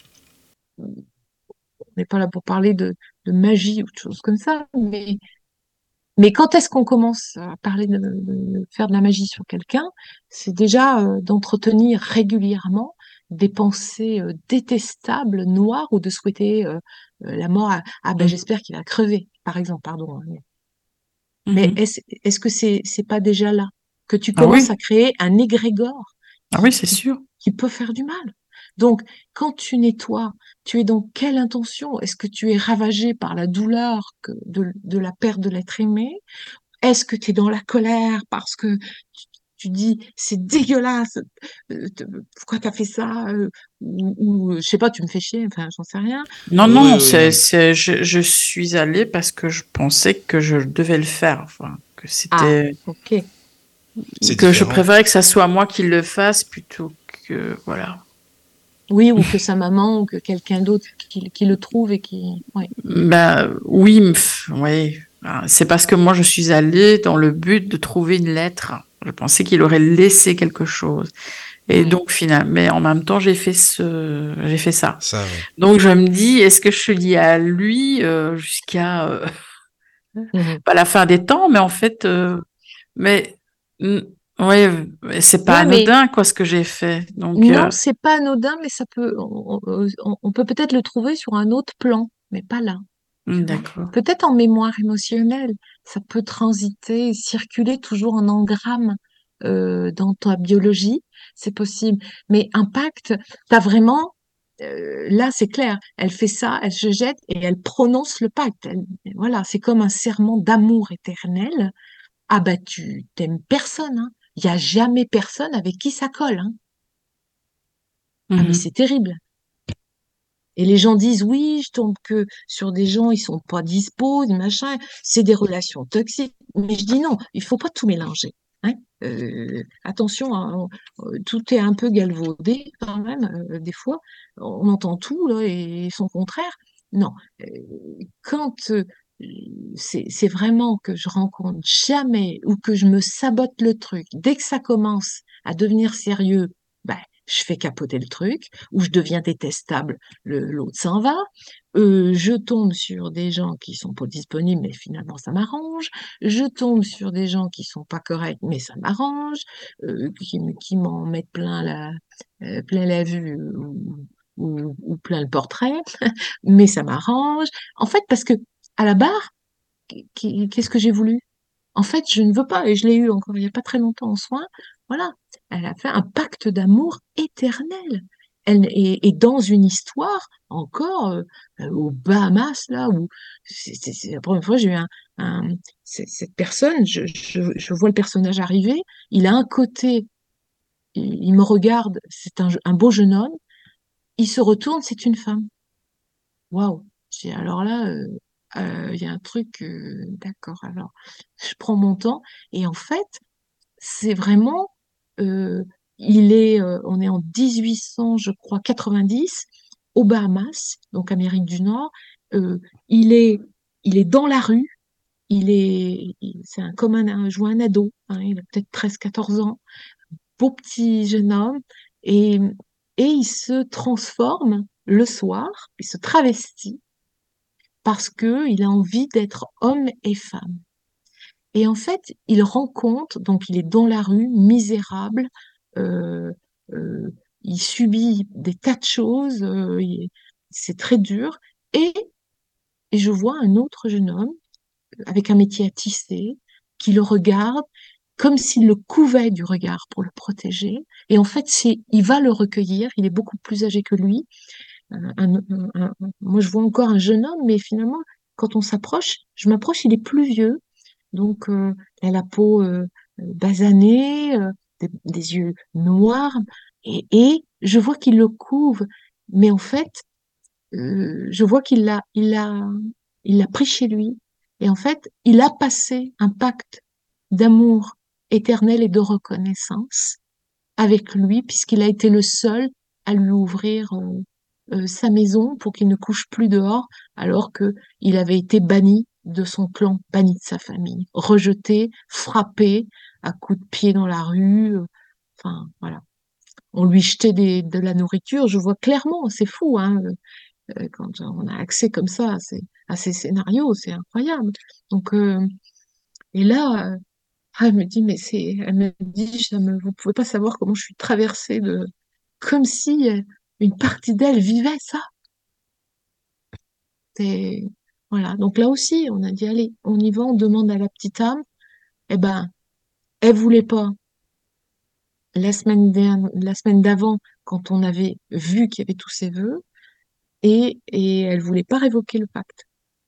on n'est pas là pour parler de, de magie ou de choses comme ça, mais, mais quand est-ce qu'on commence à parler de, de faire de la magie sur quelqu'un? C'est déjà euh, d'entretenir régulièrement des pensées euh, détestables, noires, ou de souhaiter euh, euh, la mort à, ah ben Mhm. j'espère qu'il va crever, par exemple, pardon, hein. Mais Mhm. est-ce est-ce que c'est c'est pas déjà là que tu Ah commences à oui, créer un égrégore ah oui, qui, c'est qui, sûr. qui peut faire du mal? Donc, quand tu nettoies, tu es dans quelle intention? Est-ce que tu es ravagé par la douleur que de, de la perte de l'être aimé? Est-ce que tu es dans la colère parce que tu, tu dis c'est dégueulasse, euh, te- pourquoi t'as fait ça? euh, Ou, ou, je sais pas, tu me fais chier, enfin j'en sais rien. Non, Oui, oui, non, oui, c'est, non. c'est, je, je suis allée parce que je pensais que je devais le faire, enfin, que Ah, c'était, ok. C'est que je différent. préférais que ça soit moi qui le fasse plutôt que, voilà. Oui, ou que sa maman, ou que quelqu'un d'autre qui, qui le trouve et qui... Ouais. Ben oui, pff, oui. Ah, c'est parce que moi je suis allée dans le but de trouver une lettre. Je pensais qu'il aurait laissé quelque chose. Et Ouais. donc finalement, mais en même temps j'ai fait ce, j'ai fait ça. Ça, oui. Donc je me dis, est-ce que je suis liée à lui euh, jusqu'à euh, Mhm. pas la fin des temps, mais en fait, euh, mais mm, Ouais, c'est pas Ouais, mais anodin, quoi, ce que j'ai fait. Donc, non, euh, c'est pas anodin, mais ça peut, on, on- on peut peut-être le trouver sur un autre plan, mais pas là, tu vois. d'accord. Peut-être en mémoire émotionnelle, ça peut transiter, circuler toujours en engramme euh, dans ta biologie, c'est possible. Mais impact, t'as vraiment, euh, là c'est clair, elle fait ça, elle se jette et elle prononce le pacte. Elle- voilà, c'est comme un serment d'amour éternel. Ah bah tu t'aimes personne, hein. Il y a jamais personne avec qui ça colle, hein. Ah mais Mhm. c'est terrible. Et les gens disent oui, je tombe que sur des gens, ils sont pas dispo, des machins, c'est des relations toxiques. Mais je dis non, il faut pas tout mélanger. Hein. Euh, attention, hein, on- euh, tout est un peu galvaudé quand même, euh, des fois. On entend tout là et son contraire. Non, Euh, quand euh, c'est c'est vraiment que je rencontre jamais ou que je me sabote le truc, dès que ça commence à devenir sérieux, ben, je fais capoter le truc ou je deviens détestable, le- l'autre s'en va. Euh, je tombe sur des gens qui sont pas disponibles, mais finalement ça m'arrange. Je tombe sur des gens qui sont pas corrects, mais ça m'arrange. Euh, qui, m- qui m'en mettent plein la, euh, plein la vue ou, ou, ou plein le portrait, mais ça m'arrange. En fait, parce que à la barre, qui- qu'est-ce que j'ai voulu? En fait, je ne veux pas, et je l'ai eu encore il n'y a pas très longtemps en soin. Voilà, elle a fait un pacte d'amour éternel. Elle est, est dans une histoire encore euh, euh, aux Bahamas là où c'est c'est- c'est la première fois que j'ai eu un, un- c'est- cette personne. Je, je, je vois le personnage arriver. Il a un côté, il, il me regarde, c'est un, un beau jeune homme. Il se retourne, c'est une femme. Waouh! J'ai alors là, euh, euh, il y a un truc. euh, d'accord. Alors, je prends mon temps et en fait. C'est vraiment, euh, il est, euh, on est en dix-huit cents, je crois, quatre-vingt-dix, aux Bahamas, donc Amérique du Nord. Euh, il est, il est dans la rue. Il est, il- c'est un, comme un, un, je vois un ado, hein, il a peut-être treize, quatorze ans, beau petit jeune homme, et, et il se transforme le soir, il se travestit parce que il a envie d'être homme et femme. Et en fait, il rencontre, donc il est dans la rue, misérable, euh, euh, il subit des tas de choses, euh, il- c'est très dur. Et, et je vois un autre jeune homme avec un métier à tisser qui le regarde comme s'il le couvait du regard pour le protéger. Et en fait, c'est, il va le recueillir, il est beaucoup plus âgé que lui. Un- un- un- un- moi, je vois encore un jeune homme, mais finalement, quand on s'approche, je m'approche, il est plus vieux. Donc, euh, elle a la peau euh, euh, basanée, euh, des, des yeux noirs, et, et je vois qu'il le couvre. Mais en fait, euh, je vois qu'il l'a, il l'a, il l'a pris chez lui. Et en fait, il a passé un pacte d'amour éternel et de reconnaissance avec lui, puisqu'il a été le seul à lui ouvrir euh, euh, sa maison pour qu'il ne couche plus dehors, alors que il avait été banni de son clan, banni de sa famille, rejeté, frappé à coups de pied dans la rue. euh, Enfin, voilà. On lui jetait des, de la nourriture, je vois clairement, c'est fou, hein, euh, quand on a accès comme ça à ces, à ces scénarios, c'est incroyable. Donc, euh, et là, euh, ah, elle me dit, mais c'est, elle me dit, ça me, vous pouvez pas savoir comment je suis traversée de, comme si euh, une partie d'elle vivait ça. C'est, voilà. Donc là aussi, on a dit, allez, on y va, on demande à la petite âme. Eh ben, elle voulait pas. La semaine dernière, la semaine d'avant, quand on avait vu qu'il y avait tous ces vœux, et, et elle voulait pas révoquer le pacte.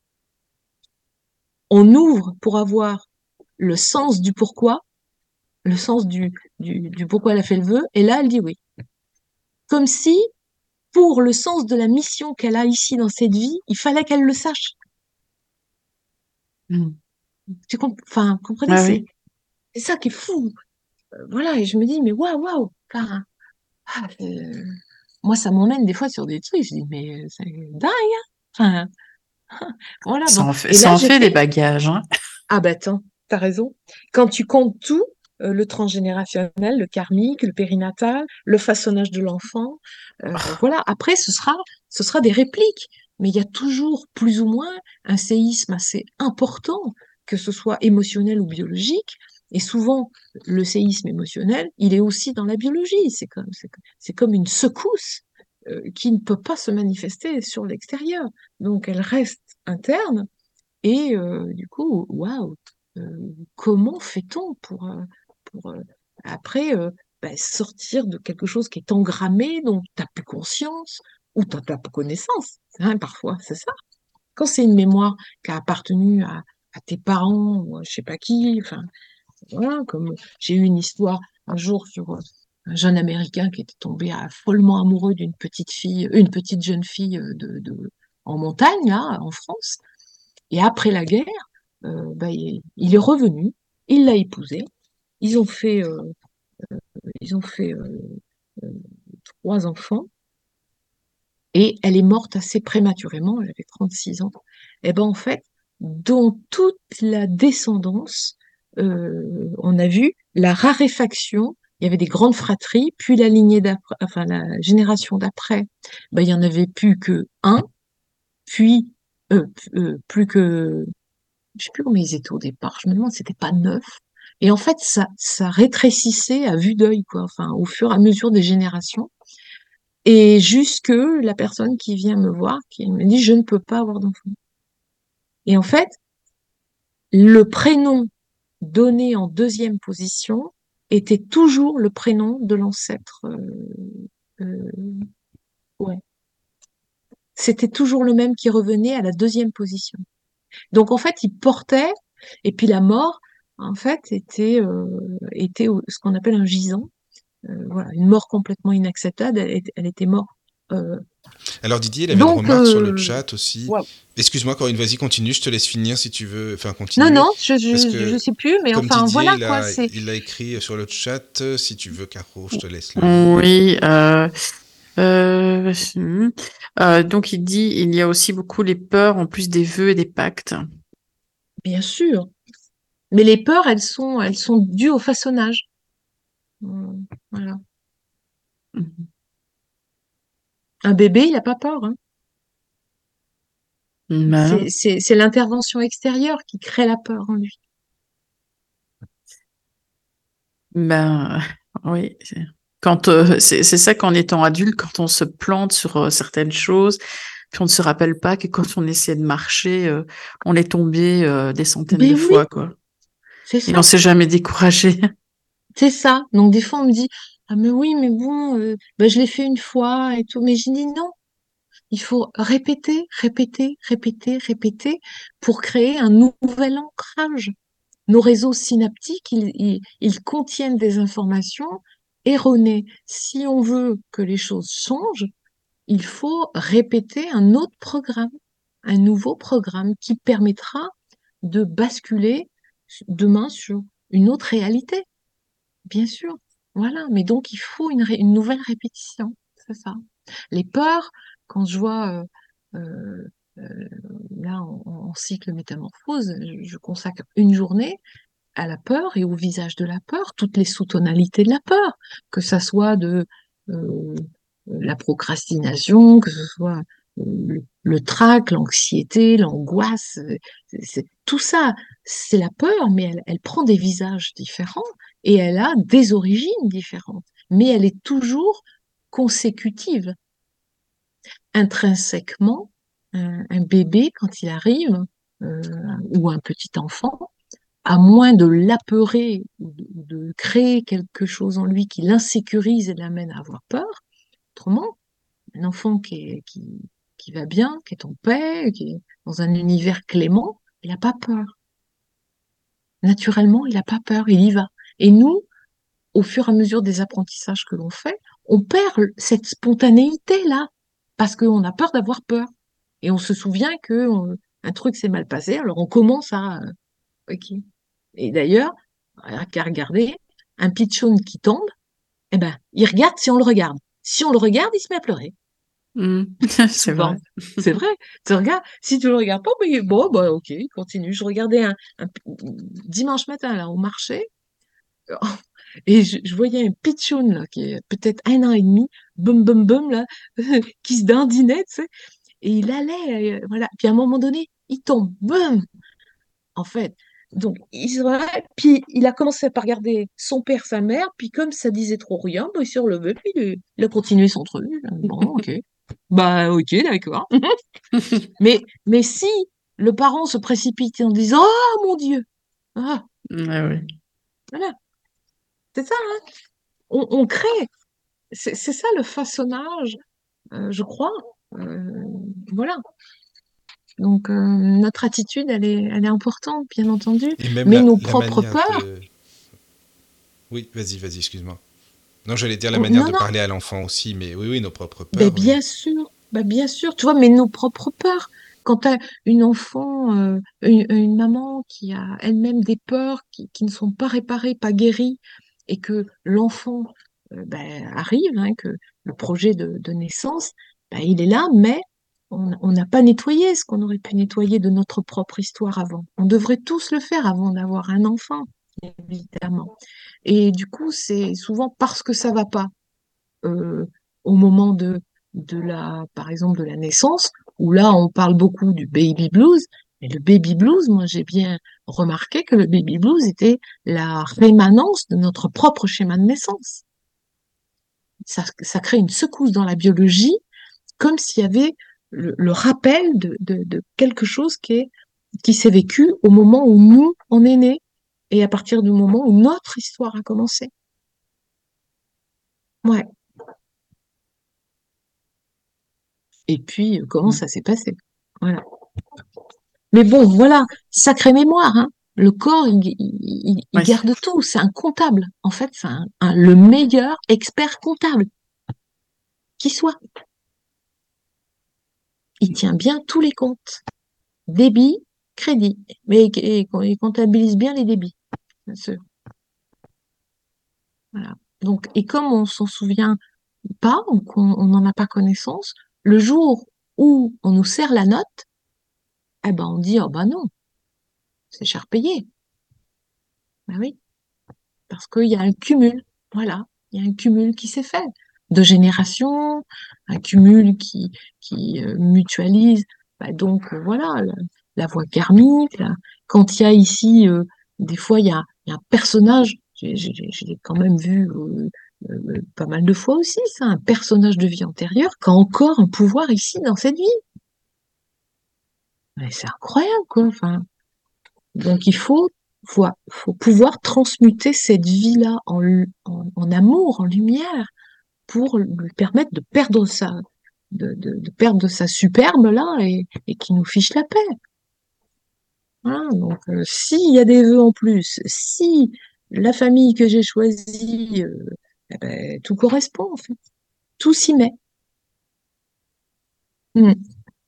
On ouvre pour avoir le sens du pourquoi, le sens du, du, du pourquoi elle a fait le vœu, et là, elle dit oui. Comme si, pour le sens de la mission qu'elle a ici dans cette vie, il fallait qu'elle le sache. Mhm. Tu comp- enfin, comprenez, Ouais, c'est oui. c'est ça qui est fou. Euh, voilà, et je me dis, mais waouh, waouh, enfin, ah, euh, moi, ça m'emmène des fois sur des trucs, je dis, mais euh, c'est dingue, hein. Enfin, voilà, Ça bon. en fait, Et là, ça en j'ai fait des fait, bagages, hein. ah bah attends, t'as raison. Quand tu comptes tout, euh, le transgénérationnel, le karmique, le périnatal, le façonnage de l'enfant, euh, voilà, après, ce sera, ce sera des répliques. Mais il y a toujours plus ou moins un séisme assez important, que ce soit émotionnel ou biologique, Et souvent, le séisme émotionnel, il est aussi dans la biologie. C'est comme, c'est, c'est comme une secousse euh, qui ne peut pas se manifester sur l'extérieur. Donc, elle reste interne. Et euh, du coup, waouh, euh, comment fait-on pour, euh, pour euh, après euh, bah, sortir de quelque chose qui est engrammé, dont tu n'as plus conscience ou tu n'as plus connaissance, hein, parfois, c'est ça. Quand c'est une mémoire qui a appartenu à, à tes parents ou à je sais pas qui, enfin, voilà, comme j'ai eu une histoire un jour sur euh, un jeune Américain qui était tombé à- follement amoureux d'une petite fille, une petite jeune fille euh, de, de, en montagne, là, en France. Et après la guerre, euh, bah, il, il est revenu, il l'a épousée, ils ont fait, euh, ils ont fait euh, euh, trois enfants, et elle est morte assez prématurément, elle avait trente-six ans. Et ben en fait, dans toute la descendance, euh, on a vu la raréfaction. Il y avait des grandes fratries, puis la lignée d'après, enfin la génération d'après, ben, il y en avait plus que un, puis euh, euh, plus que je sais plus combien ils étaient au départ. Je me demande, si c'était pas neuf. Et en fait, ça, ça rétrécissait à vue d'œil, quoi. Enfin, au fur et à mesure des générations. Et jusque la personne qui vient me voir, qui me dit, je ne peux pas avoir d'enfant. Et en fait, le prénom donné en deuxième position était toujours le prénom de l'ancêtre. Euh, euh, ouais. C'était toujours le même qui revenait à la deuxième position. Donc en fait, il portait, et puis la mort, en fait, était, euh, était au- ce qu'on appelle un gisant. Euh, voilà, une mort complètement inacceptable. Elle, était- elle était morte. Euh, Alors Didier, il avait une donc, remarque sur le euh, chat aussi. ouais. Excuse-moi Corinne, vas-y, continue, je te laisse finir si tu veux, enfin Non, continuer. non, je, Parce je, je que sais plus, mais comme enfin, Didier, voilà, il quoi, a, c'est, il a écrit sur le chat, euh, si tu veux Caro, je te laisse le lire. Oui, euh, euh, hmm. Euh, donc il dit, il y a aussi beaucoup les peurs en plus des vœux et des pactes. bien sûr. Mais les peurs, elles sont, elles sont dues au façonnage. Hum, Voilà. Mhm. Un bébé, il n'a pas peur, hein. Ben, C'est, c'est, c'est l'intervention extérieure qui crée la peur en lui. ben, oui. c'est- Quand euh, c'est c'est ça qu'en étant adulte, quand on se plante sur euh, certaines choses, puis on ne se rappelle pas que quand on essayait de marcher, euh, on est tombé euh, des centaines de Mais oui, fois, quoi. c'est Et on ça. s'est jamais découragé. C'est ça. Donc des fois on me dit ah mais oui mais bon euh, bah, je l'ai fait une fois et tout mais je dis non, il faut répéter, répéter, répéter, répéter pour créer un nouvel ancrage. Nos réseaux synaptiques, ils, ils, ils contiennent des informations erronées. Si on veut que les choses changent, il faut répéter un autre programme, un nouveau programme qui permettra de basculer demain sur une autre réalité. Bien sûr, voilà. Mais donc, il faut une, ré- une nouvelle répétition, c'est ça. Les peurs, quand je vois, euh, euh, euh, là, en, en cycle métamorphose, je, je consacre une journée à la peur et au visage de la peur, toutes les sous-tonalités de la peur, que ça soit de euh, la procrastination, que ce soit euh, le, le trac, l'anxiété, l'angoisse, euh, c'est, c'est- tout ça, c'est la peur, mais elle, elle prend des visages différents et elle a des origines différentes, mais elle est toujours consécutive. Intrinsèquement, un, un bébé, quand il arrive, euh, ou un petit enfant, à moins de l'apeurer ou de, de créer quelque chose en lui qui l'insécurise et l'amène à avoir peur, autrement, un enfant qui, est, qui, qui va bien, qui est en paix, qui est dans un univers clément, il n'a pas peur. Naturellement, il n'a pas peur, il y va. Et nous, au fur et à mesure des apprentissages que l'on fait, on perd cette spontanéité-là, parce qu'on a peur d'avoir peur. Et on se souvient que on- un truc s'est mal passé, alors on commence à... euh, ok. Et d'ailleurs, à qu'à regarder, un pitchoun qui tombe, eh ben, il regarde si on le regarde. Si on le regarde, il se met à pleurer. Hmm. C'est Souvent. vrai. C'est vrai. Tu regardes, si tu le regardes pas, ben, bon, bah, ok, il continue. Je regardais un, un dimanche matin, là, au marché, et je, je voyais un pitchoun, là, qui est peut-être un an et demi, bum, bum, bum, là, qui se dandinait, tu sais, et il allait, euh, voilà. Puis à un moment donné, il tombe, boum! En fait, Donc, Israël, puis il a commencé par regarder son père, sa mère, puis comme ça disait trop rien, bah, il s'est relevé, puis il, il a continué son truc. Bon, ok. Bah, ok, d'accord. Mais, mais si le parent se précipite en disant, oh mon Dieu, ah, Ouais, ouais. voilà, c'est ça, hein. On, on crée, c'est c'est ça le façonnage, euh, je crois. Euh, voilà. Donc, euh, notre attitude, elle est, elle est importante, bien entendu, Et même mais la, nos la propres manière peurs, de... Oui, vas-y, vas-y, excuse-moi. Non, j'allais dire la on- manière non, de non, parler à l'enfant aussi, mais oui, oui, nos propres ben peurs, oui. bien sûr, ben bien sûr, tu vois, mais nos propres peurs. Quand tu as une enfant, euh, une, une maman qui a elle-même des peurs qui, qui ne sont pas réparées, pas guéries, et que l'enfant euh, ben, arrive, hein, que le projet de, de naissance, ben, il est là, mais on on n'a pas nettoyé ce qu'on aurait pu nettoyer de notre propre histoire avant. On devrait tous le faire avant d'avoir un enfant, évidemment. Et du coup, c'est souvent parce que ça va pas euh, au moment de, de la, par exemple, de la naissance, où là, on parle beaucoup du baby blues. Mais le baby blues, moi, j'ai bien remarqué que le baby blues était la rémanence de notre propre schéma de naissance. Ça, ça crée une secousse dans la biologie, comme s'il y avait le, le rappel de, de, de quelque chose qui est, qui s'est vécu au moment où nous, on est nés, et à partir du moment où notre histoire a commencé. Ouais. Et puis, euh, comment ça s'est passé. Voilà. Mais bon, voilà, sacrée mémoire, hein. Le corps, il, il- il- il Ouais. garde tout. C'est un comptable. En fait, c'est un- un- le meilleur expert comptable qui soit. Il tient bien tous les comptes. Débit, crédit. Mais et- il comptabilise bien les débits, bien sûr. Voilà. Donc, et comme on s'en souvient pas, ou qu'on on n'en a pas connaissance, le jour où on nous sert la note, eh ben, on dit, oh ben non, c'est cher payé. Ben oui. Parce qu'il y a un cumul, voilà, il y a un cumul qui s'est fait de générations, un cumul qui, qui euh, mutualise, bah, donc euh, voilà, la, la voie karmique, là. Quand il y a ici, euh, des fois, il y a, il y a un personnage, j'ai j'ai- j'ai quand même vu euh, euh, pas mal de fois aussi, ça, un personnage de vie antérieure qui a encore un pouvoir ici dans cette vie. Mais c'est incroyable, quoi. Enfin, donc il faut, faut, faut pouvoir transmuter cette vie-là en, lu- en, en amour, en lumière, pour lui permettre de perdre sa, de, de, de perdre sa superbe là et, et qui nous fiche la paix. Voilà, donc euh, s'il y a des vœux en plus, si la famille que j'ai choisie, euh, eh ben, tout correspond en fait, tout s'y met. Mm.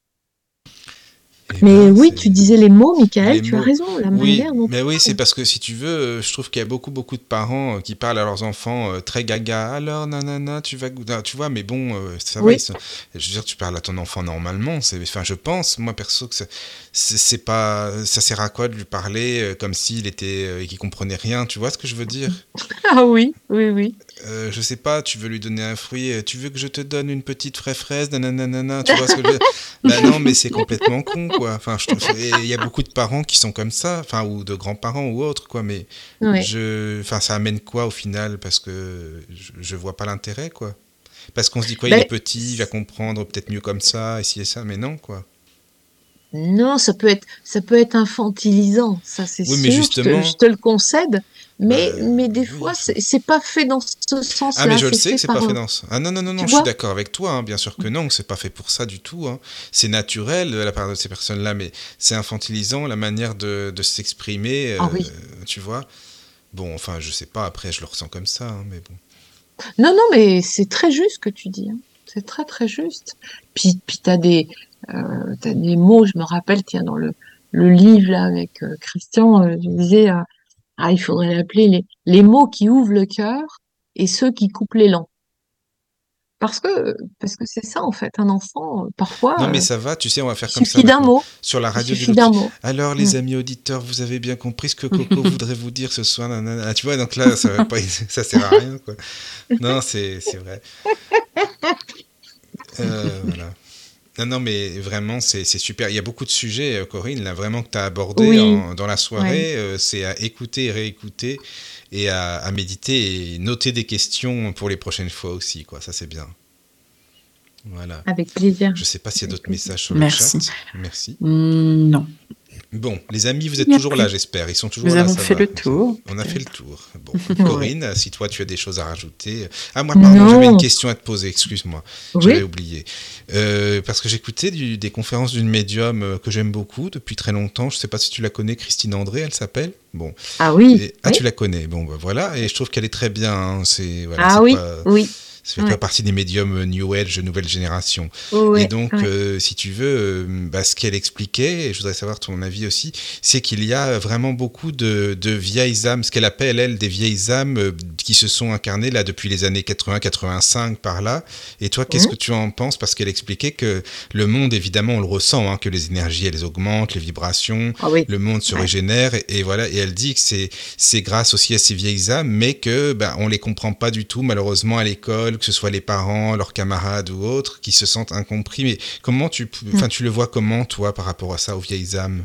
Eh Mais ben, oui, c'est... tu disais les mots, Michael, Les tu as mots. raison, la Oui, manière dont mais tu oui, c'est parles. parce que si tu veux, euh, je trouve qu'il y a beaucoup, beaucoup de parents euh, qui parlent à leurs enfants euh, très gaga. Alors, nanana, tu vas goûter. Tu vois, mais bon, euh, ça va. Ils Oui, sont... Je veux dire, tu parles à ton enfant normalement. C'est... Enfin, je pense, moi perso, que c'est, c'est c'est pas. Ça sert à quoi de lui parler euh, comme s'il était. Euh, et qu'il comprenait rien. Tu vois ce que je veux dire? ah oui, oui, oui. Euh, je sais pas, tu veux lui donner un fruit, euh, tu veux que je te donne une petite vraie fraise, nanana, tu vois ce que je veux dire? Bah non, mais c'est complètement con, quoi. Enfin, je trouve, et il y a beaucoup de parents qui sont comme ça, enfin, ou de grands-parents ou autres, quoi. Mais Ouais. je, enfin, ça amène quoi au final? Parce que je, je vois pas l'intérêt, quoi. Parce qu'on se dit quoi, il est Ben, petit, il va comprendre peut-être mieux comme ça, et ci et ça, mais non, quoi. non, ça peut être, ça peut être infantilisant, ça c'est Oui, mais sûr, je te, je justement, te le concède, bah mais, mais des oui. fois, Enfin, c'est c'est pas fait dans ce ah, mais sens-là, je le c'est sais fait que c'est pas par, fait euh, dans ça. Ah non, non, non, non, tu je suis vois? d'accord avec toi, hein, bien sûr que non, c'est pas fait pour ça du tout, hein. C'est naturel de la part de ces personnes-là, mais c'est infantilisant la manière de, de s'exprimer, Ah euh, oui. tu vois. Bon, enfin, je sais pas, après, je le ressens comme ça, hein, mais bon. Non, non, mais c'est très juste ce que tu dis, hein. C'est très, très juste. Puis, puis t'as des, euh, t'as des mots, je me rappelle, tiens, dans le, le livre, là, avec euh, Christian, euh, je disais, euh, ah, il faudrait l'appeler les, les mots qui ouvrent le cœur et ceux qui coupent l'élan. Parce que, parce que c'est ça, en fait, un enfant, euh, Non, parfois, mais euh, ça va, tu sais, on va il faire comme ça suffit d'un maintenant. mot. Sur la Il radio du suffit d'un Loki. mot. Alors, Mm. les amis auditeurs, vous avez bien compris ce que Coco voudrait vous dire ce soir, nanana. Ah, tu vois, donc là, ça va pas, ça sert à rien, quoi. Non, c'est, c'est vrai. Euh, voilà. Non, non, mais vraiment, c'est, c'est super. Il y a beaucoup de sujets, euh, Corinne, là, vraiment que tu as abordé Oui, en- dans la soirée. ouais, Euh, c'est à écouter, réécouter et à, à méditer et noter des questions pour les prochaines fois aussi, quoi. Ça, c'est bien. Voilà. avec plaisir, Je sais pas s'il y a avec d'autres plaisir. messages sur le Merci. chat. Merci. Hmm, non, Bon, les amis, vous il êtes n'y a toujours là, plus. j'espère. Ils sont toujours Nous là, avons ça fait va. le tour, On a fait le peut-être. tour. Bon, Ouais. Corinne, si toi tu as des choses à rajouter. Ah, moi, pardon, j'avais une Non, question à te poser, excuse-moi. J'avais oui, oublié. Euh, parce que j'écoutais du- des conférences d'une médium euh, que j'aime beaucoup depuis très longtemps. Je sais pas si tu la connais, Christine André, elle s'appelle. Bon. ah oui, Et- ah, oui, tu la connais. Bon, bah voilà. Et je trouve qu'elle est très bien. Hein. C'est, voilà, ah c'est oui, pas. oui, Ça fait pas ouais, partie des médiums euh, New Age, nouvelle génération. Et ouais, donc, ouais. euh, si tu veux, euh, bah, ce qu'elle expliquait, et je voudrais savoir ton avis aussi, c'est qu'il y a vraiment beaucoup de, de vieilles âmes, ce qu'elle appelle, elle, des vieilles âmes euh, qui se sont incarnées là depuis les années quatre-vingts quatre-vingt-cinq par là. Et toi, qu'est-ce Hum, que tu en penses? Parce qu'elle expliquait que le monde, évidemment, on le ressent, hein, que les énergies, elles augmentent, les vibrations, ah oui, le monde se ouais. régénère, et, et voilà. Et elle dit que c'est, c'est grâce aussi à ces vieilles âmes, mais que bah, on les comprend pas du tout, malheureusement, à l'école, que ce soit les parents, leurs camarades ou autres, qui se sentent incompris. Mais comment tu, Hum. enfin, tu le vois comment, toi, par rapport à ça, aux vieilles âmes?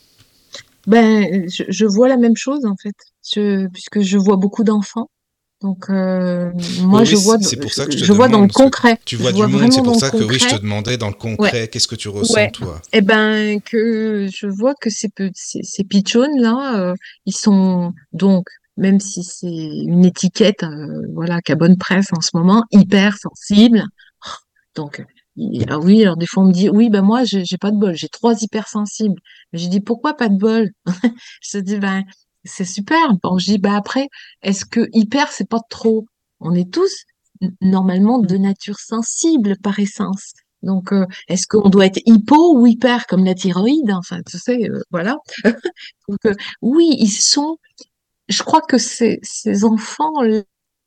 Ben, je, je vois la même chose en fait, je, puisque je vois beaucoup d'enfants. Donc, euh, Oui, moi, oui, je vois, c'est de- c'est pour je, ça que je te je vois dans le demande, parce que concret. tu vois Je du vois monde, c'est vraiment pour dans le ça que oui, je te concret. demandais dans le Ouais, concret, qu'est-ce que tu ressens, ouais. toi? Eh ben, que je vois que ces, pe- ces, ces pitchouns là, euh, ils sont donc, même si c'est une étiquette, euh, voilà, qui a bonne presse en ce moment, hyper sensibles. Donc, il- ah oui, alors des fois on me dit, oui, ben moi, j'ai j'ai pas de bol, j'ai trois hypersensibles. Mais j'ai dit, pourquoi pas de bol? Je dis, ben, c'est super. Bon, je dis, ben après, est-ce que hyper, c'est pas trop? On est tous n- normalement de nature sensible par essence. Donc, euh, est-ce qu'on doit être hypo ou hyper comme la thyroïde? Enfin, tu sais, euh, voilà. Donc, euh, oui, ils sont, je crois que ces, ces enfants-là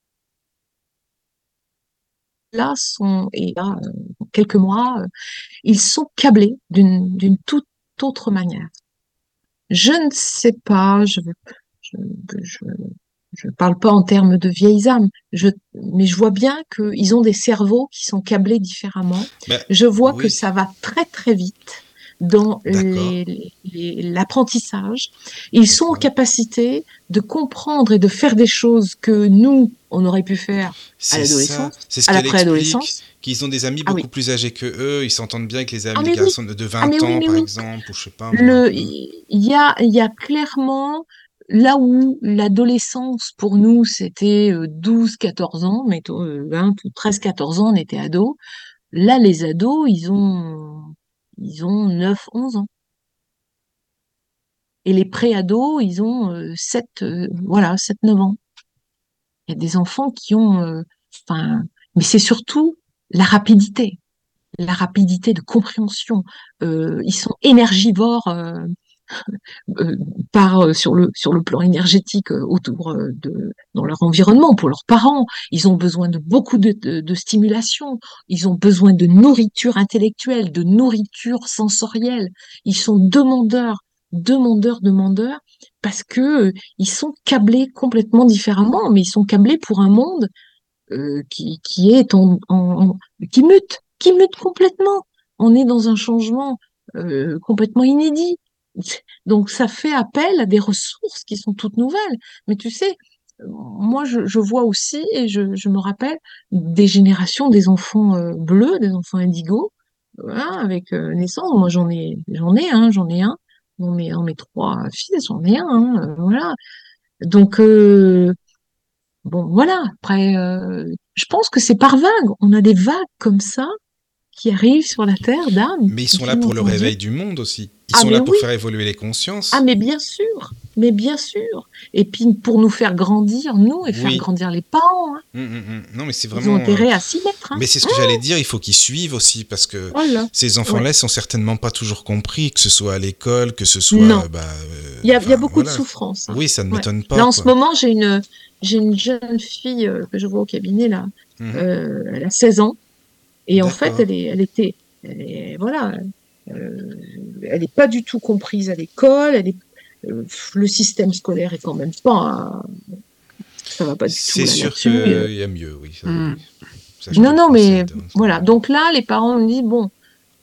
sont, et là, euh, quelques mois, euh, ils sont câblés d'une, d'une toute autre manière. Je ne sais pas, je, je, je, je parle pas en termes de vieilles âmes, je, mais je vois bien qu'ils ont des cerveaux qui sont câblés différemment. Ben, Je vois que oui, ça va très très vite dans d'accord, les, les- les- l'apprentissage. Ils sont en d'accord. capacité de comprendre et de faire des choses que nous, on aurait pu faire à C'est ça, l'adolescence, c'est ce à la qu'elle explique, préadolescence. qu'ils ont des amis Ah beaucoup oui. plus âgés que eux, ils s'entendent bien avec les Ah amis, les mais oui. garçons de de Ah mais vingt oui, ans, mais par oui. exemple, ou je sais pas moi. Le, Hmm. il y a, il y a clairement là où l'adolescence pour nous c'était euh, douze, quatorze ans, mettons, euh, hein, treize, quatorze ans, on était ados. Là, les ados, ils ont, ils ont neuf, onze ans. Et les pré-ados, ils ont euh, sept, euh, voilà, sept, neuf ans. Il y a des enfants qui ont, euh, enfin, mais c'est surtout la rapidité, la rapidité de compréhension. Euh, ils sont énergivores. euh, euh, par euh, sur le sur le plan énergétique euh, autour euh, de dans leur environnement pour leurs parents. Ils ont besoin de beaucoup de, de, de stimulation. Ils ont besoin de nourriture intellectuelle, de nourriture sensorielle. Ils sont demandeurs, demandeurs, demandeurs parce que euh, ils sont câblés complètement différemment, mais ils sont câblés pour un monde euh, qui qui est en, en, en- qui mute, qui mute complètement. On est dans un changement euh, complètement inédit. Donc ça fait appel à des ressources qui sont toutes nouvelles. Mais tu sais, moi je, je vois aussi et je, je me rappelle des générations des enfants euh, bleus, des enfants indigos, voilà, avec euh, naissance. Moi j'en ai j'en ai un, j'en ai un. Dans mes, dans mes trois fils, j'en ai un, hein, euh, voilà. Donc euh, bon, voilà. Après, euh, je pense que c'est par vagues. On a des vagues comme ça qui arrivent sur la terre d'âmes, Mais ils sont là bien pour le entendu. réveil du monde aussi. Ils Ah sont mais là pour oui, faire évoluer les ah consciences. mais bien sûr, mais bien sûr. Et puis pour nous faire grandir, nous, et faire Oui. grandir les parents, hein, Hum, hum, hum. Non, mais c'est ils ont vraiment. euh, intérêt à s'y mettre. Hein. Mais c'est ce que j'allais dire, il faut qu'ils suivent aussi, parce que Voilà. ces Ouais. enfants-là sont certainement pas toujours compris, que ce soit à l'école, que ce soit. Non, euh, Bah, euh, il y a, il y a enfin, beaucoup de voilà. souffrance. Hein. Oui, ça ne Ouais. m'étonne Là, pas, en ce quoi. moment, j'ai une, j'ai une jeune fille euh, que je vois au cabinet, là. Mhm. Euh, elle a seize ans. Et en fait, D'accord. elle est, elle était, elle est, voilà, euh, elle n'est pas du tout comprise à l'école. Elle est, euh, le système scolaire est quand même pas, ça va pas du tout C'est là sûr là-dessus. Euh, qu'il y a mieux, oui. Ça, Hmm. oui. Ça, je te Non, le non, mais concède. Hein, ça- voilà. Donc là, les parents me disent, bon,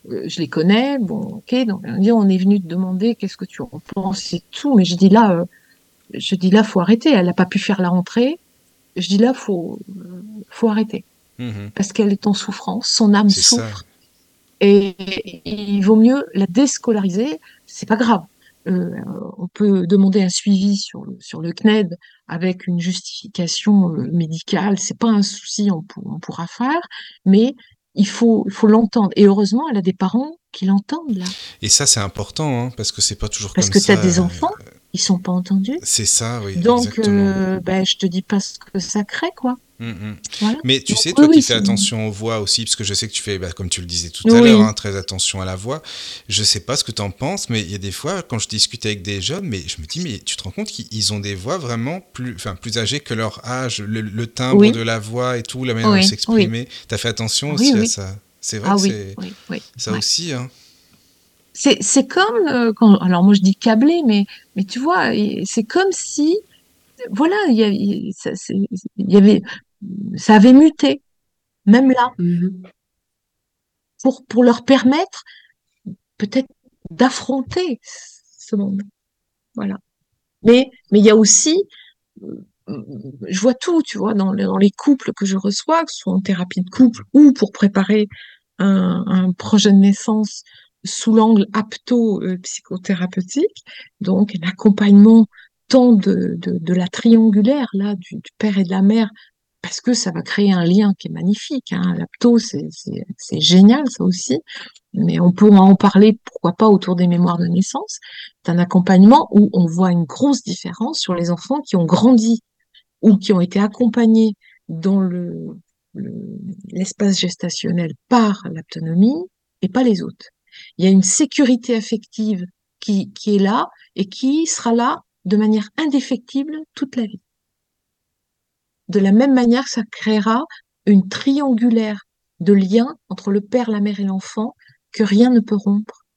euh, je les connais, bon, ok, donc on dit, on est venu te demander qu'est-ce que tu en penses et tout, mais je dis là, euh, je dis là, faut arrêter. Elle n'a pas pu faire la rentrée. Je dis là, faut, euh, faut arrêter Mhm. parce qu'elle est en souffrance, son âme C'est ça. souffre et il vaut mieux la déscolariser. C'est pas grave. Euh, on peut demander un suivi sur le, sur le C N E D avec une justification euh, médicale. C'est pas un souci, on, pour- on pourra faire, mais il faut, il faut l'entendre. Et heureusement, elle a des parents qui l'entendent là, Et ça, c'est important, hein, parce que c'est pas toujours parce comme que tu as ça. des euh, enfants, ils sont pas entendus. C'est ça, oui, Donc, exactement. euh, ben, je te dis pas ce que ça crée, quoi. Mm, mm. Voilà. Mais tu Donc, sais, oui, toi qui oui, fais c'est- attention aux voix aussi, parce que je sais que tu fais, bah, comme tu le disais tout à Oui. l'heure, hein, très attention à la voix. Je sais pas ce que tu en penses, mais il y a des fois, quand je discute avec des jeunes, mais je me dis, mais tu te rends compte qu'ils ont des voix vraiment plus, enfin, plus âgées que leur âge, le, le timbre Oui. de la voix et tout, la manière de Oui, oui. s'exprimer. T'as fait attention Ah aussi oui, à oui. ça. C'est vrai Ah que oui, c'est oui, oui. ça Ouais. aussi, hein. C'est, c'est comme euh, quand, alors moi je dis câblé, mais, mais tu vois, il- c'est comme si, voilà, il y, a- il- ça, c'est- il y avait, ça avait muté, même là, Mhm. pour, pour leur permettre peut-être d'affronter ce monde. Voilà. Mais, mais il y a aussi, euh, je vois tout, tu vois, dans, les- dans les couples que je reçois, que ce soit en thérapie de couple ou pour préparer un, un projet de naissance sous l'angle apto-psychothérapeutique, donc l'accompagnement tant de, de, de la triangulaire, là, du, du père et de la mère, parce que ça va créer un lien qui est magnifique, hein. L'apto, c'est, c'est, c'est génial, ça aussi, mais on peut en parler, pourquoi pas, autour des mémoires de naissance. C'est un accompagnement où on voit une grosse différence sur les enfants qui ont grandi ou qui ont été accompagnés dans le, le- l'espace gestationnel par l'autonomie et pas les autres. Il y a une sécurité affective qui, qui est là et qui sera là de manière indéfectible toute la vie. De la même manière, ça créera une triangulaire de lien entre le père, la mère et l'enfant que rien ne peut rompre.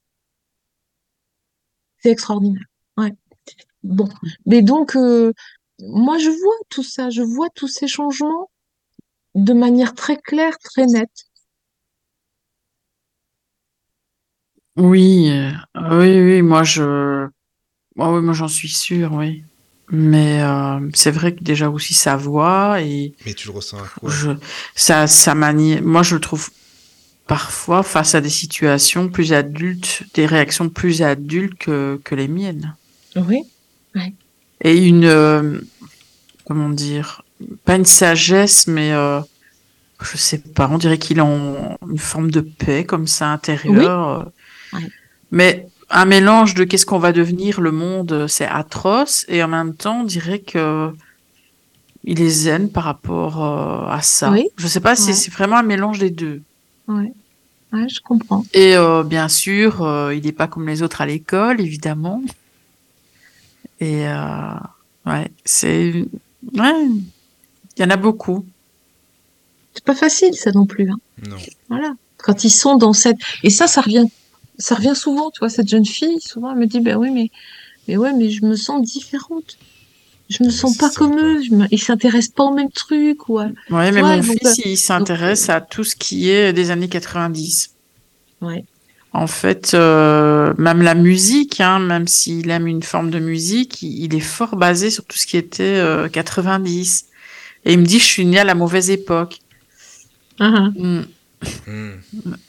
C'est extraordinaire. Ouais. Bon, mais donc, euh, moi, je vois tout ça, je vois tous ces changements de manière très claire, très nette. Oui, euh, oui, oui, moi je, ah oui, moi j'en suis sûre, oui. Mais euh, c'est vrai que déjà aussi sa voix et Mais tu le ressens à quoi? je, sa, sa manière, moi je le trouve parfois face à des situations plus adultes, des réactions plus adultes que, que les miennes. Oui, Et une, euh, comment dire, pas une sagesse, mais euh, je sais pas, on dirait qu'il a en- une forme de paix comme ça oui, intérieure. euh. ouais. Mais un mélange de qu'est-ce qu'on va devenir, le monde, c'est atroce, et en même temps, on dirait que il est zen par rapport euh, à ça. Oui, Je sais pas si ouais, c'est vraiment un mélange des deux. ouais, ouais, je comprends. Et euh, bien sûr, euh, il n'est pas comme les autres à l'école, évidemment. Et euh, ouais, c'est, ouais, il y en a beaucoup. C'est pas facile, ça non plus, hein. Non. Voilà. Quand ils sont dans cette, et ça, ça revient, ça revient souvent, tu vois, cette jeune fille, souvent, elle me dit, ben oui, mais, mais ouais, mais je me sens différente. Je me Ouais, sens c'est pas ça, comme quoi. eux, je me... ils s'intéressent pas au même truc, ou, à- Ouais, tu mais vois, mon donc, euh, fils, il donc, euh, s'intéresse à tout ce qui est des années quatre-vingt-dix. ouais, En fait, euh, même la musique, hein, même s'il aime une forme de musique, il, il est fort basé sur tout ce qui était euh, quatre-vingt-dix. Et il me dit, je suis né à la mauvaise époque. ah, Mm. Mm.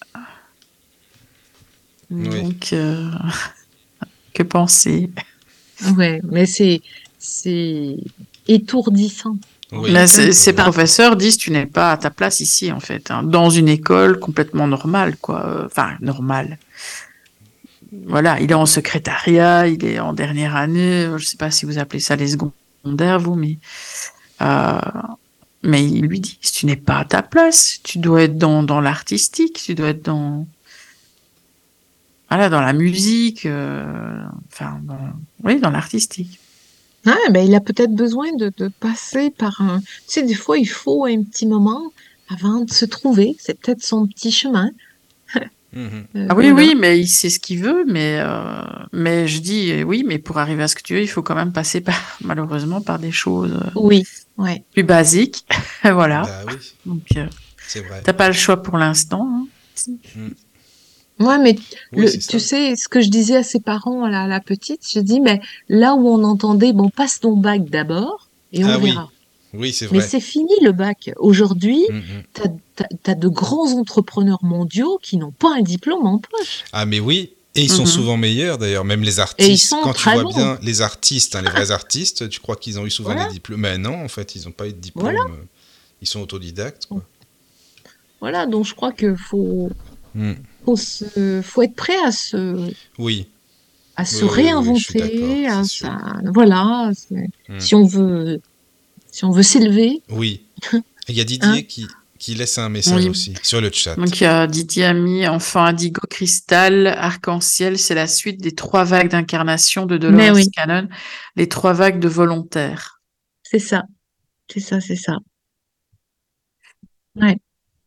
Oui. Donc, euh, que penser? ah, ouais, mais c'est, c'est étourdissant. En Oui. Mais fait, hein. ces ces Oui. professeurs disent, tu n'es pas à ta place ici, en fait, hein, dans une école complètement normale, quoi. Euh, Enfin, normale. Voilà, il est en secrétariat, il est en dernière année. euh, Je sais pas si vous appelez ça les secondaires, vous, mais euh, mais il lui dit, tu n'es pas à ta place, tu dois être dans dans l'artistique, tu dois être dans voilà, dans la musique, euh, enfin, dans, oui, dans l'artistique. Ah, ben, il a peut-être besoin de, de passer par un... Tu sais, des fois, il faut un petit moment avant de se trouver. C'est peut-être son petit chemin. Mhm. Euh, Ah oui, voilà. oui, mais il sait ce qu'il veut, mais euh, mais je dis euh, oui, mais pour arriver à ce que tu veux, il faut quand même passer par malheureusement par des choses euh, Oui, ouais. plus basiques, voilà. Bah oui, Donc euh, c'est vrai. t'as pas le choix pour l'instant, hein. Mm. Ouais, mais Oui, le, c'est tu ça. sais, ce que je disais à ses parents, à la, à la petite, j'ai dit, mais là où on entendait, bon, passe ton bac d'abord et on Ah oui, verra. oui, c'est Mais vrai. c'est fini le bac. Aujourd'hui, Mm, mm. t'as, t'as, t'as de grands entrepreneurs mondiaux qui n'ont pas un diplôme en poche. Ah mais oui, et ils sont Mhm. souvent meilleurs d'ailleurs, même les Et ils artistes. sont Quand tu très vois bons. bien les artistes, hein, les vrais artistes, tu crois qu'ils ont eu souvent des Voilà, diplômes. Mais non, en fait, ils n'ont pas eu de voilà. diplôme. euh, Ils sont autodidactes, quoi. Voilà, donc je crois que faut, Mm. faut se, faut être prêt à se, Oui, à oui, se oui, oui, oui, je suis d'accord, réinventer, c'est à, sûr. ça, voilà. c'est- Mm. Si on veut, si on veut s'élever, Oui. Et il y a hein, Didier qui, qui laisse un message Oui. aussi sur le chat. Donc, il y a Didier a mis Enfant indigo, cristal, arc-en-ciel. C'est la suite des trois vagues d'incarnation de mais Dolores oui, Cannon, les trois vagues de volontaires. c'est ça, c'est ça, c'est ça. Ouais,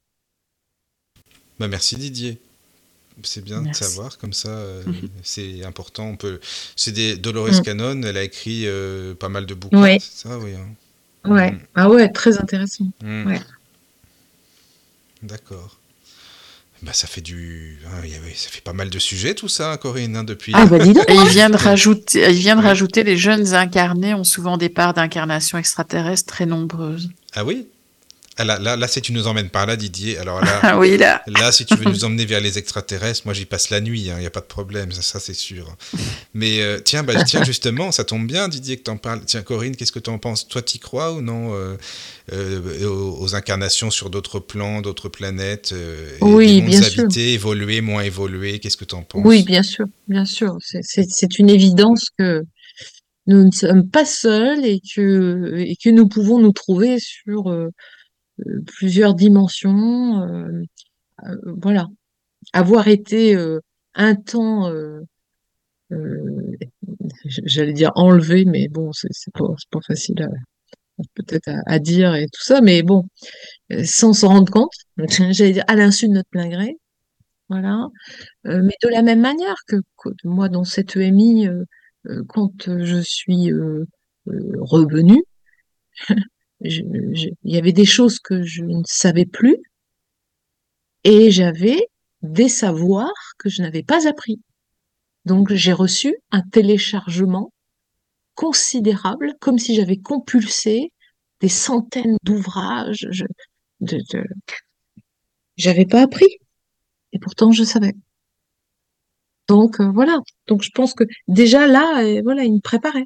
Bah merci Didier. C'est bien de Merci. savoir comme ça, euh, c'est important. On peut. C'est des Dolores mm, Cannon. Elle a écrit euh, pas mal de bouquins, ouais, c'est ça, oui. Hein. ouais. Mm, Ah ouais, très intéressant. mm, Ouais. d'accord. Bah ça fait du, ah, y a- oui, ça fait pas mal de sujets tout ça, hein, Corinne, hein, depuis. Ah bah dis donc, Et il hein. vient de rajouter, il vient de Oui. rajouter les jeunes incarnés ont souvent des parts d'incarnation extraterrestre très nombreuses. Ah oui. Ah, là, là, là, si tu nous emmènes par là, Didier. Alors là, Ah oui, là. là, si tu veux nous emmener vers les extraterrestres, moi j'y passe la nuit. Il n'y a pas de problème, ça, ça c'est sûr. Mais euh, tiens, bah, tiens, justement, ça tombe bien, Didier, que t'en parles. Tiens, Corinne, qu'est-ce que t'en penses? Toi, t'y crois ou non euh, euh, aux, aux incarnations sur d'autres plans, d'autres planètes, euh, et des Oui, mondes bien sûr. habités, évolués, moins évolués? Qu'est-ce que t'en Oui, penses? bien sûr, bien sûr. C'est, c'est, c'est une évidence que nous ne sommes pas seuls et que, et que nous pouvons nous trouver sur euh, euh, plusieurs dimensions. euh, euh, voilà. Avoir été euh, un temps, euh, euh, j'allais dire enlevé, mais bon, c'est c'est pas, c'est pas facile à, peut-être à, à dire et tout ça, mais bon, euh, sans s'en rendre compte, j'allais dire à l'insu de notre plein gré. Voilà. Euh, mais de la même manière que, que moi, dans cette E M I, euh, euh, quand euh, je suis euh, euh, revenue, je- je- il y avait des choses que je ne savais plus et j'avais des savoirs que je n'avais pas appris. Donc, j'ai reçu un téléchargement considérable, comme si j'avais compulsé des centaines d'ouvrages. Je, de, de- j'avais pas appris et pourtant je savais. Donc, euh, voilà. Donc, je pense que déjà là, euh, voilà, il me préparait.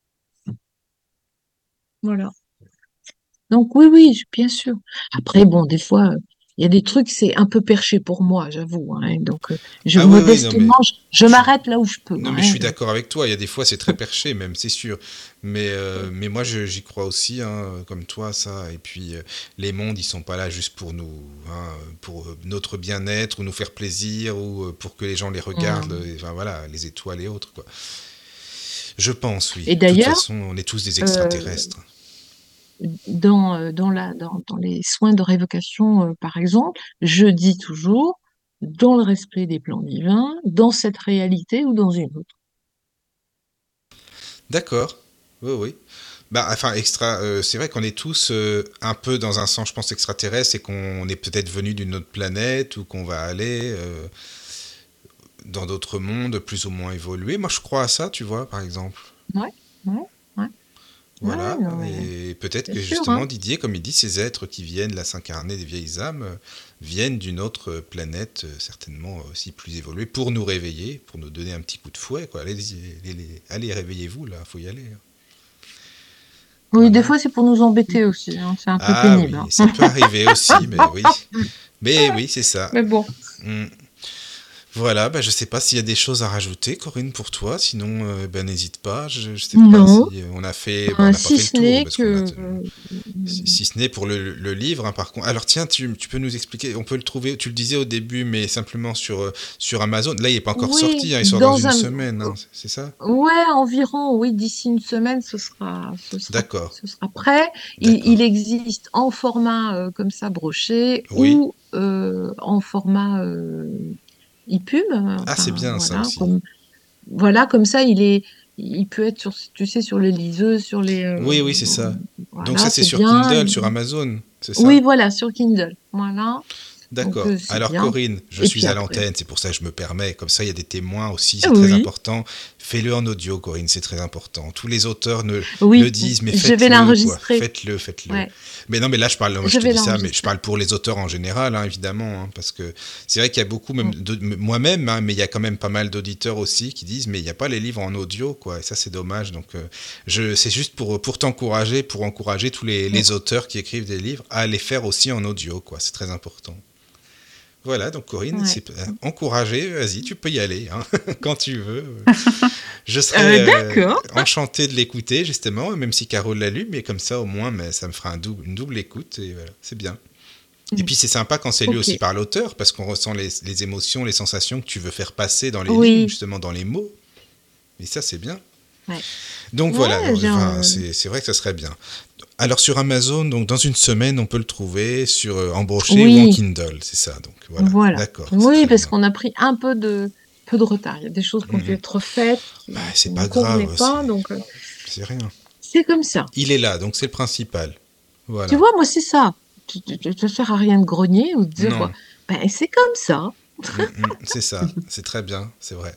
Voilà. Donc oui, oui, je- bien sûr. Après, bon, des fois, euh, il y a des trucs, c'est un peu perché pour moi, j'avoue. Hein. Donc, euh, je Ah oui, oui, non, modestement, mais je, je je suis, m'arrête là où je peux. non, mais je Hein. suis d'accord avec toi. Il y a des fois, c'est très perché, même, c'est sûr. Mais, euh, mais moi, je- j'y crois aussi, hein, comme toi, ça. Et puis, euh, les mondes, ils sont pas là juste pour nous, hein, pour euh, notre bien-être ou nous faire plaisir ou euh, pour que les gens les regardent. Hum. euh, Enfin, voilà, les étoiles et autres, quoi. Je pense, oui. Et De toute d'ailleurs, façon, on est tous des euh, extraterrestres. dans, euh, dans la, dans, dans les soins de révocation, euh, par exemple, je dis toujours, dans le respect des plans divins, dans cette réalité ou dans une autre. D'accord. Oui, oui. Bah, enfin, extra, euh, c'est vrai qu'on est tous euh, un peu dans un sens, je pense, extraterrestre et qu'on est peut-être venu d'une autre planète ou qu'on va aller euh, dans d'autres mondes plus ou moins évolués. Moi, je crois à ça, tu vois, par exemple. Ouais, ouais, ouais, ouais, Voilà. non, mais Et peut-être c'est que sûr, hein. justement, Didier, comme il dit, ces êtres qui viennent là s'incarner des vieilles âmes euh, viennent d'une autre planète, euh, certainement aussi plus évoluée, pour nous réveiller, pour nous donner un petit coup de fouet, quoi. Allez, allez, allez, allez, réveillez-vous, là, faut y aller. Hein. Oui, des Voilà. fois, c'est pour nous embêter aussi, hein. C'est un peu Ah pénible. oui, Hein. ça peut arriver aussi, mais oui. Mais oui, c'est ça. Mais bon. Mm. Voilà, bah, je sais pas s'il y a des choses à rajouter, Corinne, pour toi. Sinon, euh, ben, n'hésite pas. Je, je sais pas si Non, on a fait, ben, on euh, n'a pas si fait le ce tour n'est parce qu'on a. que euh, Si, si ce n'est pour le, le livre, hein, par contre. Alors tiens, tu, tu peux nous expliquer. On peut le trouver. Tu le disais au début, mais simplement sur euh, sur Amazon. Là, il est pas encore oui, sorti. Hein, il sort dans dans une un semaine. Hein, c'est ça? ouais, environ, oui, d'ici une semaine, ce sera, ce sera, D'accord, ce sera prêt. Il, il d'accord. existe en format euh, comme ça broché Oui. ou euh, en format euh, EPUB. euh, Ah, c'est Enfin, bien ça voilà, aussi. comme voilà, comme ça, il est, il peut être sur, tu sais, sur les liseuses, sur les, euh, Oui, oui, c'est ça. Donc voilà, ça, c'est c'est sur bien. Kindle, Il- sur Amazon, c'est Oui, ça? voilà, sur Kindle, voilà. D'accord. Donc, euh, c'est Alors bien. Corinne, je Et suis puis à après. l'antenne, c'est pour ça que je me permets. Comme ça, il y a des témoins aussi, c'est Oui. très important. Fais-le en audio, Corinne, c'est très important. Tous les auteurs ne Oui, le disent, mais je faites-le, vais quoi. l'enregistrer. Faites-le, faites-le. Ouais, Mais non, mais là, je parle, moi, je je te vais dis ça, mais je l'enregistrer. parle pour les auteurs en général, hein, évidemment, hein, parce que c'est vrai qu'il y a beaucoup, même Mm. de- moi-même, hein, mais il y a quand même pas mal d'auditeurs aussi qui disent, mais il n'y a pas les livres en audio, quoi. Et ça, c'est dommage. Donc, euh, je, c'est juste pour, pour t'encourager, pour encourager tous les, Mm. les auteurs qui écrivent des livres à les faire aussi en audio, quoi. C'est très important. Voilà, donc Corinne, Ouais. c'est euh, encouragé, vas-y, tu peux y aller, hein, quand tu veux. Je Euh, serais euh, d'accord. enchanté de l'écouter, justement, même si Caro l'a lu, mais comme ça, au moins, mais ça me fera un double, une double écoute, et voilà, c'est bien. Et Mm. puis, c'est sympa quand c'est lu Ok. aussi par l'auteur, parce qu'on ressent les, les émotions, les sensations que tu veux faire passer dans les Oui. lignes, justement, dans les mots. Et ça, c'est bien. Ouais. Donc Ouais, voilà, j'ai enfin, un- c'est, c'est vrai que ça serait bien. Alors sur Amazon, donc dans une semaine, on peut le trouver sur euh, en brochet Oui. ou en Kindle, c'est ça. Donc voilà, Voilà. d'accord. c'est Oui, très parce bien. qu'on a pris un peu de, peu de retard. Il y a des choses qui ont dû Mhm. être faites, qui, Bah, qui c'est ne pas convenaient grave, pas. c'est, Donc, euh, c'est rien. c'est comme ça. Il est là, donc c'est le principal. Tu Voilà. vois, moi, c'est ça. Tu ne te sers à rien de grogner ou de dire, Non, ben, c'est comme ça. Mm, mm, c'est ça, c'est très bien, c'est vrai.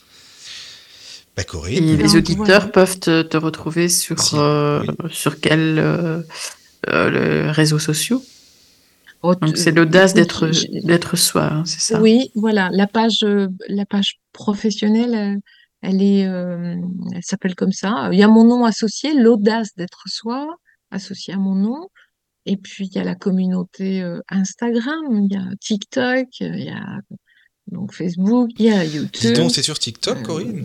Bah Et Corinne, les Donc, auditeurs voilà. peuvent te, te retrouver sur, si, euh, oui, sur quels euh, euh, le- réseaux sociaux? Oh, Donc, tu- c'est l'audace écoute, d'être, j'ai- d'être soi, hein, c'est ça? oui, voilà, la page, euh, la page professionnelle, euh, elle est, euh, elle s'appelle comme ça. Il y a mon nom associé, l'audace d'être soi, associé à mon nom. Et puis, il y a la communauté euh, Instagram, il y a TikTok, euh, il y a donc Facebook, il y a dis YouTube. donc, c'est sur TikTok, Euh, Corinne?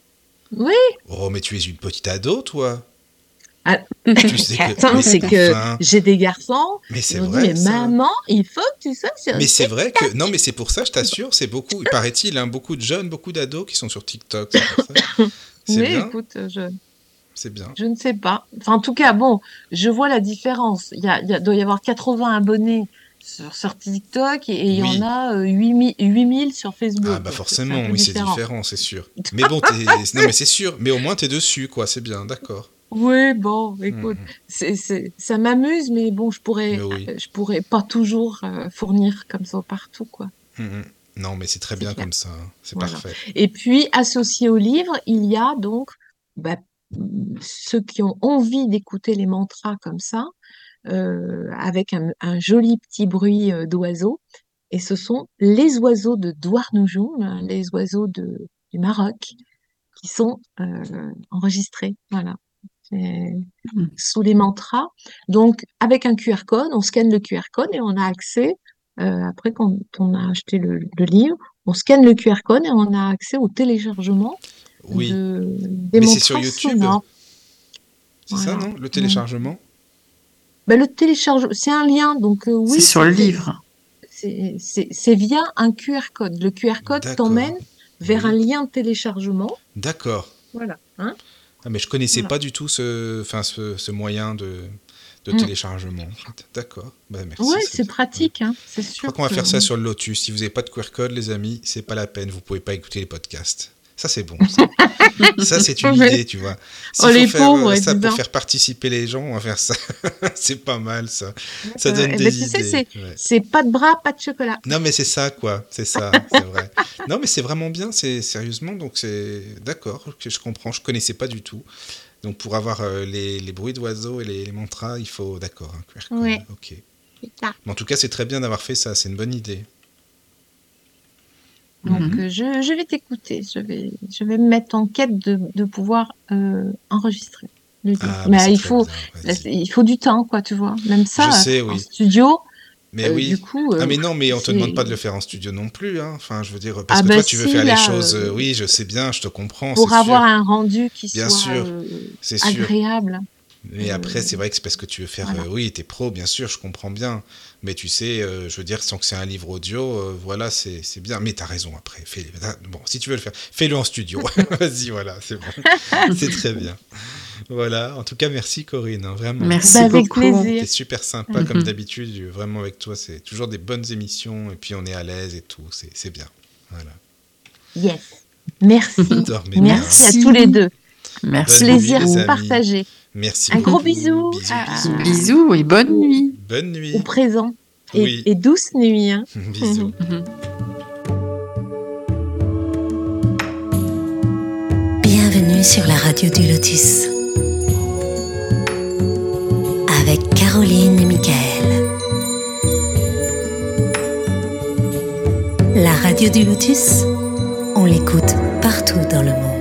oui. Oh, mais tu es une petite ado, toi. Ah, Tu sais que, attends, mais c'est que enfin, j'ai des garçons, mais c'est ils m'ont dit, vrai mais ça. maman, il faut que tu sois sur Mais c'est TikTok. vrai que non, mais c'est pour ça, je t'assure, c'est beaucoup. Il paraît-il, hein, beaucoup de jeunes, beaucoup d'ados qui sont sur TikTok. C'est pour ça. C'est Mais bien, écoute, je, c'est bien. je ne sais pas. Enfin, en tout cas, bon, je vois la différence. Il y a, il y a- doit y avoir quatre-vingts abonnés sur, sur TikTok et, et il y en Oui. a euh, huit mille huit mille sur Ah Facebook. bah Donc, c'est un forcément, peu oui, c'est différent. différent, c'est sûr. Mais bon, t'es... non, mais c'est sûr. Mais au moins t'es dessus, quoi. C'est bien, d'accord. Oui, bon, Mm, écoute, mm. c'est, c'est, ça m'amuse, mais bon, je Mais pourrais, oui. euh, je pourrais pas toujours euh, fournir comme ça partout, quoi. Mm, mm. Non, mais c'est très C'est bien clair. comme ça, hein. C'est Voilà. parfait. Et puis, associé au livre, il y a donc bah, ceux qui ont envie d'écouter les mantras comme ça, euh, avec un, un joli petit bruit euh, d'oiseaux. Et ce sont les oiseaux de Douarnoujoum, hein, les oiseaux de, du Maroc, qui sont euh, enregistrés. Voilà. C'est Mm. sous les mantras. Donc, avec un Q R code, on scanne le Q R code et on a accès, euh, après quand on a acheté le, le livre, on scanne le Q R code et on a accès au téléchargement Oui. de, des Mais c'est sur mantras YouTube, sonores. c'est ça, Voilà. non? Le Donc, téléchargement? ben, le téléchargement, c'est un lien, donc euh, C'est oui, sur le c'est livre. c'est- c'est- c'est via un Q R code. Le Q R code D'accord. t'emmène vers un Oui. lien de téléchargement. D'accord. Voilà. Hein? Ah, mais je connaissais Voilà. pas du tout ce, enfin, ce, ce moyen de, de Mm. téléchargement. en fait. D'accord. Bah, merci. Ouais, c'est c'est bien. pratique, hein. C'est Je crois sûr qu'on va que... faire ça sur le Lotus. Si vous n'avez pas de Q R code, les amis, c'est pas la peine. Vous pouvez pas écouter les podcasts. Ça, c'est bon. Ça, ça c'est une Ouais. idée, tu vois. Oh, S'il les faut faire pauvres, euh, ouais, ça dis pour donc. faire participer les gens, on va faire ça. C'est pas mal, ça. Ça Euh, donne eh des ben, tu sais, idées. c'est Ouais. c'est pas de bras, pas de chocolat. Non, mais c'est ça, quoi. C'est ça, c'est vrai. Non, mais c'est vraiment bien, c'est sérieusement. Donc, c'est d'accord, que je comprends. Je connaissais pas du tout. Donc, pour avoir euh, les, les bruits d'oiseaux et les, les mantras, il faut, d'accord, un Q R code. Ouais. Ok. C'est ça. Mais en tout cas, c'est très bien d'avoir fait ça. C'est une bonne idée. Donc, Mhm. euh, je, je vais t'écouter. Je vais, je vais me mettre en quête de, de pouvoir euh, enregistrer le livre. Ah, Mais mais c'est il très faut, bien. là, Vas-y. c'est- il faut du temps, quoi, tu vois. Même Je ça, sais, euh, en oui. studio, Mais euh, oui. du coup, Ah euh, mais non, mais on te demande c'est... pas de le faire en studio non plus, hein. Enfin, je veux dire, parce Ah que bah toi, tu veux si, faire les là, choses. euh, euh, oui, je sais bien, je te comprends, pour c'est avoir sûr. un rendu qui Bien soit sûr, euh, c'est sûr. agréable. Mais euh, après, c'est vrai que c'est parce que tu veux faire. voilà. euh, oui, t'es pro, bien sûr, je comprends bien. Mais tu sais, euh, je veux dire, sans que c'est un livre audio, euh, voilà, c'est c'est bien. Mais t'as raison après. Fais, bon, si tu veux le faire, fais-le en studio. Vas-y, voilà, c'est bon. C'est très bien. Voilà, en tout cas, merci Corinne, hein, vraiment. Merci Bah, avec beaucoup. plaisir. T'es super sympa, comme Mhm. d'habitude. Vraiment, avec toi, c'est toujours des bonnes émissions. Et puis, on est à l'aise et tout. C'est c'est bien. Voilà. Yes. Merci. Dormez bien. Merci à Merci. tous les deux. Merci Bonne nuit, Plaisir les amis. partagé. Merci Un beaucoup. gros bisou Bisous, à- bisous. Bisous et bonne au, nuit. Bonne au nuit. présent. Et, Oui. et douce nuit. Hein. Bisous. Bienvenue sur la radio du Lotus. Avec Caroline et Michael. La radio du Lotus, on l'écoute partout dans le monde.